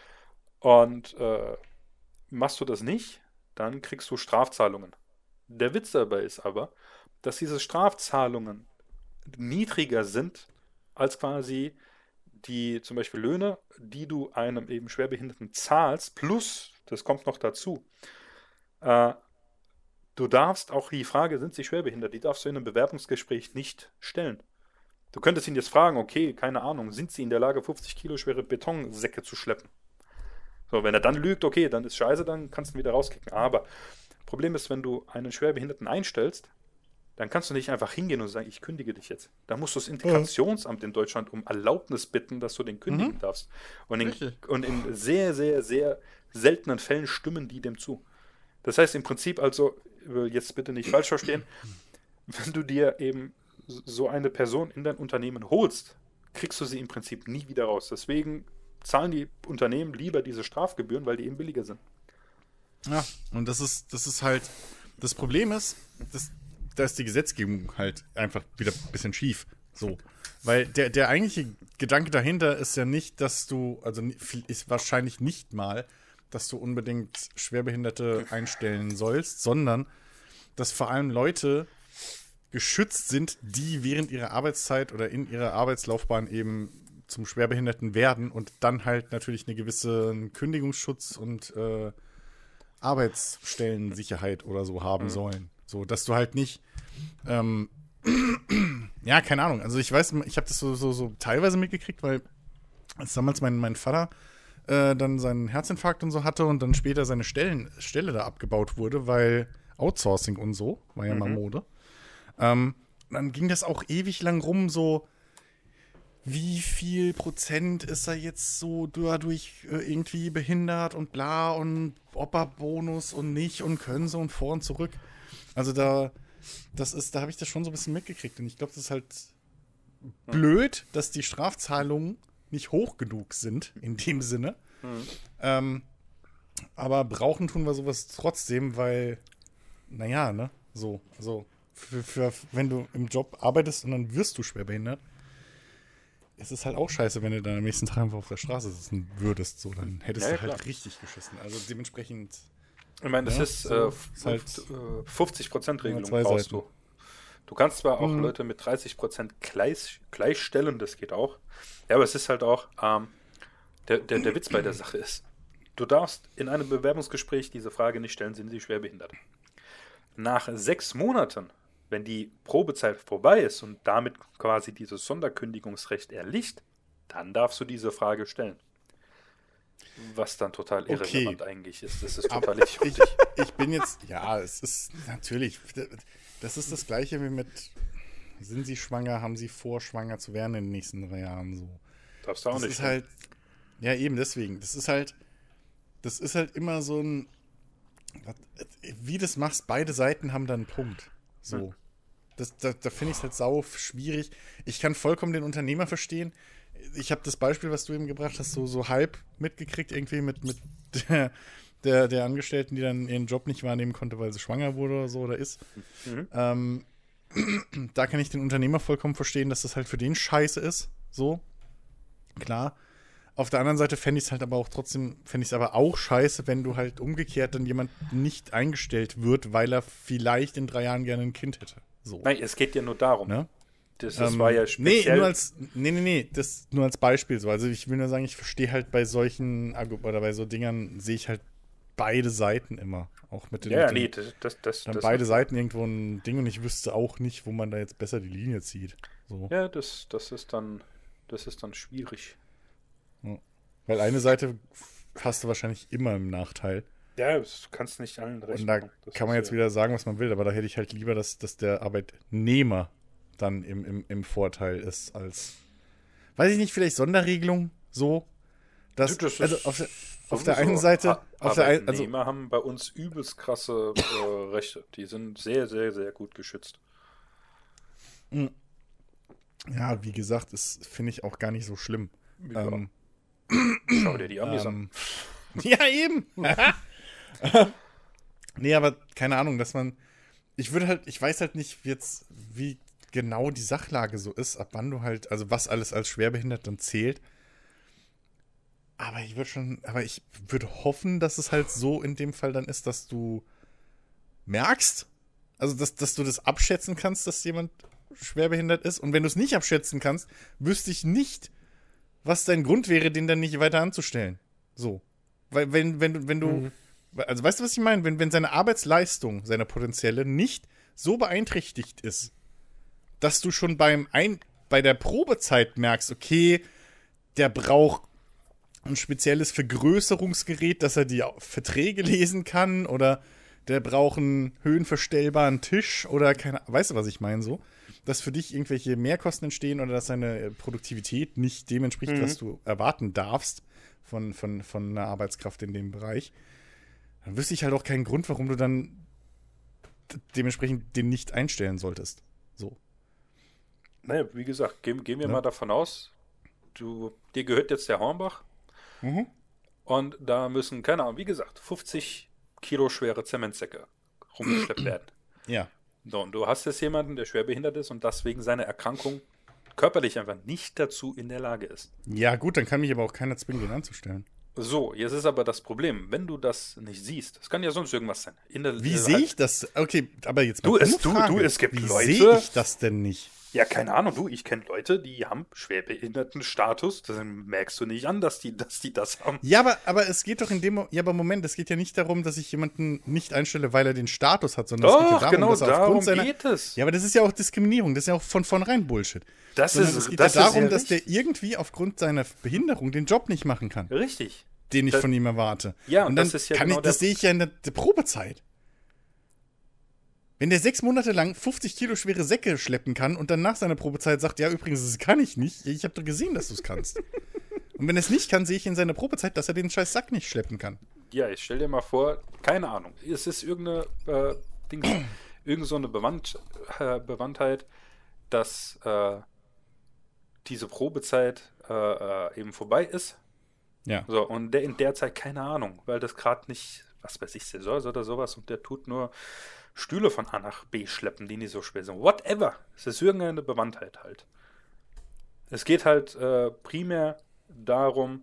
[SPEAKER 3] Und äh, machst du das nicht, dann kriegst du Strafzahlungen. Der Witz dabei ist aber, dass diese Strafzahlungen niedriger sind als quasi die zum Beispiel Löhne, die du einem eben Schwerbehinderten zahlst, plus, das kommt noch dazu, äh, du darfst auch die Frage, sind sie schwerbehindert, die darfst du in einem Bewerbungsgespräch nicht stellen. Du könntest ihn jetzt fragen, okay, keine Ahnung, sind sie in der Lage, fünfzig Kilo schwere Betonsäcke zu schleppen? So, wenn er dann lügt, okay, dann ist scheiße, dann kannst du ihn wieder rauskicken. Aber Problem ist, wenn du einen Schwerbehinderten einstellst, dann kannst du nicht einfach hingehen und sagen, ich kündige dich jetzt. Da musst du das
[SPEAKER 2] Mhm.
[SPEAKER 3] Integrationsamt in Deutschland um Erlaubnis bitten, dass du den kündigen
[SPEAKER 2] Mhm.
[SPEAKER 3] darfst. Und in,
[SPEAKER 2] Richtig.
[SPEAKER 3] und in sehr, sehr, sehr seltenen Fällen stimmen die dem zu. Das heißt im Prinzip also, jetzt bitte nicht falsch verstehen, wenn du dir eben so eine Person in dein Unternehmen holst, kriegst du sie im Prinzip nie wieder raus. Deswegen zahlen die Unternehmen lieber diese Strafgebühren, weil die eben billiger sind.
[SPEAKER 2] Ja, und das ist, das ist halt, das Problem ist, dass, da ist die Gesetzgebung halt einfach wieder ein bisschen schief. So. Weil der, der eigentliche Gedanke dahinter ist ja nicht, dass du, also ni- ist wahrscheinlich nicht mal, dass du unbedingt Schwerbehinderte einstellen sollst, sondern dass vor allem Leute geschützt sind, die während ihrer Arbeitszeit oder in ihrer Arbeitslaufbahn eben zum Schwerbehinderten werden und dann halt natürlich eine gewisse Kündigungsschutz und äh, Arbeitsstellensicherheit oder so haben
[SPEAKER 3] Mhm.
[SPEAKER 2] sollen. So, dass du halt nicht, ähm, ja, keine Ahnung. Also ich weiß, ich habe das so, so, so teilweise mitgekriegt, weil als damals mein, mein Vater äh, dann seinen Herzinfarkt und so hatte und dann später seine Stellen, Stelle da abgebaut wurde, weil Outsourcing und so, war ja mal
[SPEAKER 3] Mhm.
[SPEAKER 2] Mode. Ähm, dann ging das auch ewig lang rum, so wie viel Prozent ist er jetzt so dadurch äh, irgendwie behindert und bla und ob er Bonus und nicht und können sie und vor und zurück. Also da, das ist, da habe ich das schon so ein bisschen mitgekriegt und ich glaube, das ist halt blöd, dass die Strafzahlungen nicht hoch genug sind in dem Sinne.
[SPEAKER 3] Mhm.
[SPEAKER 2] Ähm, aber brauchen tun wir sowas trotzdem, weil, naja, ne, so, so, für, für, wenn du im Job arbeitest und dann wirst du schwerbehindert, es ist halt auch scheiße, wenn du dann am nächsten Tag einfach auf der Straße sitzen würdest, so, dann hättest
[SPEAKER 3] Ja, ja,
[SPEAKER 2] du halt
[SPEAKER 3] klar.
[SPEAKER 2] richtig geschissen. Also dementsprechend,
[SPEAKER 3] Ich meine, das
[SPEAKER 2] Ja,
[SPEAKER 3] ist
[SPEAKER 2] so,
[SPEAKER 3] äh,
[SPEAKER 2] ist halt
[SPEAKER 3] fünfzig-Prozent-Regelung
[SPEAKER 2] immer zwei
[SPEAKER 3] brauchst
[SPEAKER 2] Seiten.
[SPEAKER 3] du. Du kannst zwar auch
[SPEAKER 2] Mhm.
[SPEAKER 3] Leute mit dreißig Prozent gleich, gleichstellen, das geht auch. Ja, aber es ist halt auch, ähm, der, der, der Witz bei der Sache ist, du darfst in einem Bewerbungsgespräch diese Frage nicht stellen, sind sie schwerbehindert? Nach sechs Monaten, wenn die Probezeit vorbei ist und damit quasi dieses Sonderkündigungsrecht erlischt, dann darfst du diese Frage stellen. Was dann total
[SPEAKER 2] Okay.
[SPEAKER 3] irrelevant eigentlich ist. Das ist
[SPEAKER 2] Aber
[SPEAKER 3] total
[SPEAKER 2] ich,
[SPEAKER 3] idiotisch.
[SPEAKER 2] ich bin jetzt, ja, es ist natürlich, das ist das Gleiche wie mit, sind Sie schwanger, haben Sie vor, schwanger zu werden in den nächsten drei Jahren so.
[SPEAKER 3] Darfst du auch
[SPEAKER 2] Das
[SPEAKER 3] nicht
[SPEAKER 2] ist
[SPEAKER 3] stellen.
[SPEAKER 2] halt, ja eben deswegen, das ist halt, das ist halt immer so ein, Wie du das machst, beide Seiten haben da einen Punkt. So.
[SPEAKER 3] Hm.
[SPEAKER 2] Das, da da finde ich es halt sau schwierig. Ich kann vollkommen den Unternehmer verstehen. Ich habe das Beispiel, was du eben gebracht hast, so, so halb mitgekriegt, irgendwie mit, mit der, der, der Angestellten, die dann ihren Job nicht wahrnehmen konnte, weil sie schwanger wurde oder so oder ist.
[SPEAKER 3] Mhm.
[SPEAKER 2] Ähm, da kann ich den Unternehmer vollkommen verstehen, dass das halt für den scheiße ist. So. Klar. Auf der anderen Seite fände ich es halt aber auch trotzdem, fände ich es aber auch scheiße, wenn du halt umgekehrt dann jemand nicht eingestellt wird, weil er vielleicht in drei Jahren gerne ein Kind hätte. So.
[SPEAKER 3] Nein, es geht ja nur darum.
[SPEAKER 2] Ne?
[SPEAKER 3] Das, das
[SPEAKER 2] Ähm,
[SPEAKER 3] war ja
[SPEAKER 2] Nee,
[SPEAKER 3] speziell.
[SPEAKER 2] nur als, nee, nee, nee, das nur als Beispiel so. Also ich will nur sagen, ich verstehe halt bei solchen, Argu- oder bei so Dingern sehe ich halt beide Seiten immer. Auch mit den,
[SPEAKER 3] ja, ja,
[SPEAKER 2] mit den
[SPEAKER 3] nee, das, das, das,
[SPEAKER 2] dann
[SPEAKER 3] das
[SPEAKER 2] beide Seiten irgendwo ein Ding und ich wüsste auch nicht, wo man da jetzt besser die Linie zieht. So.
[SPEAKER 3] Ja, das, das ist dann, das ist dann schwierig.
[SPEAKER 2] Weil eine Seite hast du wahrscheinlich immer im Nachteil.
[SPEAKER 3] Ja, das kannst nicht allen recht
[SPEAKER 2] Und da
[SPEAKER 3] machen. Das
[SPEAKER 2] kann man
[SPEAKER 3] ist
[SPEAKER 2] jetzt
[SPEAKER 3] ja-
[SPEAKER 2] wieder sagen, was man will, aber da hätte ich halt lieber, dass, dass der Arbeitnehmer dann im, im, im Vorteil ist als, weiß ich nicht, vielleicht Sonderregelung so. Dass,
[SPEAKER 3] Du, das ist
[SPEAKER 2] also auf der, auf der
[SPEAKER 3] sowieso.
[SPEAKER 2] einen Seite,
[SPEAKER 3] A-
[SPEAKER 2] auf der einen, also
[SPEAKER 3] Arbeitnehmer haben bei uns übelst krasse äh, Rechte. Die sind sehr, sehr, sehr gut geschützt.
[SPEAKER 2] ja, wie gesagt, das finde ich auch gar nicht so schlimm.
[SPEAKER 3] Ja.
[SPEAKER 2] Ähm,
[SPEAKER 3] Schau dir die Amis an.
[SPEAKER 2] ähm, ja, eben. Nee, aber keine Ahnung, dass man, ich würde halt, ich weiß halt nicht jetzt, wie genau die Sachlage so ist, ab wann du halt, also was alles als schwerbehindert dann zählt. Aber ich würde schon, aber ich würde hoffen, dass es halt so in dem Fall dann ist, dass du merkst, also dass, dass du das abschätzen kannst, dass jemand schwerbehindert ist. Und wenn du es nicht abschätzen kannst, wüsste ich nicht, was dein Grund wäre, den dann nicht weiter anzustellen. So. Weil wenn, wenn, du- wenn du,
[SPEAKER 1] Mhm.
[SPEAKER 2] also weißt du, was ich meine? Wenn, wenn seine Arbeitsleistung, seine potenzielle, nicht so beeinträchtigt ist, dass du schon beim Ein bei der Probezeit merkst, okay, der braucht ein spezielles Vergrößerungsgerät, dass er die Verträge lesen kann, oder der braucht einen höhenverstellbaren Tisch oder keine, weißt du, was ich meine so? Dass für dich irgendwelche Mehrkosten entstehen oder dass seine Produktivität nicht dem entspricht,
[SPEAKER 3] Mhm.
[SPEAKER 2] was du erwarten darfst von, von, von einer Arbeitskraft in dem Bereich, dann wüsste ich halt auch keinen Grund, warum du dann d- dementsprechend den nicht einstellen solltest. So.
[SPEAKER 3] Naja, wie gesagt, gehen, gehen wir
[SPEAKER 2] Ja.
[SPEAKER 3] mal davon aus, du, dir gehört jetzt der Hornbach
[SPEAKER 2] Mhm.
[SPEAKER 3] und da müssen, keine Ahnung, wie gesagt, fünfzig Kilo schwere Zementsäcke rumgeschleppt werden.
[SPEAKER 2] Ja.
[SPEAKER 3] So, und du hast jetzt jemanden, der schwerbehindert ist und deswegen seine Erkrankung körperlich einfach nicht dazu in der Lage ist.
[SPEAKER 2] Ja, gut, dann kann mich aber auch keiner zwingen, den anzustellen.
[SPEAKER 3] So, jetzt ist aber das Problem, wenn du das nicht siehst, es kann ja sonst irgendwas sein. In der,
[SPEAKER 2] Wie
[SPEAKER 3] äh,
[SPEAKER 2] sehe
[SPEAKER 3] halt-
[SPEAKER 2] ich das? Okay, aber jetzt
[SPEAKER 3] Du,
[SPEAKER 2] mal
[SPEAKER 3] es-
[SPEAKER 2] dumme
[SPEAKER 3] du-
[SPEAKER 2] Frage.
[SPEAKER 3] du, es gibt
[SPEAKER 2] Wie
[SPEAKER 3] Leute-
[SPEAKER 2] sehe ich das denn nicht?
[SPEAKER 3] Ja, keine Ahnung, du, ich kenne Leute, die haben Schwerbehindertenstatus, dann merkst du nicht an, dass die, dass die das haben.
[SPEAKER 2] Ja, aber, aber es geht doch in dem Mo- ja, aber Moment, es geht ja nicht darum, dass ich jemanden nicht einstelle, weil er den Status hat, sondern es geht ja
[SPEAKER 3] Doch,
[SPEAKER 2] darum,
[SPEAKER 3] genau
[SPEAKER 2] dass er
[SPEAKER 3] darum
[SPEAKER 2] aufgrund seiner
[SPEAKER 3] geht es.
[SPEAKER 2] Ja, aber das ist ja auch Diskriminierung, das ist ja auch von vornherein Bullshit.
[SPEAKER 3] Das
[SPEAKER 2] Sondern
[SPEAKER 3] ist-
[SPEAKER 2] es geht
[SPEAKER 3] das
[SPEAKER 2] ja
[SPEAKER 3] ist
[SPEAKER 2] darum,
[SPEAKER 3] ja
[SPEAKER 2] dass der
[SPEAKER 3] richtig.
[SPEAKER 2] irgendwie aufgrund seiner Behinderung den Job nicht machen kann,
[SPEAKER 3] Richtig.
[SPEAKER 2] den ich
[SPEAKER 3] Das-
[SPEAKER 2] von ihm erwarte.
[SPEAKER 3] Ja, und
[SPEAKER 2] und dann
[SPEAKER 3] das ist ja
[SPEAKER 2] kann
[SPEAKER 3] genau
[SPEAKER 2] ich, das
[SPEAKER 3] der-
[SPEAKER 2] sehe ich ja in der, der Probezeit. Wenn der sechs Monate lang fünfzig Kilo schwere Säcke schleppen kann und dann nach seiner Probezeit sagt, ja, übrigens, das kann ich nicht. Ich habe doch gesehen, dass du es kannst. Und wenn er es nicht kann, sehe ich in seiner Probezeit, dass er den scheiß Sack nicht schleppen kann.
[SPEAKER 3] Ja, ich stell dir mal vor, keine Ahnung, es ist irgendeine, äh, Ding, irgend so eine Bewandt, äh, Bewandtheit, dass äh, diese Probezeit äh, äh, eben vorbei ist.
[SPEAKER 2] Ja.
[SPEAKER 3] So, und der in der Zeit keine Ahnung, weil das gerade nicht, was weiß ich, Saison ist oder sowas und der tut nur Stühle von A nach B schleppen, die nicht so schwer sind. Whatever. Es ist irgendeine Bewandtheit halt. Es geht halt äh, primär darum,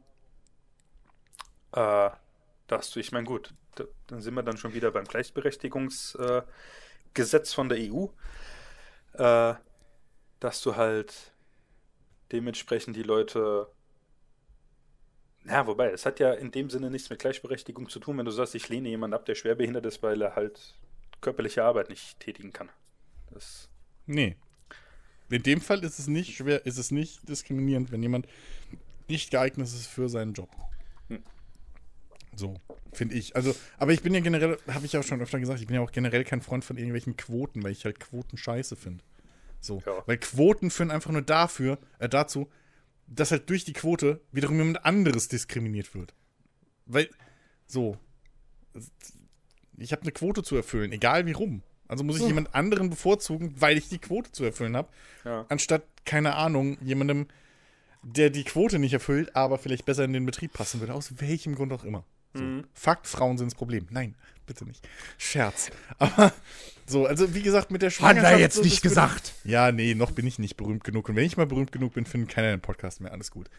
[SPEAKER 3] äh, dass du, ich meine, gut, da, dann sind wir dann schon wieder beim Gleichberechtigungsgesetz äh, Gesetz von der E U, äh, dass du halt dementsprechend die Leute. Ja, wobei, es hat ja in dem Sinne nichts mit Gleichberechtigung zu tun, wenn du sagst, ich lehne jemanden ab, der schwerbehindert ist, weil er halt körperliche Arbeit nicht tätigen kann. Das,
[SPEAKER 2] Nee. In dem Fall ist es nicht schwer, ist es nicht diskriminierend, wenn jemand nicht geeignet ist für seinen Job.
[SPEAKER 3] Hm.
[SPEAKER 2] So, finde ich. Also, aber ich bin ja generell, habe ich ja auch schon öfter gesagt, ich bin ja auch generell kein Freund von irgendwelchen Quoten, weil ich halt Quoten scheiße finde. So.
[SPEAKER 3] Ja.
[SPEAKER 2] Weil Quoten führen einfach nur dafür, äh, dazu, dass halt durch die Quote wiederum jemand anderes diskriminiert wird. Weil, so. Ich habe eine Quote zu erfüllen, egal wie rum. Also muss ich jemand anderen bevorzugen, weil ich die Quote zu erfüllen habe,
[SPEAKER 3] Ja.
[SPEAKER 2] anstatt, keine Ahnung, jemandem, der die Quote nicht erfüllt, aber vielleicht besser in den Betrieb passen würde, aus welchem Grund auch immer. So.
[SPEAKER 3] Mhm.
[SPEAKER 2] Fakt, Frauen sind das Problem. Nein, bitte nicht. Scherz. Aber so, also wie gesagt, mit der Schwangerschaft...
[SPEAKER 1] Hat er jetzt
[SPEAKER 2] so,
[SPEAKER 1] nicht
[SPEAKER 2] das würde-
[SPEAKER 1] gesagt.
[SPEAKER 2] Ja, nee, noch bin ich nicht berühmt genug. Und wenn ich mal berühmt genug bin, findet keiner den Podcast mehr. Alles gut.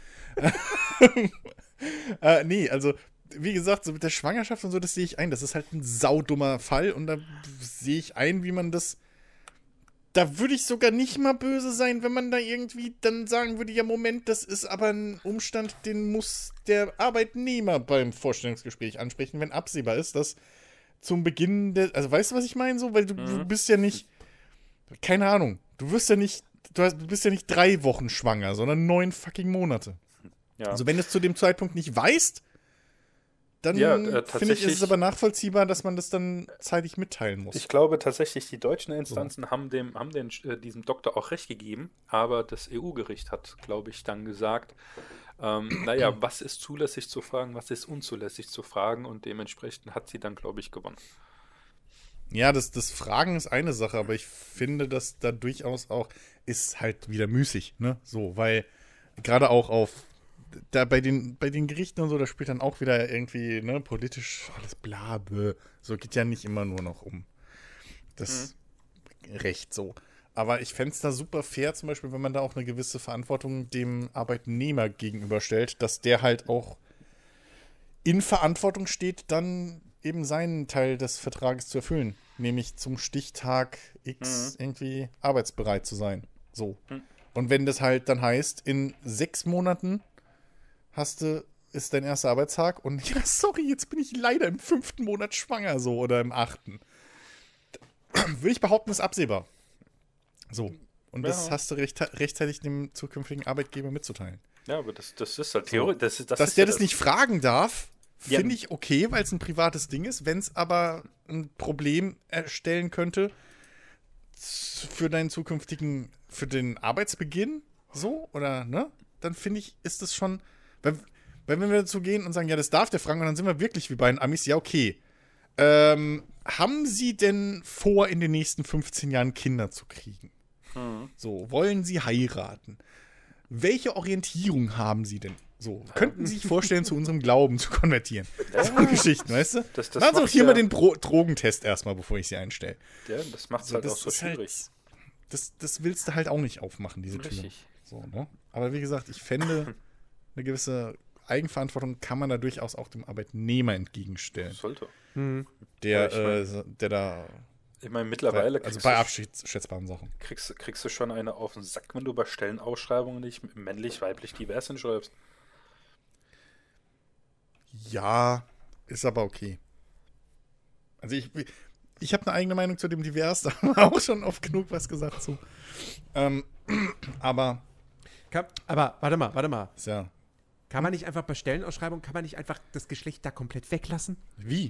[SPEAKER 2] äh, nee, also, wie gesagt, so mit der Schwangerschaft und so, das sehe ich ein. Das ist halt ein saudummer Fall. Und da sehe ich ein, wie man das... Da würde ich sogar nicht mal böse sein, wenn man da irgendwie dann sagen würde, ja, Moment, das ist aber ein Umstand, den muss der Arbeitnehmer beim Vorstellungsgespräch ansprechen, wenn absehbar ist, dass zum Beginn der... Also, weißt du, was ich meine? So, weil du, du bist ja nicht... Keine Ahnung. Du wirst ja nicht... Du, hast, du bist ja nicht drei Wochen schwanger, sondern neun fucking Monate.
[SPEAKER 3] Ja.
[SPEAKER 2] Also wenn du es zu dem Zeitpunkt nicht weißt, dann
[SPEAKER 3] Ja, äh,
[SPEAKER 2] finde ich, ist
[SPEAKER 3] tatsächlich-
[SPEAKER 2] es aber nachvollziehbar, dass man das dann zeitig mitteilen muss.
[SPEAKER 3] Ich glaube tatsächlich, die deutschen Instanzen haben dem, haben den, äh, diesem Doktor auch recht gegeben, aber das E U-Gericht hat, glaube ich, dann gesagt, ähm, naja, was ist zulässig zu fragen, was ist unzulässig zu fragen, und dementsprechend hat sie dann, glaube ich, gewonnen.
[SPEAKER 2] Ja, das, das Fragen ist eine Sache, aber ich finde, dass da durchaus auch ist halt wieder müßig, ne? So, weil gerade auch auf da bei den, bei den Gerichten und so, da spielt dann auch wieder irgendwie, ne, politisch alles bla, bläh. So geht ja nicht immer nur noch um das Recht so. Aber ich fände es da super fair, zum Beispiel, wenn man da auch eine gewisse Verantwortung dem Arbeitnehmer gegenüberstellt, dass der halt auch in Verantwortung steht, dann eben seinen Teil des Vertrages zu erfüllen. Nämlich zum Stichtag X irgendwie arbeitsbereit zu sein. So. Und wenn das halt dann heißt, in sechs Monaten hast du, ist dein erster Arbeitstag und ja, sorry, jetzt bin ich leider im fünften Monat schwanger, so, oder im achten. Würde ich behaupten, ist absehbar. So. Und das
[SPEAKER 3] Ja.
[SPEAKER 2] hast du recht, rechtzeitig dem zukünftigen Arbeitgeber mitzuteilen.
[SPEAKER 3] Ja, aber das, das ist halt Theorie. Das, ist- das
[SPEAKER 2] Dass
[SPEAKER 3] ist
[SPEAKER 2] der
[SPEAKER 3] ja
[SPEAKER 2] das nicht fragen darf,
[SPEAKER 3] Ja.
[SPEAKER 2] finde ich okay, weil es ein privates Ding ist. Wenn es aber ein Problem erstellen könnte z- für deinen zukünftigen, für den Arbeitsbeginn, so, oder, ne? Dann finde ich, ist das schon, weil, weil wenn wir dazu gehen und sagen, ja, das darf der fragen, und dann sind wir wirklich wie bei den Amis, ja, okay. Ähm, haben Sie denn vor, in den nächsten fünfzehn Jahren Kinder zu kriegen? So, wollen Sie heiraten? Welche Orientierung haben Sie denn? So, könnten Sie sich vorstellen, zu unserem Glauben zu konvertieren? So Geschichten, weißt du?
[SPEAKER 3] Das- das
[SPEAKER 2] Machen Sie doch
[SPEAKER 3] macht
[SPEAKER 2] hier
[SPEAKER 3] ja-
[SPEAKER 2] mal den Pro Drogentest erstmal, bevor ich Sie einstelle.
[SPEAKER 3] Ja, das macht es
[SPEAKER 2] So,
[SPEAKER 3] halt
[SPEAKER 2] das
[SPEAKER 3] auch so
[SPEAKER 2] ist halt-
[SPEAKER 3] schwierig.
[SPEAKER 2] Das, das willst du halt auch nicht aufmachen, diese Tür.
[SPEAKER 3] Richtig.
[SPEAKER 2] So, ne? Aber wie gesagt, ich fände, eine gewisse Eigenverantwortung kann man da durchaus auch dem Arbeitnehmer entgegenstellen.
[SPEAKER 3] Sollte.
[SPEAKER 2] Der,
[SPEAKER 3] Ja, ich
[SPEAKER 2] äh, der da,
[SPEAKER 3] Ich meine, mittlerweile
[SPEAKER 2] also
[SPEAKER 3] kriegst,
[SPEAKER 2] bei
[SPEAKER 3] du,
[SPEAKER 2] abschätzbaren Sachen.
[SPEAKER 3] kriegst, kriegst du schon eine auf den Sack, wenn du bei Stellenausschreibungen nicht männlich, weiblich, divers hinschreibst.
[SPEAKER 2] Ja, ist aber okay. Also ich, ich habe eine eigene Meinung zu dem Divers, da haben wir auch schon oft genug was gesagt zu. Ähm, aber
[SPEAKER 1] Kann, aber warte mal, warte mal.
[SPEAKER 2] ist ja,
[SPEAKER 1] Kann man nicht einfach bei Stellenausschreibungen, kann man nicht einfach das Geschlecht da komplett weglassen?
[SPEAKER 2] wie?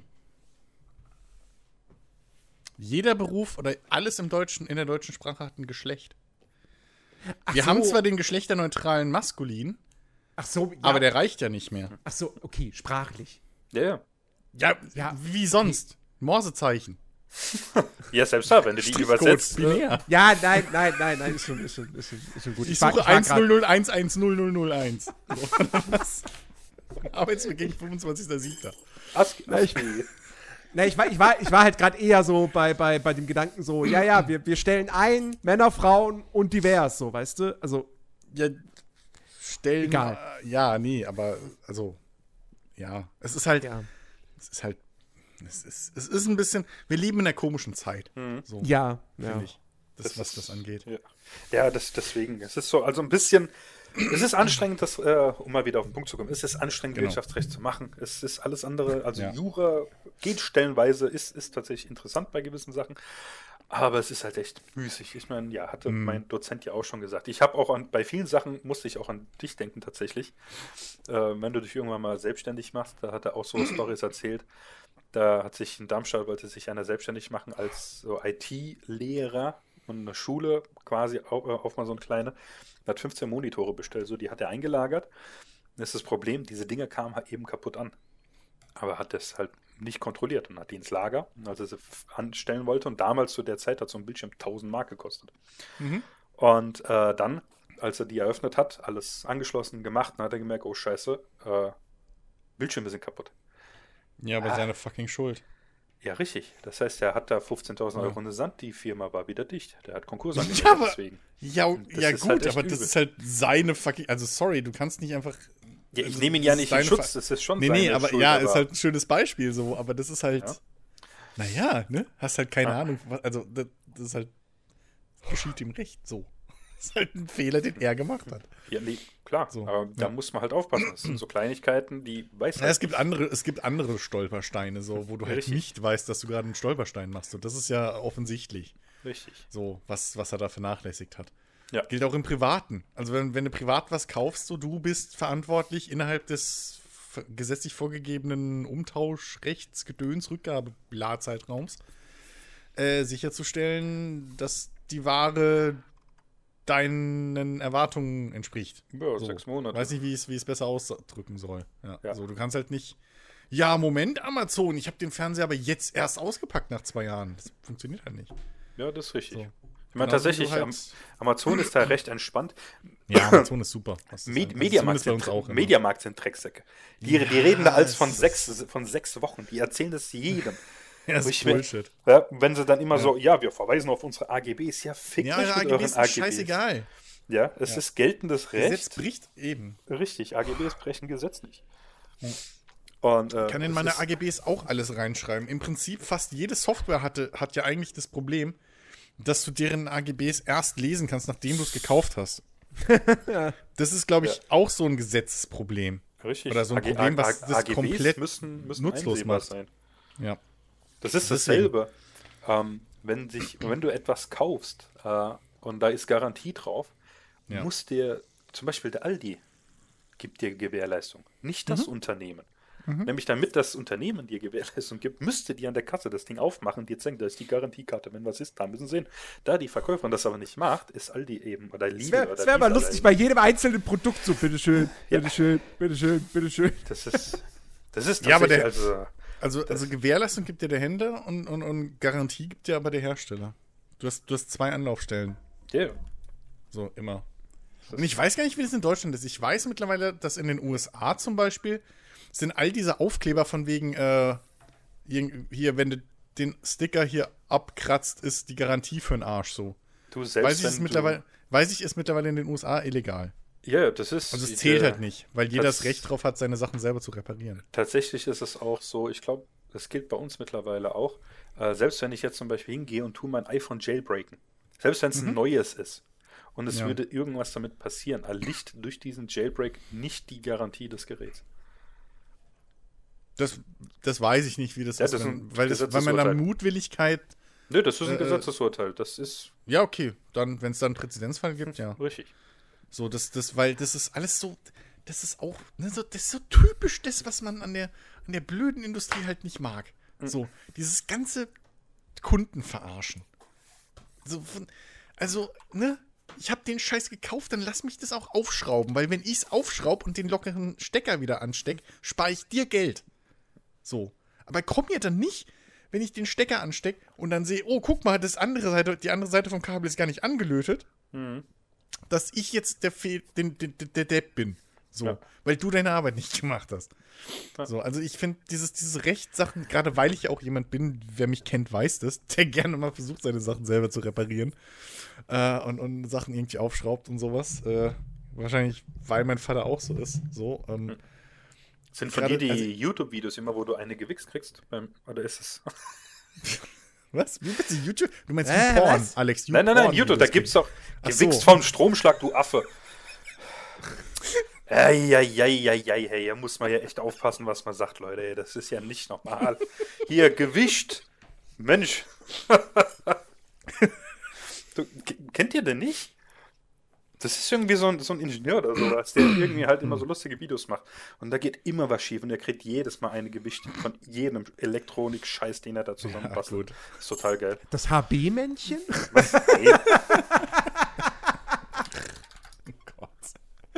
[SPEAKER 2] Jeder Beruf oder alles im Deutschen, in der deutschen Sprache hat ein Geschlecht.
[SPEAKER 1] Ach
[SPEAKER 2] Wir
[SPEAKER 1] so,
[SPEAKER 2] haben zwar den geschlechterneutralen Maskulin,
[SPEAKER 1] Ach so, ja,
[SPEAKER 2] aber der reicht ja nicht mehr.
[SPEAKER 1] Ach so, okay, sprachlich.
[SPEAKER 3] Ja, ja.
[SPEAKER 2] Ja,
[SPEAKER 1] Ja.
[SPEAKER 2] wie sonst? Morsezeichen.
[SPEAKER 3] Ja, selbst da, wenn du die übersetzt. Äh,
[SPEAKER 2] binär.
[SPEAKER 1] Ja, nein, nein, nein, nein, ist schon, ist schon, ist schon, ist schon gut.
[SPEAKER 2] Ich
[SPEAKER 1] war-
[SPEAKER 2] suche
[SPEAKER 1] war grad-
[SPEAKER 2] eins null null eins eins null null null eins. So, was? Arbeitsbeginn fünfundzwanzigster siebter
[SPEAKER 3] Aski,
[SPEAKER 1] Na, ich-
[SPEAKER 3] Aski.
[SPEAKER 1] Na, ich war, ich war, ich war halt gerade eher so bei, bei, bei dem Gedanken so, ja, ja, wir, wir stellen ein, Männer, Frauen und divers, so, weißt du? Also,
[SPEAKER 2] Ja, stellen.
[SPEAKER 1] Egal.
[SPEAKER 2] Äh, ja, nee, aber also ja, es ist halt,
[SPEAKER 1] ja.
[SPEAKER 2] es ist halt, es ist, es ist ein bisschen. Wir leben in einer komischen Zeit, so
[SPEAKER 1] Ja, ja.
[SPEAKER 2] finde ich, das,
[SPEAKER 3] Das
[SPEAKER 2] was
[SPEAKER 3] ist-
[SPEAKER 2] das angeht.
[SPEAKER 3] Ja, ja das, deswegen. Es ist so, also ein bisschen. Es ist anstrengend, das, äh, um mal wieder auf den Punkt zu kommen, es ist anstrengend,
[SPEAKER 2] Genau.
[SPEAKER 3] Wirtschaftsrecht zu machen. Es ist alles andere, also
[SPEAKER 2] Ja.
[SPEAKER 3] Jura geht stellenweise, ist, ist tatsächlich interessant bei gewissen Sachen, aber es ist halt echt müßig. Ich meine, ja, hatte mein Dozent ja auch schon gesagt. Ich habe auch an, bei vielen Sachen musste ich auch an dich denken tatsächlich. Äh, wenn du dich irgendwann mal selbstständig machst, da hat er auch so Storys erzählt. Da hat sich in Darmstadt, wollte sich einer selbstständig machen als so I T-Lehrer und eine Schule, quasi auf, auf mal so eine kleine, hat fünfzehn Monitore bestellt, so die hat er eingelagert. Das ist das Problem, diese Dinge kamen halt eben kaputt an. Aber hat das halt nicht kontrolliert und hat die ins Lager, als er sie f- anstellen wollte. Und damals zu der Zeit hat so ein Bildschirm tausend Mark gekostet.
[SPEAKER 2] Mhm.
[SPEAKER 3] Und äh, dann, als er die eröffnet hat, alles angeschlossen, gemacht, dann hat er gemerkt, oh scheiße, äh, Bildschirme sind kaputt.
[SPEAKER 2] Ja, aber
[SPEAKER 3] Ah.
[SPEAKER 2] seine fucking Schuld.
[SPEAKER 3] Ja, richtig. Das heißt, er hat da fünfzehntausend
[SPEAKER 2] Ja.
[SPEAKER 3] Euro in den Sand, die Firma war wieder dicht. Der hat Konkurs angemeldet
[SPEAKER 2] Ja, aber,
[SPEAKER 3] deswegen.
[SPEAKER 2] ja,
[SPEAKER 3] Das
[SPEAKER 2] ja
[SPEAKER 3] ist
[SPEAKER 2] gut,
[SPEAKER 3] halt echt
[SPEAKER 2] aber das
[SPEAKER 3] übel.
[SPEAKER 2] ist halt seine fucking, also sorry, du kannst nicht einfach.
[SPEAKER 3] Ja, ich
[SPEAKER 2] also,
[SPEAKER 3] nehme ihn ja
[SPEAKER 2] das
[SPEAKER 3] nicht
[SPEAKER 2] ist
[SPEAKER 3] in
[SPEAKER 2] deine
[SPEAKER 3] Schutz,
[SPEAKER 2] Ver-
[SPEAKER 3] das ist schon
[SPEAKER 2] Nee,
[SPEAKER 3] seine
[SPEAKER 2] nee, aber
[SPEAKER 3] Schuld,
[SPEAKER 2] ja,
[SPEAKER 3] aber
[SPEAKER 2] ist halt ein schönes Beispiel so, aber das ist halt,
[SPEAKER 3] Ja.
[SPEAKER 2] naja, ne, hast halt keine
[SPEAKER 3] Ja.
[SPEAKER 2] Ahnung, was- also das, das ist halt, geschieht ihm recht, so. Das ist halt ein Fehler, den er gemacht hat.
[SPEAKER 3] Ja, nee, klar.
[SPEAKER 2] So,
[SPEAKER 3] aber da
[SPEAKER 2] ja.
[SPEAKER 3] muss man halt aufpassen. Das sind so Kleinigkeiten, die weiß
[SPEAKER 2] Ja,
[SPEAKER 3] halt
[SPEAKER 2] es gibt andere, es gibt andere Stolpersteine, so, wo du halt
[SPEAKER 3] Richtig.
[SPEAKER 2] nicht weißt, dass du gerade einen Stolperstein machst. So, das ist ja offensichtlich,
[SPEAKER 3] richtig.
[SPEAKER 2] so, was, was er da vernachlässigt hat.
[SPEAKER 3] Ja.
[SPEAKER 2] Gilt auch im Privaten. Also wenn, wenn du privat was kaufst, so du bist verantwortlich innerhalb des f- gesetzlich vorgegebenen Umtauschrechts, Gedöns, Rückgabe, Zeitraums, äh, sicherzustellen, dass die Ware deinen Erwartungen entspricht.
[SPEAKER 3] Ja,
[SPEAKER 2] So.
[SPEAKER 3] sechs Monate.
[SPEAKER 2] Weiß nicht, wie ich es wie ich es besser ausdrücken soll. Ja.
[SPEAKER 3] Ja.
[SPEAKER 2] So, du kannst halt nicht. Ja, Moment, Amazon, ich habe den Fernseher aber jetzt erst ausgepackt nach zwei Jahren. Das funktioniert halt nicht.
[SPEAKER 3] Ja, das ist richtig.
[SPEAKER 2] So.
[SPEAKER 3] Ich meine,
[SPEAKER 2] Genauso wie
[SPEAKER 3] tatsächlich,
[SPEAKER 2] du halt-
[SPEAKER 3] Am- Amazon ist da recht entspannt.
[SPEAKER 2] Ja, Amazon ist super. Das ist
[SPEAKER 3] Med
[SPEAKER 2] halt-
[SPEAKER 3] Mediamarkt,
[SPEAKER 2] das ist bei uns
[SPEAKER 3] sind,
[SPEAKER 2] auch immer.
[SPEAKER 3] Mediamarkt sind Drecksäcke. Die,
[SPEAKER 2] Ja,
[SPEAKER 3] die reden da alles von
[SPEAKER 2] es
[SPEAKER 3] sechs, von sechs Wochen. Die erzählen das jedem.
[SPEAKER 2] Ja, das
[SPEAKER 3] Wo
[SPEAKER 2] ist
[SPEAKER 3] ich mir-
[SPEAKER 2] Bullshit.
[SPEAKER 3] Ja, wenn sie dann immer so, ja, wir verweisen auf unsere A G Bs. Ja, fick
[SPEAKER 2] Ja,
[SPEAKER 3] euch
[SPEAKER 2] ja,
[SPEAKER 3] mit
[SPEAKER 2] A G
[SPEAKER 3] euren
[SPEAKER 2] Bs
[SPEAKER 3] A
[SPEAKER 2] ist
[SPEAKER 3] G Bs.
[SPEAKER 2] scheißegal.
[SPEAKER 3] Ja, es
[SPEAKER 2] Ja.
[SPEAKER 3] ist geltendes
[SPEAKER 2] Gesetz
[SPEAKER 3] Recht.
[SPEAKER 2] bricht eben.
[SPEAKER 3] Richtig, A G Bs brechen Gesetz nicht. Und, äh,
[SPEAKER 2] Ich kann in
[SPEAKER 3] es
[SPEAKER 2] meine
[SPEAKER 3] ist-
[SPEAKER 2] A G Bs auch alles reinschreiben. Im Prinzip fast jede Software hatte, hat ja eigentlich das Problem, dass du deren A G Bs erst lesen kannst, nachdem du es gekauft hast. Das ist, glaube ich,
[SPEAKER 3] Ja.
[SPEAKER 2] auch so ein Gesetzesproblem.
[SPEAKER 3] Richtig.
[SPEAKER 2] Oder so ein
[SPEAKER 3] A G
[SPEAKER 2] Problem, was
[SPEAKER 3] A-
[SPEAKER 2] das
[SPEAKER 3] A G Bs
[SPEAKER 2] komplett
[SPEAKER 3] müssen, müssen
[SPEAKER 2] nutzlos
[SPEAKER 3] einsehbar
[SPEAKER 2] macht.
[SPEAKER 3] sein.
[SPEAKER 2] Ja.
[SPEAKER 3] Das ist
[SPEAKER 2] Deswegen.
[SPEAKER 3] dasselbe. Ähm, wenn, sich, wenn du etwas kaufst äh, und da ist Garantie drauf,
[SPEAKER 2] Ja.
[SPEAKER 3] muss dir, zum Beispiel der Aldi, gibt dir Gewährleistung, nicht das Unternehmen. Nämlich damit das Unternehmen dir Gewährleistung gibt, müsste die an der Kasse das Ding aufmachen, dir zeigen, da ist die Garantiekarte, wenn was ist, da müssen sie hin. Da die Verkäuferin das aber nicht macht, ist Aldi eben, oder Lidl
[SPEAKER 1] Es wäre
[SPEAKER 3] oder
[SPEAKER 1] wär mal
[SPEAKER 3] Lidl
[SPEAKER 1] lustig
[SPEAKER 3] oder-
[SPEAKER 1] bei jedem einzelnen Produkt so, bitteschön,
[SPEAKER 3] Ja.
[SPEAKER 1] bitteschön, bitteschön, bitteschön.
[SPEAKER 3] Das ist, das ist
[SPEAKER 2] Ja, aber
[SPEAKER 3] tatsächlich,
[SPEAKER 2] der-
[SPEAKER 3] also,
[SPEAKER 2] Also, also Gewährleistung gibt dir der Händler und, und, und Garantie gibt dir aber der Hersteller. Du hast, du hast zwei Anlaufstellen.
[SPEAKER 3] yeah.
[SPEAKER 2] So, immer. Und ich weiß gar nicht, wie das in Deutschland ist. Ich weiß mittlerweile, dass in den U S A zum Beispiel sind all diese Aufkleber von wegen, äh, hier, hier, wenn du den Sticker hier abkratzt, ist die Garantie für den Arsch so.
[SPEAKER 3] Du selbst,
[SPEAKER 2] Weiß ich, ist
[SPEAKER 3] wenn
[SPEAKER 2] mittlerweile, weiß ich, ist mittlerweile in den U S A illegal.
[SPEAKER 3] du, ja, das ist,
[SPEAKER 2] Also es zählt
[SPEAKER 3] äh,
[SPEAKER 2] halt nicht, weil jeder das
[SPEAKER 3] das-
[SPEAKER 2] Recht drauf hat, seine Sachen selber zu reparieren.
[SPEAKER 3] Tatsächlich ist es auch so, ich glaube, das gilt bei uns mittlerweile auch. Äh, selbst wenn ich jetzt zum Beispiel hingehe und tue mein iPhone jailbreaken, selbst wenn es ein neues ist und es
[SPEAKER 2] Ja.
[SPEAKER 3] würde irgendwas damit passieren, erlischt durch diesen Jailbreak nicht die Garantie des Geräts.
[SPEAKER 2] Das, das weiß ich nicht, wie das
[SPEAKER 3] Ja,
[SPEAKER 2] ist,
[SPEAKER 3] das ist
[SPEAKER 2] wenn,
[SPEAKER 3] ein
[SPEAKER 2] weil, das, weil man da
[SPEAKER 3] Gesetzesurteil.
[SPEAKER 2] Mutwilligkeit.
[SPEAKER 3] Nö, das ist ein
[SPEAKER 2] Äh,
[SPEAKER 3] Gesetzesurteil. Das ist
[SPEAKER 2] Ja, okay, dann, wenn es da einen Präzedenzfall gibt, ja.
[SPEAKER 3] richtig.
[SPEAKER 2] So, das, das, weil das ist alles so, das ist auch, ne, so, das ist so typisch das, was man an der, an der blöden Industrie halt nicht mag. So, dieses ganze Kunden verarschen. So, von, also, ne, ich habe den Scheiß gekauft, dann lass mich das auch aufschrauben, weil wenn ich es aufschraube und den lockeren Stecker wieder anstecke, spare ich dir Geld. So, aber komm mir dann nicht, wenn ich den Stecker anstecke und dann sehe, oh, guck mal, das andere Seite, die andere Seite vom Kabel ist gar nicht angelötet, dass ich jetzt der, Fe den, den, der Depp bin. So,
[SPEAKER 3] Ja.
[SPEAKER 2] weil du deine Arbeit nicht gemacht hast.
[SPEAKER 3] Ja.
[SPEAKER 2] So, also ich finde dieses, diese Rechtssachen, gerade weil ich ja auch jemand bin, wer mich kennt, weiß das, der gerne mal versucht, seine Sachen selber zu reparieren äh, und, und Sachen irgendwie aufschraubt und sowas. Äh, wahrscheinlich, weil mein Vater auch so ist. So, ähm,
[SPEAKER 3] Sind von
[SPEAKER 2] Gerade-
[SPEAKER 3] dir die
[SPEAKER 2] also-
[SPEAKER 3] YouTube-Videos immer, wo du eine gewichst kriegst? Beim, oder ist es.
[SPEAKER 2] was? Wie bitte YouTube? Du meinst
[SPEAKER 1] Äh,
[SPEAKER 2] YouPorn,
[SPEAKER 1] was?
[SPEAKER 2] Alex?
[SPEAKER 3] Nein, nein, nein,
[SPEAKER 2] YouPorn,
[SPEAKER 3] YouTube,
[SPEAKER 2] wie
[SPEAKER 3] da
[SPEAKER 2] das
[SPEAKER 3] gibt's
[SPEAKER 2] geht.
[SPEAKER 3] doch
[SPEAKER 2] Ach
[SPEAKER 3] gewichst
[SPEAKER 2] so.
[SPEAKER 3] vom Stromschlag, du Affe. Eieieiei, hey, hier muss man ja echt aufpassen, was man sagt, Leute. Ey, das ist ja nicht normal. Hier, gewischt. Mensch. du, k- kennt ihr den nicht? Das ist irgendwie so ein, so ein Ingenieur oder sowas, der irgendwie halt immer so lustige Videos macht. Und da geht immer was schief und der kriegt jedes Mal eine Gewicht von jedem Elektronik-Scheiß, den er da
[SPEAKER 2] Ja,
[SPEAKER 3] zusammenbastelt.
[SPEAKER 2] gut.
[SPEAKER 3] Ist total geil.
[SPEAKER 1] Das H B-Männchen?
[SPEAKER 3] Ey,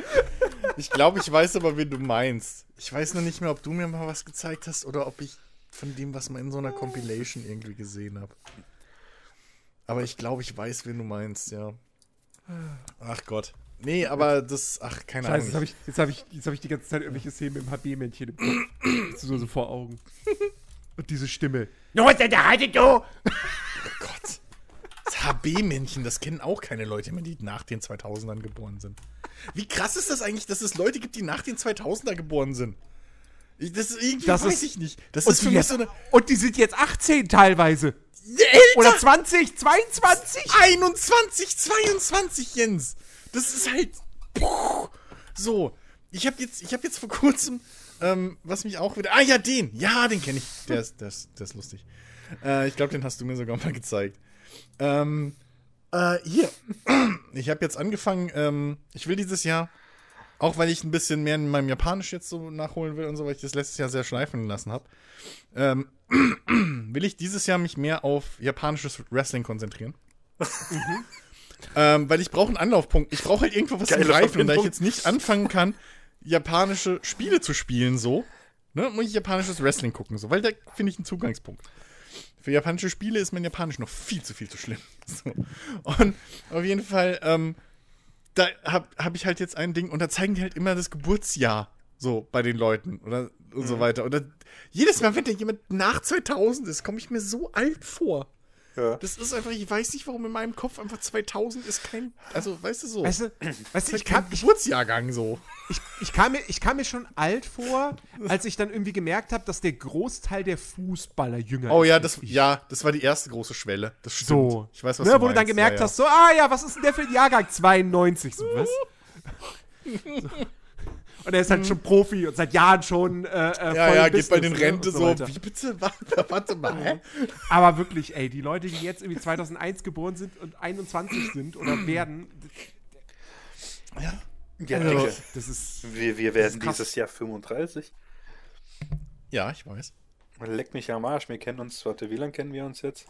[SPEAKER 2] Ich glaube, ich weiß aber, wen du meinst. Ich weiß nur nicht mehr, ob du mir mal was gezeigt hast oder ob ich von dem, was man in so einer Compilation irgendwie gesehen hat. Aber ich glaube, ich weiß, wen du meinst, ja. Ach Gott. Nee, aber das, ach, keine
[SPEAKER 1] Scheiße,
[SPEAKER 2] Ahnung.
[SPEAKER 1] jetzt habe ich, jetzt hab ich, jetzt hab ich die ganze Zeit irgendwelche Szenen mit dem H B-Männchen im Kopf. Das ist so, so vor Augen. Und diese Stimme.
[SPEAKER 2] No, der hatte du! Oh Gott. Das H B-Männchen, das kennen auch keine Leute mehr, die nach den zweitausendern geboren sind. Wie krass ist das eigentlich, dass es Leute gibt, die nach den zweitausender geboren sind? Ich, das ist irgendwie,
[SPEAKER 1] Das
[SPEAKER 2] weiß
[SPEAKER 1] ist-
[SPEAKER 2] ich nicht. Das
[SPEAKER 1] Und
[SPEAKER 2] ist
[SPEAKER 1] die,
[SPEAKER 2] für mich
[SPEAKER 1] jetzt,
[SPEAKER 2] so eine...
[SPEAKER 1] und die sind jetzt achtzehn teilweise.
[SPEAKER 2] Älter!
[SPEAKER 1] Oder zwanzig, zweiundzwanzig.
[SPEAKER 2] einundzwanzig, zweiundzwanzig, Jens. Das ist halt... Puh. So, ich habe jetzt, ich hab jetzt vor kurzem, ähm, was mich auch wieder... Ah ja, den. Ja, den kenne ich. Der ist, der, ist, der ist lustig. Äh, ich glaube, den hast du mir sogar mal gezeigt. Ähm, äh, hier. Ich habe jetzt angefangen, ähm, ich will dieses Jahr, auch weil ich ein bisschen mehr in meinem Japanisch jetzt so nachholen will und so, weil ich das letztes Jahr sehr schleifen lassen habe, ähm, will ich dieses Jahr mich mehr auf japanisches Wrestling konzentrieren. Mhm. ähm, weil ich brauche einen Anlaufpunkt. Ich brauche halt irgendwo was
[SPEAKER 3] Geile
[SPEAKER 2] zum Greifen. Und da ich
[SPEAKER 3] Verbindung.
[SPEAKER 2] jetzt nicht anfangen kann, japanische Spiele zu spielen, so, ne, muss ich japanisches Wrestling gucken, so, weil da finde ich einen Zugangspunkt. Für japanische Spiele ist mein Japanisch noch viel zu viel zu schlimm. So. Und auf jeden Fall, ähm, da habe hab ich halt jetzt ein Ding und da zeigen die halt immer das Geburtsjahr so bei den Leuten oder und
[SPEAKER 3] Mhm.
[SPEAKER 2] so weiter. Und da, jedes Mal, wenn da jemand nach zweitausend ist, komme ich mir so alt vor.
[SPEAKER 3] Ja.
[SPEAKER 2] Das ist einfach, ich weiß nicht, warum in meinem Kopf einfach zweitausend ist kein, also weißt du so,
[SPEAKER 1] Weißt du, weißt du
[SPEAKER 2] ist
[SPEAKER 1] ich,
[SPEAKER 2] halt
[SPEAKER 1] kam,
[SPEAKER 2] kein
[SPEAKER 1] ich,
[SPEAKER 2] Geburtsjahrgang so.
[SPEAKER 1] ich, ich, kam mir, ich kam mir schon alt vor, als ich dann irgendwie gemerkt habe, dass der Großteil der Fußballer jünger
[SPEAKER 2] Oh
[SPEAKER 1] ist
[SPEAKER 2] ja,
[SPEAKER 1] als
[SPEAKER 2] das,
[SPEAKER 1] ich.
[SPEAKER 2] ja, das war die erste große Schwelle. Das stimmt.
[SPEAKER 1] So.
[SPEAKER 2] Ich weiß, was
[SPEAKER 1] ne,
[SPEAKER 2] du
[SPEAKER 1] wo du dann
[SPEAKER 2] meinst.
[SPEAKER 1] gemerkt
[SPEAKER 2] ja,
[SPEAKER 1] hast, so, ah ja, was ist denn der für ein Jahrgang? zweiundneunzig, so was? So. Und er ist halt schon Profi und seit Jahren schon äh, äh,
[SPEAKER 2] Ja, ja,
[SPEAKER 1] voll im
[SPEAKER 2] ja geht
[SPEAKER 1] Business,
[SPEAKER 2] bei den
[SPEAKER 1] ne,
[SPEAKER 2] Rente
[SPEAKER 1] und
[SPEAKER 2] so,
[SPEAKER 1] weiter.
[SPEAKER 2] wie bitte? Warte, warte mal, hä?
[SPEAKER 1] Aber wirklich, ey, die Leute, die jetzt irgendwie zweitausendeins geboren sind und einundzwanzig sind oder werden,
[SPEAKER 2] Ja.
[SPEAKER 3] Ja,
[SPEAKER 1] also,
[SPEAKER 3] Ecke.
[SPEAKER 1] das ist,
[SPEAKER 3] Wir, wir werden
[SPEAKER 1] ist krass.
[SPEAKER 3] dieses Jahr fünfunddreißig.
[SPEAKER 2] Ja, ich weiß.
[SPEAKER 3] Leck mich am Arsch, wir kennen uns, warte, wie lange kennen wir uns jetzt?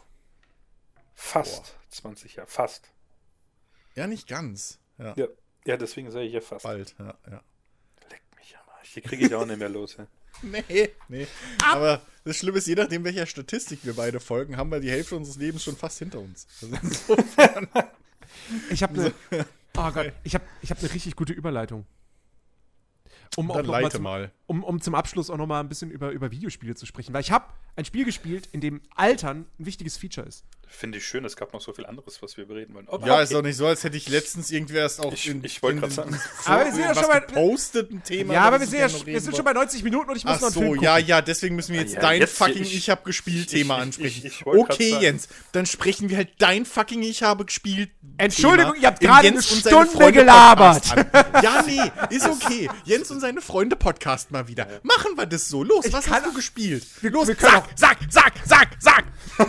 [SPEAKER 3] Fast zwanzig Jahre, fast.
[SPEAKER 2] Ja, nicht ganz. Ja,
[SPEAKER 3] Ja, ja deswegen sage ich ja fast.
[SPEAKER 2] bald. Ja, ja.
[SPEAKER 3] Leck mich am Arsch, die kriege ich auch nicht mehr los. Ja.
[SPEAKER 2] Nee, nee. Aber das Schlimme ist, je nachdem, welcher Statistik wir beide folgen, haben wir die Hälfte unseres Lebens schon fast hinter uns. Also insofern-
[SPEAKER 1] ich habe eine, oh Gott, ich habe ich hab eine richtig gute Überleitung. Um, auch
[SPEAKER 2] Dann
[SPEAKER 1] noch mal
[SPEAKER 2] leite
[SPEAKER 1] zum,
[SPEAKER 2] mal.
[SPEAKER 1] um, um zum Abschluss auch noch mal ein bisschen über, über Videospiele zu sprechen, weil ich habe ein Spiel gespielt, in dem Altern ein wichtiges Feature ist.
[SPEAKER 3] Finde ich schön, es gab noch so viel anderes, was wir bereden wollen. Aber
[SPEAKER 2] Ja,
[SPEAKER 3] okay.
[SPEAKER 2] ist doch nicht so, als hätte ich letztens irgendwie erst auch
[SPEAKER 3] Ich-
[SPEAKER 2] in,
[SPEAKER 3] ich wollte
[SPEAKER 2] in
[SPEAKER 3] grad
[SPEAKER 2] den-
[SPEAKER 3] sagen.
[SPEAKER 1] Aber wir sind ja
[SPEAKER 2] was
[SPEAKER 1] schon bei-
[SPEAKER 2] geposteten Thema.
[SPEAKER 1] ja, aber
[SPEAKER 2] über
[SPEAKER 1] wir
[SPEAKER 2] das
[SPEAKER 1] sind, ja,
[SPEAKER 2] ich gerne
[SPEAKER 1] wir
[SPEAKER 2] reden
[SPEAKER 1] sind
[SPEAKER 2] wollte.
[SPEAKER 1] schon bei neunzig Minuten und ich muss
[SPEAKER 2] Ach
[SPEAKER 1] noch einen
[SPEAKER 2] so,
[SPEAKER 1] Film gucken.
[SPEAKER 2] ja, ja, deswegen müssen wir jetzt
[SPEAKER 3] Ja,
[SPEAKER 2] dein
[SPEAKER 3] jetzt-
[SPEAKER 2] fucking
[SPEAKER 3] ich-
[SPEAKER 2] Ich hab gespielt Thema
[SPEAKER 3] ich- ich-
[SPEAKER 2] ansprechen.
[SPEAKER 3] ich- ich wollte grad
[SPEAKER 2] Okay,
[SPEAKER 3] sagen.
[SPEAKER 2] Jens, dann sprechen wir halt dein fucking Ich habe gespielt.
[SPEAKER 1] Entschuldigung,
[SPEAKER 2] Thema
[SPEAKER 1] ihr habt
[SPEAKER 2] im
[SPEAKER 1] gerade
[SPEAKER 2] Jens
[SPEAKER 1] eine
[SPEAKER 2] und seine
[SPEAKER 1] Stunde
[SPEAKER 2] Freunde
[SPEAKER 1] gelabert.
[SPEAKER 2] Podcast an. Ja, nee, ist okay. Jens und seine Freunde Podcast mal wieder. Machen wir das so. Los,
[SPEAKER 1] Ich
[SPEAKER 2] was
[SPEAKER 1] kann
[SPEAKER 2] hast du
[SPEAKER 1] auch-
[SPEAKER 2] gespielt?
[SPEAKER 1] Wir-
[SPEAKER 2] Los,
[SPEAKER 1] wir können
[SPEAKER 2] sag,
[SPEAKER 1] auch-
[SPEAKER 2] sag, sag, sag, sag.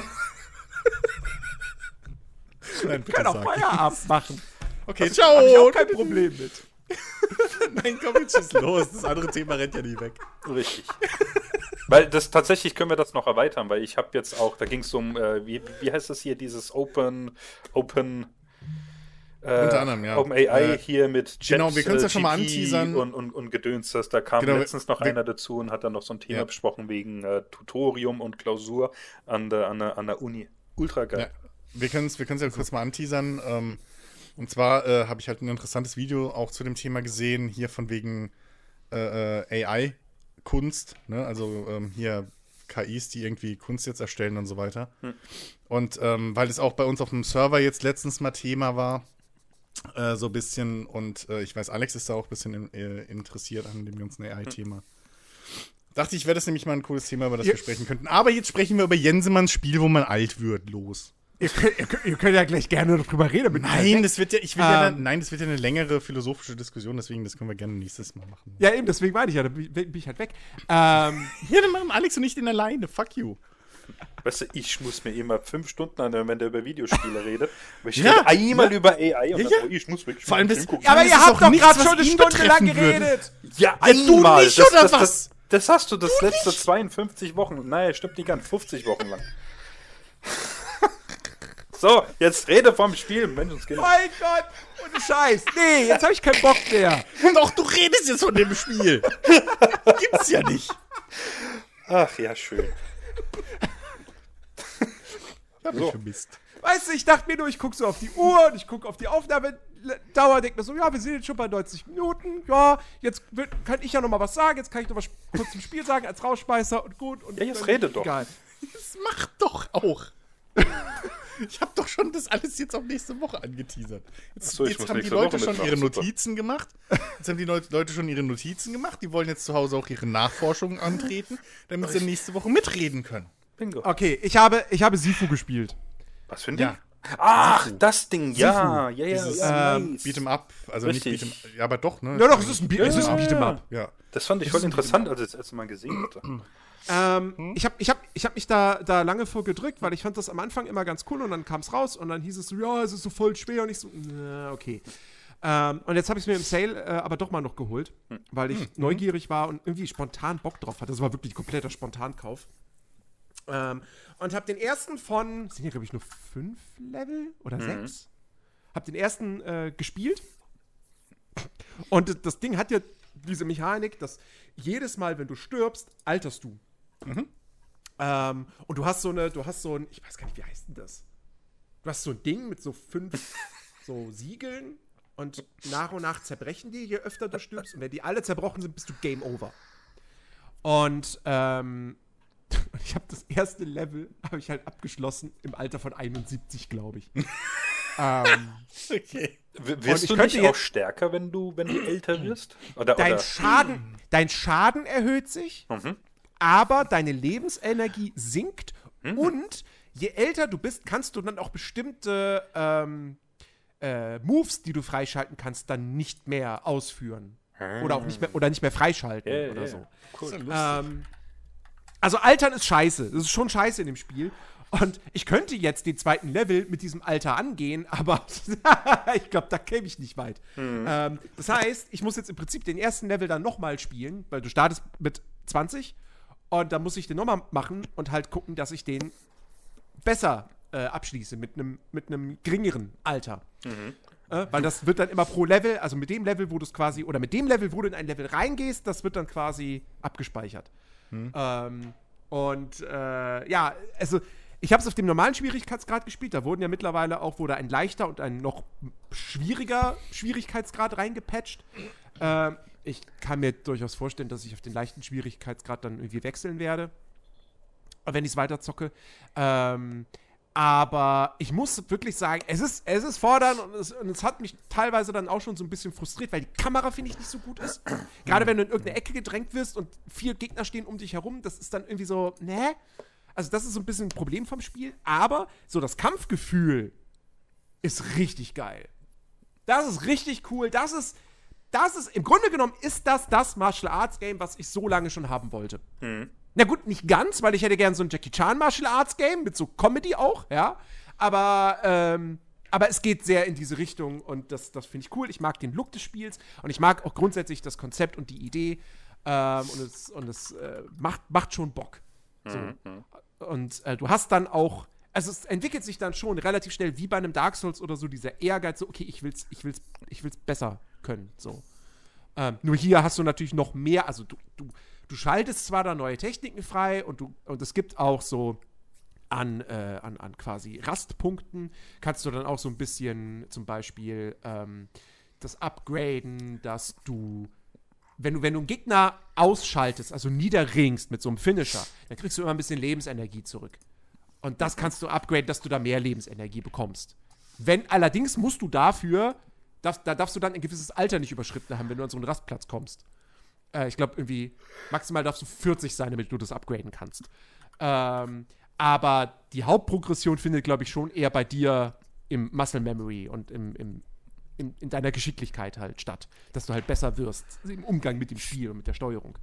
[SPEAKER 2] Nein,
[SPEAKER 1] Wir
[SPEAKER 2] bitte
[SPEAKER 1] können auch
[SPEAKER 2] sag.
[SPEAKER 1] Feierabend machen.
[SPEAKER 2] Okay,
[SPEAKER 1] Hab
[SPEAKER 2] ciao.
[SPEAKER 1] ich auch kein Problem mit.
[SPEAKER 2] Nein, komm, jetzt schieß los. Das andere Thema rennt ja nie weg.
[SPEAKER 3] Richtig. Weil das tatsächlich können wir das noch erweitern, weil ich habe jetzt auch, da ging es um, äh, wie, wie heißt das hier, dieses Open, Open, äh,
[SPEAKER 2] Unter anderem, ja.
[SPEAKER 3] Open A I
[SPEAKER 2] Äh,
[SPEAKER 3] hier mit Chat,
[SPEAKER 2] genau, wir können's ja schon mal
[SPEAKER 3] G P
[SPEAKER 2] anteasern.
[SPEAKER 3] und, und, und Gedöns, das, da kam
[SPEAKER 2] Genau,
[SPEAKER 3] letztens noch
[SPEAKER 2] wir-
[SPEAKER 3] einer dazu und hat dann noch so ein Thema
[SPEAKER 2] Ja.
[SPEAKER 3] besprochen wegen äh, Tutorium und Klausur an der, an der, an der Uni. Ultra geil.
[SPEAKER 2] Ja, wir können es wir können's ja kurz mal anteasern. Ähm, und zwar äh, habe ich halt ein interessantes Video auch zu dem Thema gesehen, hier von wegen äh, äh, A I-Kunst, ne? Also ähm, hier K Is, die irgendwie Kunst jetzt erstellen und so weiter.
[SPEAKER 3] Hm.
[SPEAKER 2] Und ähm, weil es auch bei uns auf dem Server jetzt letztens mal Thema war, äh, so ein bisschen, und äh, ich weiß, Alex ist da auch ein bisschen in, äh, interessiert an dem ganzen A I-Thema. Dachte ich, wäre das nämlich mal ein cooles Thema, über das
[SPEAKER 1] Ihr-
[SPEAKER 2] wir sprechen könnten. Aber jetzt sprechen wir über Jensemanns Spiel, wo man alt wird, los.
[SPEAKER 1] Ihr könnt, ihr, könnt, ihr könnt ja gleich gerne drüber reden. damit
[SPEAKER 2] Nein, das wird ja, ich will ja,
[SPEAKER 1] Ähm.
[SPEAKER 2] dann, nein, das wird ja eine längere philosophische Diskussion, deswegen, das können wir gerne nächstes Mal machen.
[SPEAKER 1] Ja, eben, deswegen meine ich ja, da bin bin ich halt weg. Ähm,
[SPEAKER 2] Ja, dann machen Alex und ich den alleine, fuck you.
[SPEAKER 3] Weißt du, ich muss mir immer fünf Stunden anhören, wenn der über Videospiele redet. Aber ich
[SPEAKER 2] Ja,
[SPEAKER 3] rede einmal
[SPEAKER 2] ja.
[SPEAKER 3] über A I und
[SPEAKER 2] Ja,
[SPEAKER 3] dann
[SPEAKER 2] ja.
[SPEAKER 3] so, ich muss wirklich
[SPEAKER 2] Vor allem
[SPEAKER 3] mal
[SPEAKER 2] das-
[SPEAKER 3] hingucken.
[SPEAKER 1] ja, aber
[SPEAKER 2] das
[SPEAKER 1] ihr
[SPEAKER 2] ist
[SPEAKER 1] habt
[SPEAKER 2] doch
[SPEAKER 1] doch
[SPEAKER 2] nichts,
[SPEAKER 1] gerade
[SPEAKER 2] was
[SPEAKER 1] schon eine
[SPEAKER 2] ihn
[SPEAKER 1] Stunde lang
[SPEAKER 2] betreffen würde.
[SPEAKER 1] geredet.
[SPEAKER 3] Ja,
[SPEAKER 2] Ja, du
[SPEAKER 3] einmal.
[SPEAKER 2] nicht,
[SPEAKER 3] das,
[SPEAKER 2] oder
[SPEAKER 3] das,
[SPEAKER 2] was?
[SPEAKER 3] Das, das hast du das letzte zweiundfünfzig Wochen. Nein, stimmt nicht ganz. fünfzig Wochen lang. So, jetzt rede vom Spiel. Menschenskind.
[SPEAKER 1] Mein Gott, ohne Scheiß. Nee, jetzt habe ich keinen Bock mehr.
[SPEAKER 2] Doch, du redest jetzt von dem Spiel. Gibt's ja nicht.
[SPEAKER 3] Ach ja, schön.
[SPEAKER 2] Hab ich
[SPEAKER 3] So.
[SPEAKER 2] vermisst.
[SPEAKER 1] Weißt du, ich dachte mir nur, ich gucke so auf die Uhr und ich gucke auf die Aufnahmedauer, denke mir so, ja, wir sind jetzt schon bei neunzig Minuten, ja, jetzt wird, kann ich ja noch mal was sagen, jetzt kann ich noch was kurz zum Spiel sagen als Rausschmeißer und gut. Und
[SPEAKER 3] Ja, jetzt
[SPEAKER 1] dann-
[SPEAKER 3] rede doch.
[SPEAKER 1] Egal.
[SPEAKER 2] Das macht doch auch. Ich habe doch schon das alles jetzt auf nächste Woche angeteasert. Jetzt,
[SPEAKER 3] Ach so, ich
[SPEAKER 2] jetzt
[SPEAKER 3] muss
[SPEAKER 2] haben die
[SPEAKER 3] nächste
[SPEAKER 2] Leute
[SPEAKER 3] Woche
[SPEAKER 2] schon
[SPEAKER 3] mitmachen,
[SPEAKER 2] ihre
[SPEAKER 3] super.
[SPEAKER 2] Notizen gemacht. Jetzt haben die Leute Leute schon ihre Notizen gemacht. Die wollen jetzt zu Hause auch ihre Nachforschungen antreten, damit sie nächste Woche mitreden können.
[SPEAKER 3] Bingo.
[SPEAKER 1] Okay, ich habe, ich habe Sifu gespielt.
[SPEAKER 3] Was für ein
[SPEAKER 2] Ja.
[SPEAKER 3] Ding? Ach, das Ding, ja. Ja, ja,
[SPEAKER 2] Dieses
[SPEAKER 3] ja.
[SPEAKER 1] ähm,
[SPEAKER 3] nice.
[SPEAKER 2] Beat'em Up, also
[SPEAKER 3] Richtig.
[SPEAKER 2] nicht Beat'em, ja, aber doch, ne?
[SPEAKER 1] Ja doch, es ist ein, Be es ist ein
[SPEAKER 3] Ja.
[SPEAKER 1] Beat'em Up.
[SPEAKER 2] Ja.
[SPEAKER 3] Das fand ich voll interessant, als ich das erste Mal gesehen hatte.
[SPEAKER 1] Ähm, ich habe ich hab, ich hab mich da, da lange vor gedrückt, weil ich fand das am Anfang immer ganz cool und dann kam es raus und dann hieß es so, ja, es ist so voll schwer und ich so, na, okay. Ähm, und jetzt habe ich es mir im Sale äh, aber doch mal noch geholt, weil ich neugierig war und irgendwie spontan Bock drauf hatte. Das war wirklich ein kompletter Spontankauf. Ähm, und habe den ersten von, sind hier glaube ich nur fünf Level oder sechs? Hab den ersten äh, gespielt. Und das, das Ding hat ja diese Mechanik, dass jedes Mal, wenn du stirbst, alterst du. Ähm, und du hast so eine, du hast so ein, ich weiß gar nicht, wie heißt denn das? Du hast so ein Ding mit so fünf so Siegeln und nach und nach zerbrechen die, je öfter du stirbst. Und wenn die alle zerbrochen sind, bist du Game Over. Und, ähm, und ich habe das erste Level, habe ich halt abgeschlossen im Alter von einundsiebzig, glaube ich. ähm,
[SPEAKER 2] Okay.
[SPEAKER 3] W
[SPEAKER 1] Und
[SPEAKER 3] wirst
[SPEAKER 1] ich
[SPEAKER 3] du
[SPEAKER 1] könnte
[SPEAKER 3] nicht auch
[SPEAKER 1] jetzt-
[SPEAKER 3] stärker, wenn du, wenn du älter wirst? Oder,
[SPEAKER 1] dein,
[SPEAKER 3] oder?
[SPEAKER 1] Schaden, dein Schaden erhöht sich,
[SPEAKER 3] Mhm.
[SPEAKER 1] aber deine Lebensenergie sinkt und je älter du bist, kannst du dann auch bestimmte ähm, äh, Moves, die du freischalten kannst, dann nicht mehr ausführen. Oder auch nicht mehr, oder nicht mehr freischalten
[SPEAKER 3] Ja,
[SPEAKER 1] oder
[SPEAKER 3] ja,
[SPEAKER 1] so.
[SPEAKER 2] Cool.
[SPEAKER 1] Ähm, also Altern ist scheiße. Das ist schon scheiße in dem Spiel. Und ich könnte jetzt den zweiten Level mit diesem Alter angehen, aber ich glaube, da käme ich nicht weit. Ähm, das heißt, ich muss jetzt im Prinzip den ersten Level dann nochmal spielen, weil du startest mit zwanzig und dann muss ich den nochmal machen und halt gucken, dass ich den besser äh, abschließe mit einem mit einem geringeren Alter. Äh, weil das wird dann immer pro Level, also mit dem Level, wo du es quasi, oder mit dem Level, wo du in ein Level reingehst, das wird dann quasi abgespeichert. Ähm, und äh, ja, also ich habe es auf dem normalen Schwierigkeitsgrad gespielt. Da wurden ja mittlerweile auch, wurde ein leichter und ein noch schwieriger Schwierigkeitsgrad reingepatcht. Ähm, ich kann mir durchaus vorstellen, dass ich auf den leichten Schwierigkeitsgrad dann irgendwie wechseln werde, wenn ich es weiter zocke. Ähm, aber ich muss wirklich sagen, es ist, es ist fordernd und es, und es hat mich teilweise dann auch schon so ein bisschen frustriert, weil die Kamera, finde ich, nicht so gut ist. Gerade wenn du in irgendeine Ecke gedrängt wirst und vier Gegner stehen um dich herum, das ist dann irgendwie so, ne? Also das ist so ein bisschen ein Problem vom Spiel. Aber so das Kampfgefühl ist richtig geil. Das ist richtig cool. Das ist, das ist, im Grunde genommen ist das das Martial Arts Game, was ich so lange schon haben wollte. Na gut, nicht ganz, weil ich hätte gern so ein Jackie Chan Martial Arts Game mit so Comedy auch, ja. Aber, ähm, aber es geht sehr in diese Richtung und das, das finde ich cool. Ich mag den Look des Spiels und ich mag auch grundsätzlich das Konzept und die Idee. Ähm, und es, und es äh, macht, macht schon Bock. So. Und äh, du hast dann auch, also es entwickelt sich dann schon relativ schnell wie bei einem Dark Souls oder so, dieser Ehrgeiz, so, okay, ich will's, ich will's, ich will's besser können. So. Ähm, nur hier hast du natürlich noch mehr, also du, du, du schaltest zwar da neue Techniken frei und du, und es gibt auch so an, äh, an, an quasi Rastpunkten, kannst du dann auch so ein bisschen zum Beispiel ähm, das upgraden, dass du Wenn du, wenn du einen Gegner ausschaltest, also niederringst mit so einem Finisher, dann kriegst du immer ein bisschen Lebensenergie zurück. Und das kannst du upgraden, dass du da mehr Lebensenergie bekommst. Wenn allerdings musst du dafür, darf, da darfst du dann ein gewisses Alter nicht überschritten haben, wenn du an so einen Rastplatz kommst. Äh, ich glaube irgendwie, maximal darfst du vierzig sein, damit du das upgraden kannst. Ähm, aber die Hauptprogression findet, glaube ich, schon eher bei dir im Muscle Memory und im, im In, in deiner Geschicklichkeit halt statt, dass du halt besser wirst im Umgang mit dem Spiel und mit der Steuerung.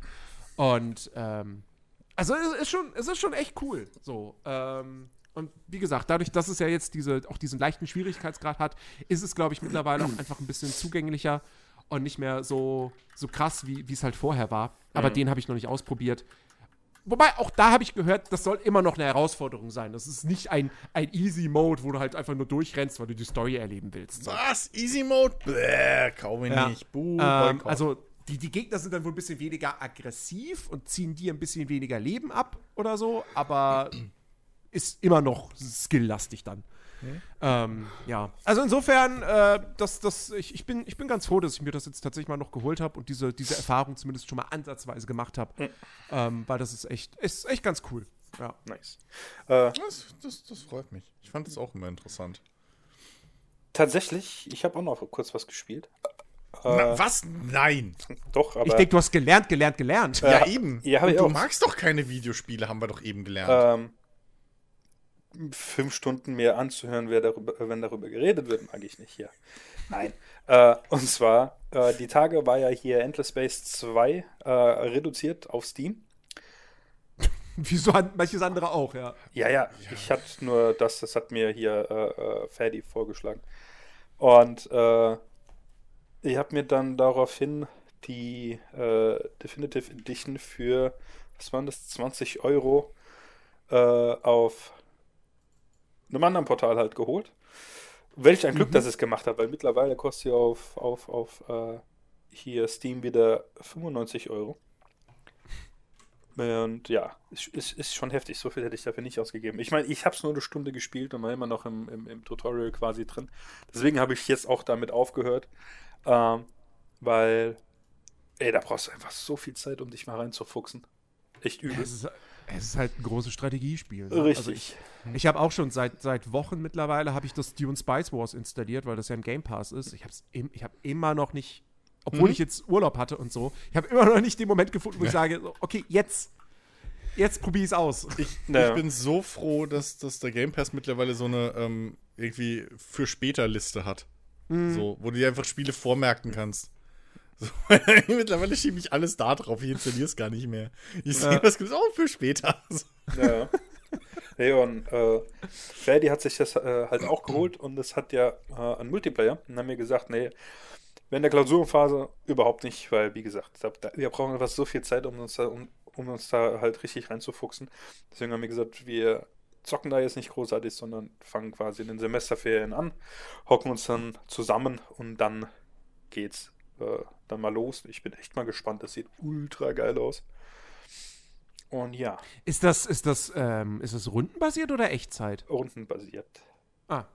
[SPEAKER 1] Und ähm, also es ist schon, es ist schon echt cool. So. Ähm, und wie gesagt, dadurch, dass es ja jetzt diese, auch diesen leichten Schwierigkeitsgrad hat, ist es, glaube ich, mittlerweile auch einfach ein bisschen zugänglicher und nicht mehr so, so krass, wie es halt vorher war. Aber den habe ich noch nicht ausprobiert. Wobei, auch da habe ich gehört, das soll immer noch eine Herausforderung sein. Das ist nicht ein, ein Easy-Mode, wo du halt einfach nur durchrennst, weil du die Story erleben willst. So.
[SPEAKER 2] Was? Easy Mode? Bäh, kaum
[SPEAKER 1] Ja.
[SPEAKER 2] nicht. Buh,
[SPEAKER 1] Ähm,
[SPEAKER 2] Boykott.
[SPEAKER 1] also, die, die Gegner sind dann wohl ein bisschen weniger aggressiv und ziehen dir ein bisschen weniger Leben ab oder so, aber ist immer noch skill-lastig dann. Mhm. Ähm, ja, also insofern, äh, das, das, ich, ich, bin, ich bin ganz froh, dass ich mir das jetzt tatsächlich mal noch geholt habe und diese, diese Erfahrung zumindest schon mal ansatzweise gemacht habe, mhm. ähm, weil das ist echt, ist echt ganz cool. Ja.
[SPEAKER 3] Nice. Äh,
[SPEAKER 2] das, das, das freut mich. Ich fand das auch immer interessant.
[SPEAKER 3] Tatsächlich, ich habe auch noch kurz was gespielt.
[SPEAKER 2] Na, was? Nein.
[SPEAKER 3] Doch, aber...
[SPEAKER 1] Ich denke, du hast gelernt, gelernt, gelernt.
[SPEAKER 2] Äh, ja, eben.
[SPEAKER 3] Ja,
[SPEAKER 2] und
[SPEAKER 3] ich
[SPEAKER 2] du
[SPEAKER 3] auch.
[SPEAKER 2] magst doch keine Videospiele, haben wir doch eben gelernt.
[SPEAKER 3] Ähm, fünf Stunden mehr anzuhören, wer darüber, wenn darüber geredet wird, mag ich nicht hier. Nein. äh, und zwar, äh, die Tage war ja hier Endless Space zwei äh, reduziert auf Steam.
[SPEAKER 1] Wie so an, manches andere auch, ja.
[SPEAKER 3] Ja, ja, ich hatte nur das, das hat mir hier äh, äh, Ferdi vorgeschlagen. Und äh, ich habe mir dann daraufhin die äh, Definitive Edition für, was waren das, zwanzig Euro äh, auf einem anderen Portal halt geholt. Welch ein Glück, mhm. dass ich es gemacht habe, weil mittlerweile kostet sie auf, auf, auf äh, hier Steam wieder fünfundneunzig Euro. Und ja, ist, ist, ist schon heftig. So viel hätte ich dafür nicht ausgegeben. Ich meine, ich habe es nur eine Stunde gespielt und war immer noch im, im, im Tutorial quasi drin. Deswegen habe ich jetzt auch damit aufgehört. Ähm, weil, ey, da brauchst du einfach so viel Zeit, um dich mal reinzufuchsen. Echt übel.
[SPEAKER 1] Es ist, es ist halt ein großes Strategiespiel. Ne?
[SPEAKER 3] Richtig.
[SPEAKER 1] Also ich ich habe auch schon seit, seit Wochen mittlerweile habe ich das Dune Spice Wars installiert, weil das ja im Game Pass ist. Ich habe im, ich hab immer noch nicht, obwohl mhm. ich jetzt Urlaub hatte und so, ich habe immer noch nicht den Moment gefunden, wo ja. ich sage, okay, jetzt, jetzt probiere ich es aus.
[SPEAKER 2] Ich,
[SPEAKER 3] naja.
[SPEAKER 2] ich bin so froh, dass, dass der Game Pass mittlerweile so eine ähm, irgendwie für später Liste hat. Mhm. So, wo du dir einfach Spiele vormerken kannst. So, mittlerweile schiebe ich alles da drauf, ich installiere es gar nicht mehr. Ich sehe,
[SPEAKER 3] ja.
[SPEAKER 2] was gibt es auch für später. So.
[SPEAKER 3] Ja. Hey, und äh, Ferdi hat sich das äh, halt auch geholt und es hat ja äh, einen Multiplayer und haben mir gesagt, nee, während der Klausurenphase überhaupt nicht, weil, wie gesagt, da, wir brauchen einfach so viel Zeit, um uns, da, um, um uns da halt richtig reinzufuchsen. Deswegen haben wir gesagt, wir zocken da jetzt nicht großartig, sondern fangen quasi in den Semesterferien an, hocken uns dann zusammen und dann geht's äh, dann mal los. Ich bin echt mal gespannt, das sieht ultra geil aus. Und ja.
[SPEAKER 1] Ist das, ist das, ähm, ist das rundenbasiert oder Echtzeit?
[SPEAKER 3] Rundenbasiert.
[SPEAKER 1] Ah.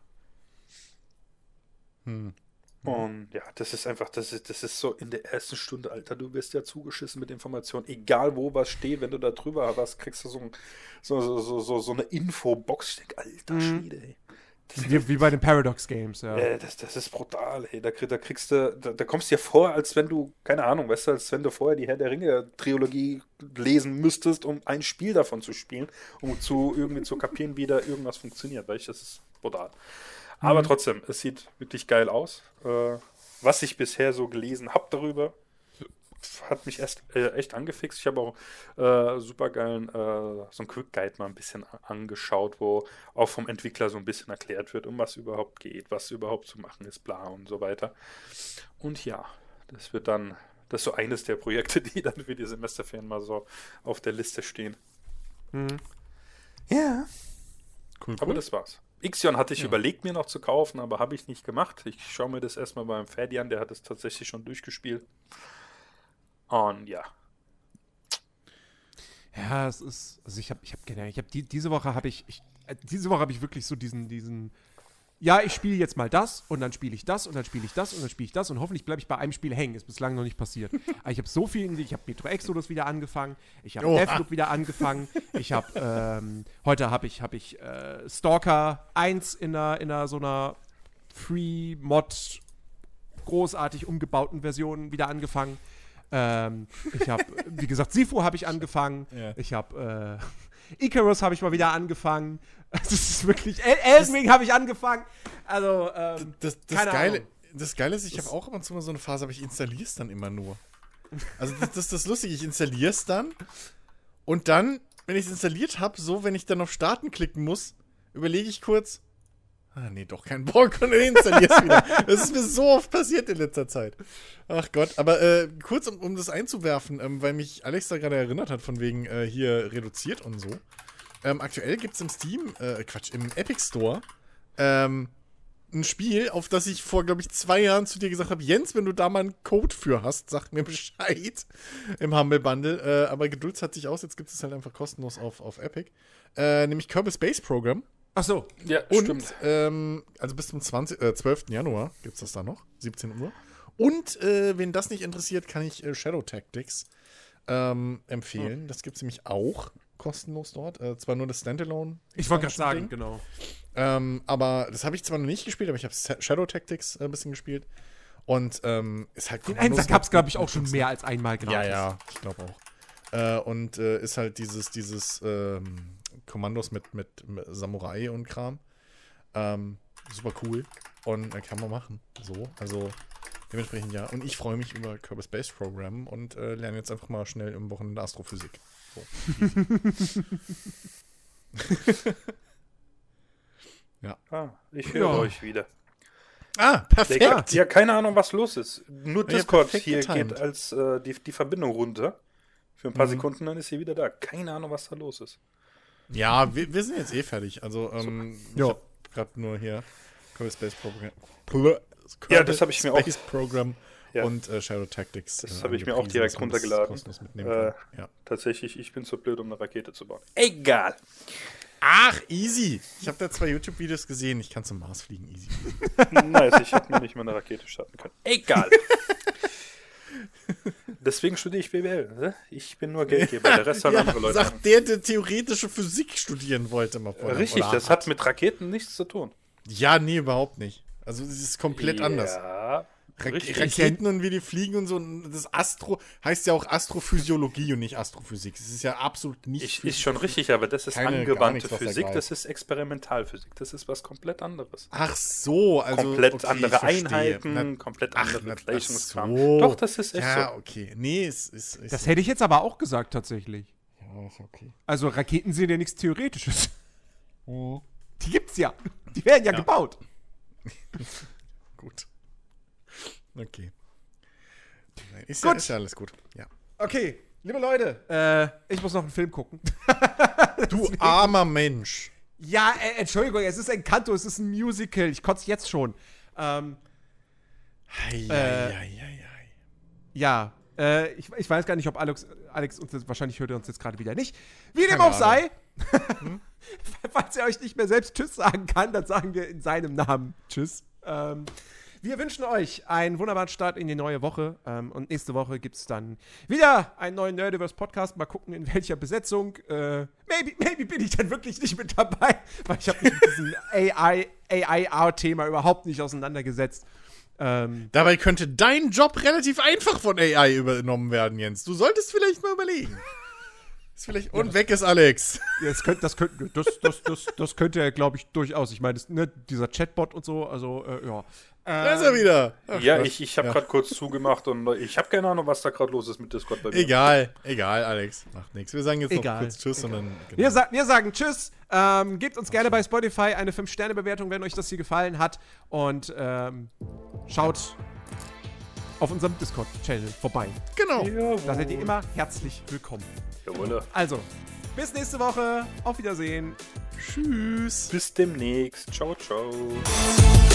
[SPEAKER 2] Hm.
[SPEAKER 3] Und ja, das ist einfach, das ist, das ist so in der ersten Stunde, Alter, du wirst ja zugeschissen mit Informationen, egal wo was steht, wenn du da drüber was kriegst du so, ein, so, so, so, so, so eine Infobox, ich denke, alter mhm. Schwede, ey. Das,
[SPEAKER 1] wie, wie bei den Paradox Games, ja.
[SPEAKER 3] Äh, das, das ist brutal, ey. Da, da kriegst du, da, da kommst du dir vor, als wenn du, keine Ahnung, weißt du, als wenn du vorher die Herr der Ringe-Trilogie lesen müsstest, um ein Spiel davon zu spielen, um zu irgendwie zu kapieren, wie da irgendwas funktioniert, weißt du, das ist brutal. Aber mhm. trotzdem, es sieht wirklich geil aus. Äh, was ich bisher so gelesen habe darüber, hat mich erst, äh, echt angefixt. Ich habe auch äh, super geilen, äh, so einen Quick Guide mal ein bisschen angeschaut, wo auch vom Entwickler so ein bisschen erklärt wird, um was überhaupt geht, was überhaupt zu machen ist, bla und so weiter. Und ja, das wird dann, das ist so eines der Projekte, die dann für die Semesterferien mal so auf der Liste stehen.
[SPEAKER 1] Mhm.
[SPEAKER 3] Ja.
[SPEAKER 2] Cool,
[SPEAKER 3] Aber
[SPEAKER 2] cool.
[SPEAKER 3] das war's. Ixion hatte ich
[SPEAKER 2] ja.
[SPEAKER 3] überlegt, mir noch zu kaufen, aber habe ich nicht gemacht. Ich schaue mir das erstmal beim Ferdi an, der hat es tatsächlich schon durchgespielt. Und ja.
[SPEAKER 1] Ja, es ist, also ich habe, ich habe generell, ich habe die, diese Woche habe ich, ich, diese Woche habe ich wirklich so diesen, diesen, ja, ich spiele jetzt mal das und dann spiele ich das und dann spiele ich das und dann spiele ich das und hoffentlich bleibe ich bei einem Spiel hängen. Ist bislang noch nicht passiert. Aber ich habe so viel, ich habe Metro Exodus wieder angefangen, ich habe
[SPEAKER 2] Oh.
[SPEAKER 1] Deathloop wieder angefangen, ich habe, ähm, heute habe ich, habe ich äh, Stalker eins in einer, in einer so einer Free-Mod großartig umgebauten Version wieder angefangen. Ähm, ich habe, wie gesagt, Sifu habe ich angefangen.
[SPEAKER 2] Ja.
[SPEAKER 1] Ich habe äh, Icarus habe ich mal wieder angefangen. Das ist wirklich, El Elden Ring habe ich angefangen. Also, ähm,
[SPEAKER 2] das, das,
[SPEAKER 1] keine
[SPEAKER 2] Geile,
[SPEAKER 1] Ahnung.
[SPEAKER 2] das Geile ist, ich habe auch ab und zu mal so eine Phase, aber ich installiere es dann immer nur. Also das, das ist das Lustige, ich installiere es dann und dann, wenn ich es installiert habe, so, wenn ich dann auf Starten klicken muss, überlege ich kurz, ah, nee, doch kein Bock und installiere es wieder. Das ist mir so oft passiert in letzter Zeit. Ach Gott, aber äh, kurz, um, um das einzuwerfen, ähm, weil mich Alex da gerade erinnert hat, von wegen äh, hier reduziert und so. Ähm, aktuell gibt es im Steam, äh, Quatsch, im Epic Store, ähm, ein Spiel, auf das ich vor, glaube ich, zwei Jahren zu dir gesagt habe, Jens, wenn du da mal einen Code für hast, sag mir Bescheid im Humble Bundle. Äh, aber Geduld hat sich aus, jetzt gibt es halt einfach kostenlos auf, auf Epic. Äh, nämlich Kerbal Space Program.
[SPEAKER 1] Ach so.
[SPEAKER 3] Ja,
[SPEAKER 2] Und,
[SPEAKER 3] stimmt.
[SPEAKER 2] ähm, also bis zum zwanzig, äh, zwölften Januar gibt es das da noch, siebzehn Uhr. Und, äh, wen das nicht interessiert, kann ich äh, Shadow Tactics ähm, empfehlen. Das gibt es nämlich auch kostenlos dort. Äh, zwar nur das Standalone.
[SPEAKER 1] Ich wollte gerade sagen,
[SPEAKER 2] Ding.
[SPEAKER 1] genau.
[SPEAKER 2] Ähm, aber das habe ich zwar noch nicht gespielt, aber ich habe Shadow Tactics äh, ein bisschen gespielt. Und ähm, ist halt
[SPEAKER 1] Den Einser gab es, glaube ich, auch schon mehr als einmal gratis.
[SPEAKER 2] Ja, ja, ich glaube auch. Äh, und äh, ist halt dieses, dieses ähm, Kommandos mit, mit, mit Samurai und Kram. Ähm, super cool. Und äh, kann man machen. So, also dementsprechend ja. Und ich freue mich über Kerbal Space Program und äh, lerne jetzt einfach mal schnell im Wochenende Astrophysik. So. Ja.
[SPEAKER 3] Ah, ich höre
[SPEAKER 1] Ja.
[SPEAKER 3] euch wieder.
[SPEAKER 2] Ah, perfekt.
[SPEAKER 3] Ja, ja, keine Ahnung, was los ist. Nur
[SPEAKER 2] Ja,
[SPEAKER 3] Discord
[SPEAKER 2] perfekt
[SPEAKER 3] hier
[SPEAKER 2] getimed.
[SPEAKER 3] geht als äh, die, die Verbindung runter. Für ein paar
[SPEAKER 2] Mhm.
[SPEAKER 3] Sekunden, dann ist sie wieder da. Keine Ahnung, was da los ist.
[SPEAKER 2] Ja, wir, wir sind jetzt eh fertig. Also, ähm, ich
[SPEAKER 1] Ja.
[SPEAKER 2] hab grad nur hier Kerbal Space Program. Pl-
[SPEAKER 3] Ja, das hab ich mir auch-
[SPEAKER 2] Space Program
[SPEAKER 3] Ja.
[SPEAKER 2] und äh, Shadow Tactics.
[SPEAKER 3] Das
[SPEAKER 2] äh,
[SPEAKER 3] hab ich mir auch
[SPEAKER 2] angepriesen,
[SPEAKER 3] direkt
[SPEAKER 2] dass man das
[SPEAKER 3] runtergeladen.
[SPEAKER 2] kostenlos mitnehmen
[SPEAKER 3] Äh,
[SPEAKER 2] kann. Ja.
[SPEAKER 3] Tatsächlich, ich bin zu blöd, um eine Rakete zu bauen. Egal.
[SPEAKER 2] Ach, easy. Ich habe da zwei YouTube-Videos gesehen. Ich kann zum Mars fliegen, easy.
[SPEAKER 3] Nice, ich hätte mir nicht mal eine Rakete starten können. Egal. Deswegen studiere ich B W L. Ne? Ich bin nur Geldgeber. Der Rest haben andere Leute.
[SPEAKER 2] sagt der, der theoretische Physik studieren wollte mal vorher.
[SPEAKER 3] Richtig,
[SPEAKER 2] Oder
[SPEAKER 3] das hat mit Raketen nichts zu tun.
[SPEAKER 2] Ja, nee, überhaupt nicht. Also, es ist komplett anders.
[SPEAKER 3] Ja,
[SPEAKER 2] Ra
[SPEAKER 3] richtig.
[SPEAKER 2] Raketen und wie die fliegen und so. und Das Astro heißt ja auch Astrophysiologie und nicht Astrophysik. Das ist ja absolut nicht.
[SPEAKER 3] Ich, ist schon richtig, aber das ist
[SPEAKER 2] Keine- gar
[SPEAKER 3] angewandte
[SPEAKER 2] nichts, was da
[SPEAKER 3] Physik,
[SPEAKER 2] greift.
[SPEAKER 3] das ist Experimentalphysik, das ist was komplett anderes.
[SPEAKER 2] Ach so, also.
[SPEAKER 3] komplett
[SPEAKER 2] okay,
[SPEAKER 3] andere
[SPEAKER 2] ich verstehe.
[SPEAKER 3] Einheiten,
[SPEAKER 2] Na,
[SPEAKER 3] komplett
[SPEAKER 2] ach,
[SPEAKER 3] andere
[SPEAKER 2] na,
[SPEAKER 3] Gleichungskram.
[SPEAKER 2] ach so.
[SPEAKER 3] Doch, das ist echt
[SPEAKER 2] Ja,
[SPEAKER 3] so.
[SPEAKER 2] okay. Nee, es ist. ist
[SPEAKER 1] Das hätte ich jetzt aber auch gesagt, tatsächlich.
[SPEAKER 2] ja, ist okay.
[SPEAKER 1] Also, Raketen sind ja nichts Theoretisches. Die gibt's ja. Die werden ja,
[SPEAKER 2] Ja.
[SPEAKER 1] gebaut.
[SPEAKER 2] Gut. Okay. Ist ja,
[SPEAKER 1] Gut.
[SPEAKER 2] ist ja alles gut. Ja.
[SPEAKER 1] Okay, liebe Leute, äh, ich muss noch einen Film gucken.
[SPEAKER 2] Du armer Mensch.
[SPEAKER 1] Ja, äh, Entschuldigung, es ist ein Kanto, es ist ein Musical. Ich kotze jetzt schon. Ähm,
[SPEAKER 2] Hei,
[SPEAKER 1] Äh,
[SPEAKER 2] hei, hei, hei, hei.
[SPEAKER 1] ja, äh, ich, ich weiß gar nicht, ob Alex, Alex uns das, wahrscheinlich hört er uns jetzt gerade wieder nicht. Wie dem
[SPEAKER 2] Keine
[SPEAKER 1] auch sei, falls er euch nicht mehr selbst Tschüss sagen kann, dann sagen wir in seinem Namen Tschüss. Ähm, wir wünschen euch einen wunderbaren Start in die neue Woche. Ähm, und nächste Woche gibt es dann wieder einen neuen Nerdiverse-Podcast. Mal gucken, in welcher Besetzung. Äh, maybe, maybe bin ich dann wirklich nicht mit dabei, weil ich habe mich mit diesem A I, A I R-Thema überhaupt nicht auseinandergesetzt. Ähm,
[SPEAKER 2] Dabei könnte dein Job relativ einfach von A I übernommen werden, Jens. Du solltest vielleicht mal überlegen. Ist vielleicht und weg ist Alex.
[SPEAKER 1] Ja, das, könnte, das, könnte, das, das, das, das könnte er, glaube ich, durchaus. Ich meine, das, ne, dieser Chatbot und so, also, äh, ja.
[SPEAKER 2] Da ist er wieder. Ach,
[SPEAKER 3] Ja,
[SPEAKER 2] Gott.
[SPEAKER 3] ich, ich habe
[SPEAKER 2] Ja.
[SPEAKER 3] gerade kurz zugemacht und ich habe keine Ahnung, was da gerade los ist mit Discord bei mir.
[SPEAKER 2] Egal, egal, Alex. Macht nichts. Wir sagen jetzt
[SPEAKER 1] Egal,
[SPEAKER 2] noch kurz Tschüss und dann. genau.
[SPEAKER 1] Wir, sa wir sagen Tschüss. Ähm, gebt uns gerne bei Spotify eine fünf Sterne Bewertung, wenn euch das hier gefallen hat. Und ähm, schaut auf unserem Discord-Channel vorbei.
[SPEAKER 2] Genau.
[SPEAKER 1] Da seid ihr immer herzlich willkommen.
[SPEAKER 3] Jawohl.
[SPEAKER 1] Also, bis nächste Woche. Auf Wiedersehen.
[SPEAKER 2] Tschüss.
[SPEAKER 3] Bis demnächst. Ciao, ciao.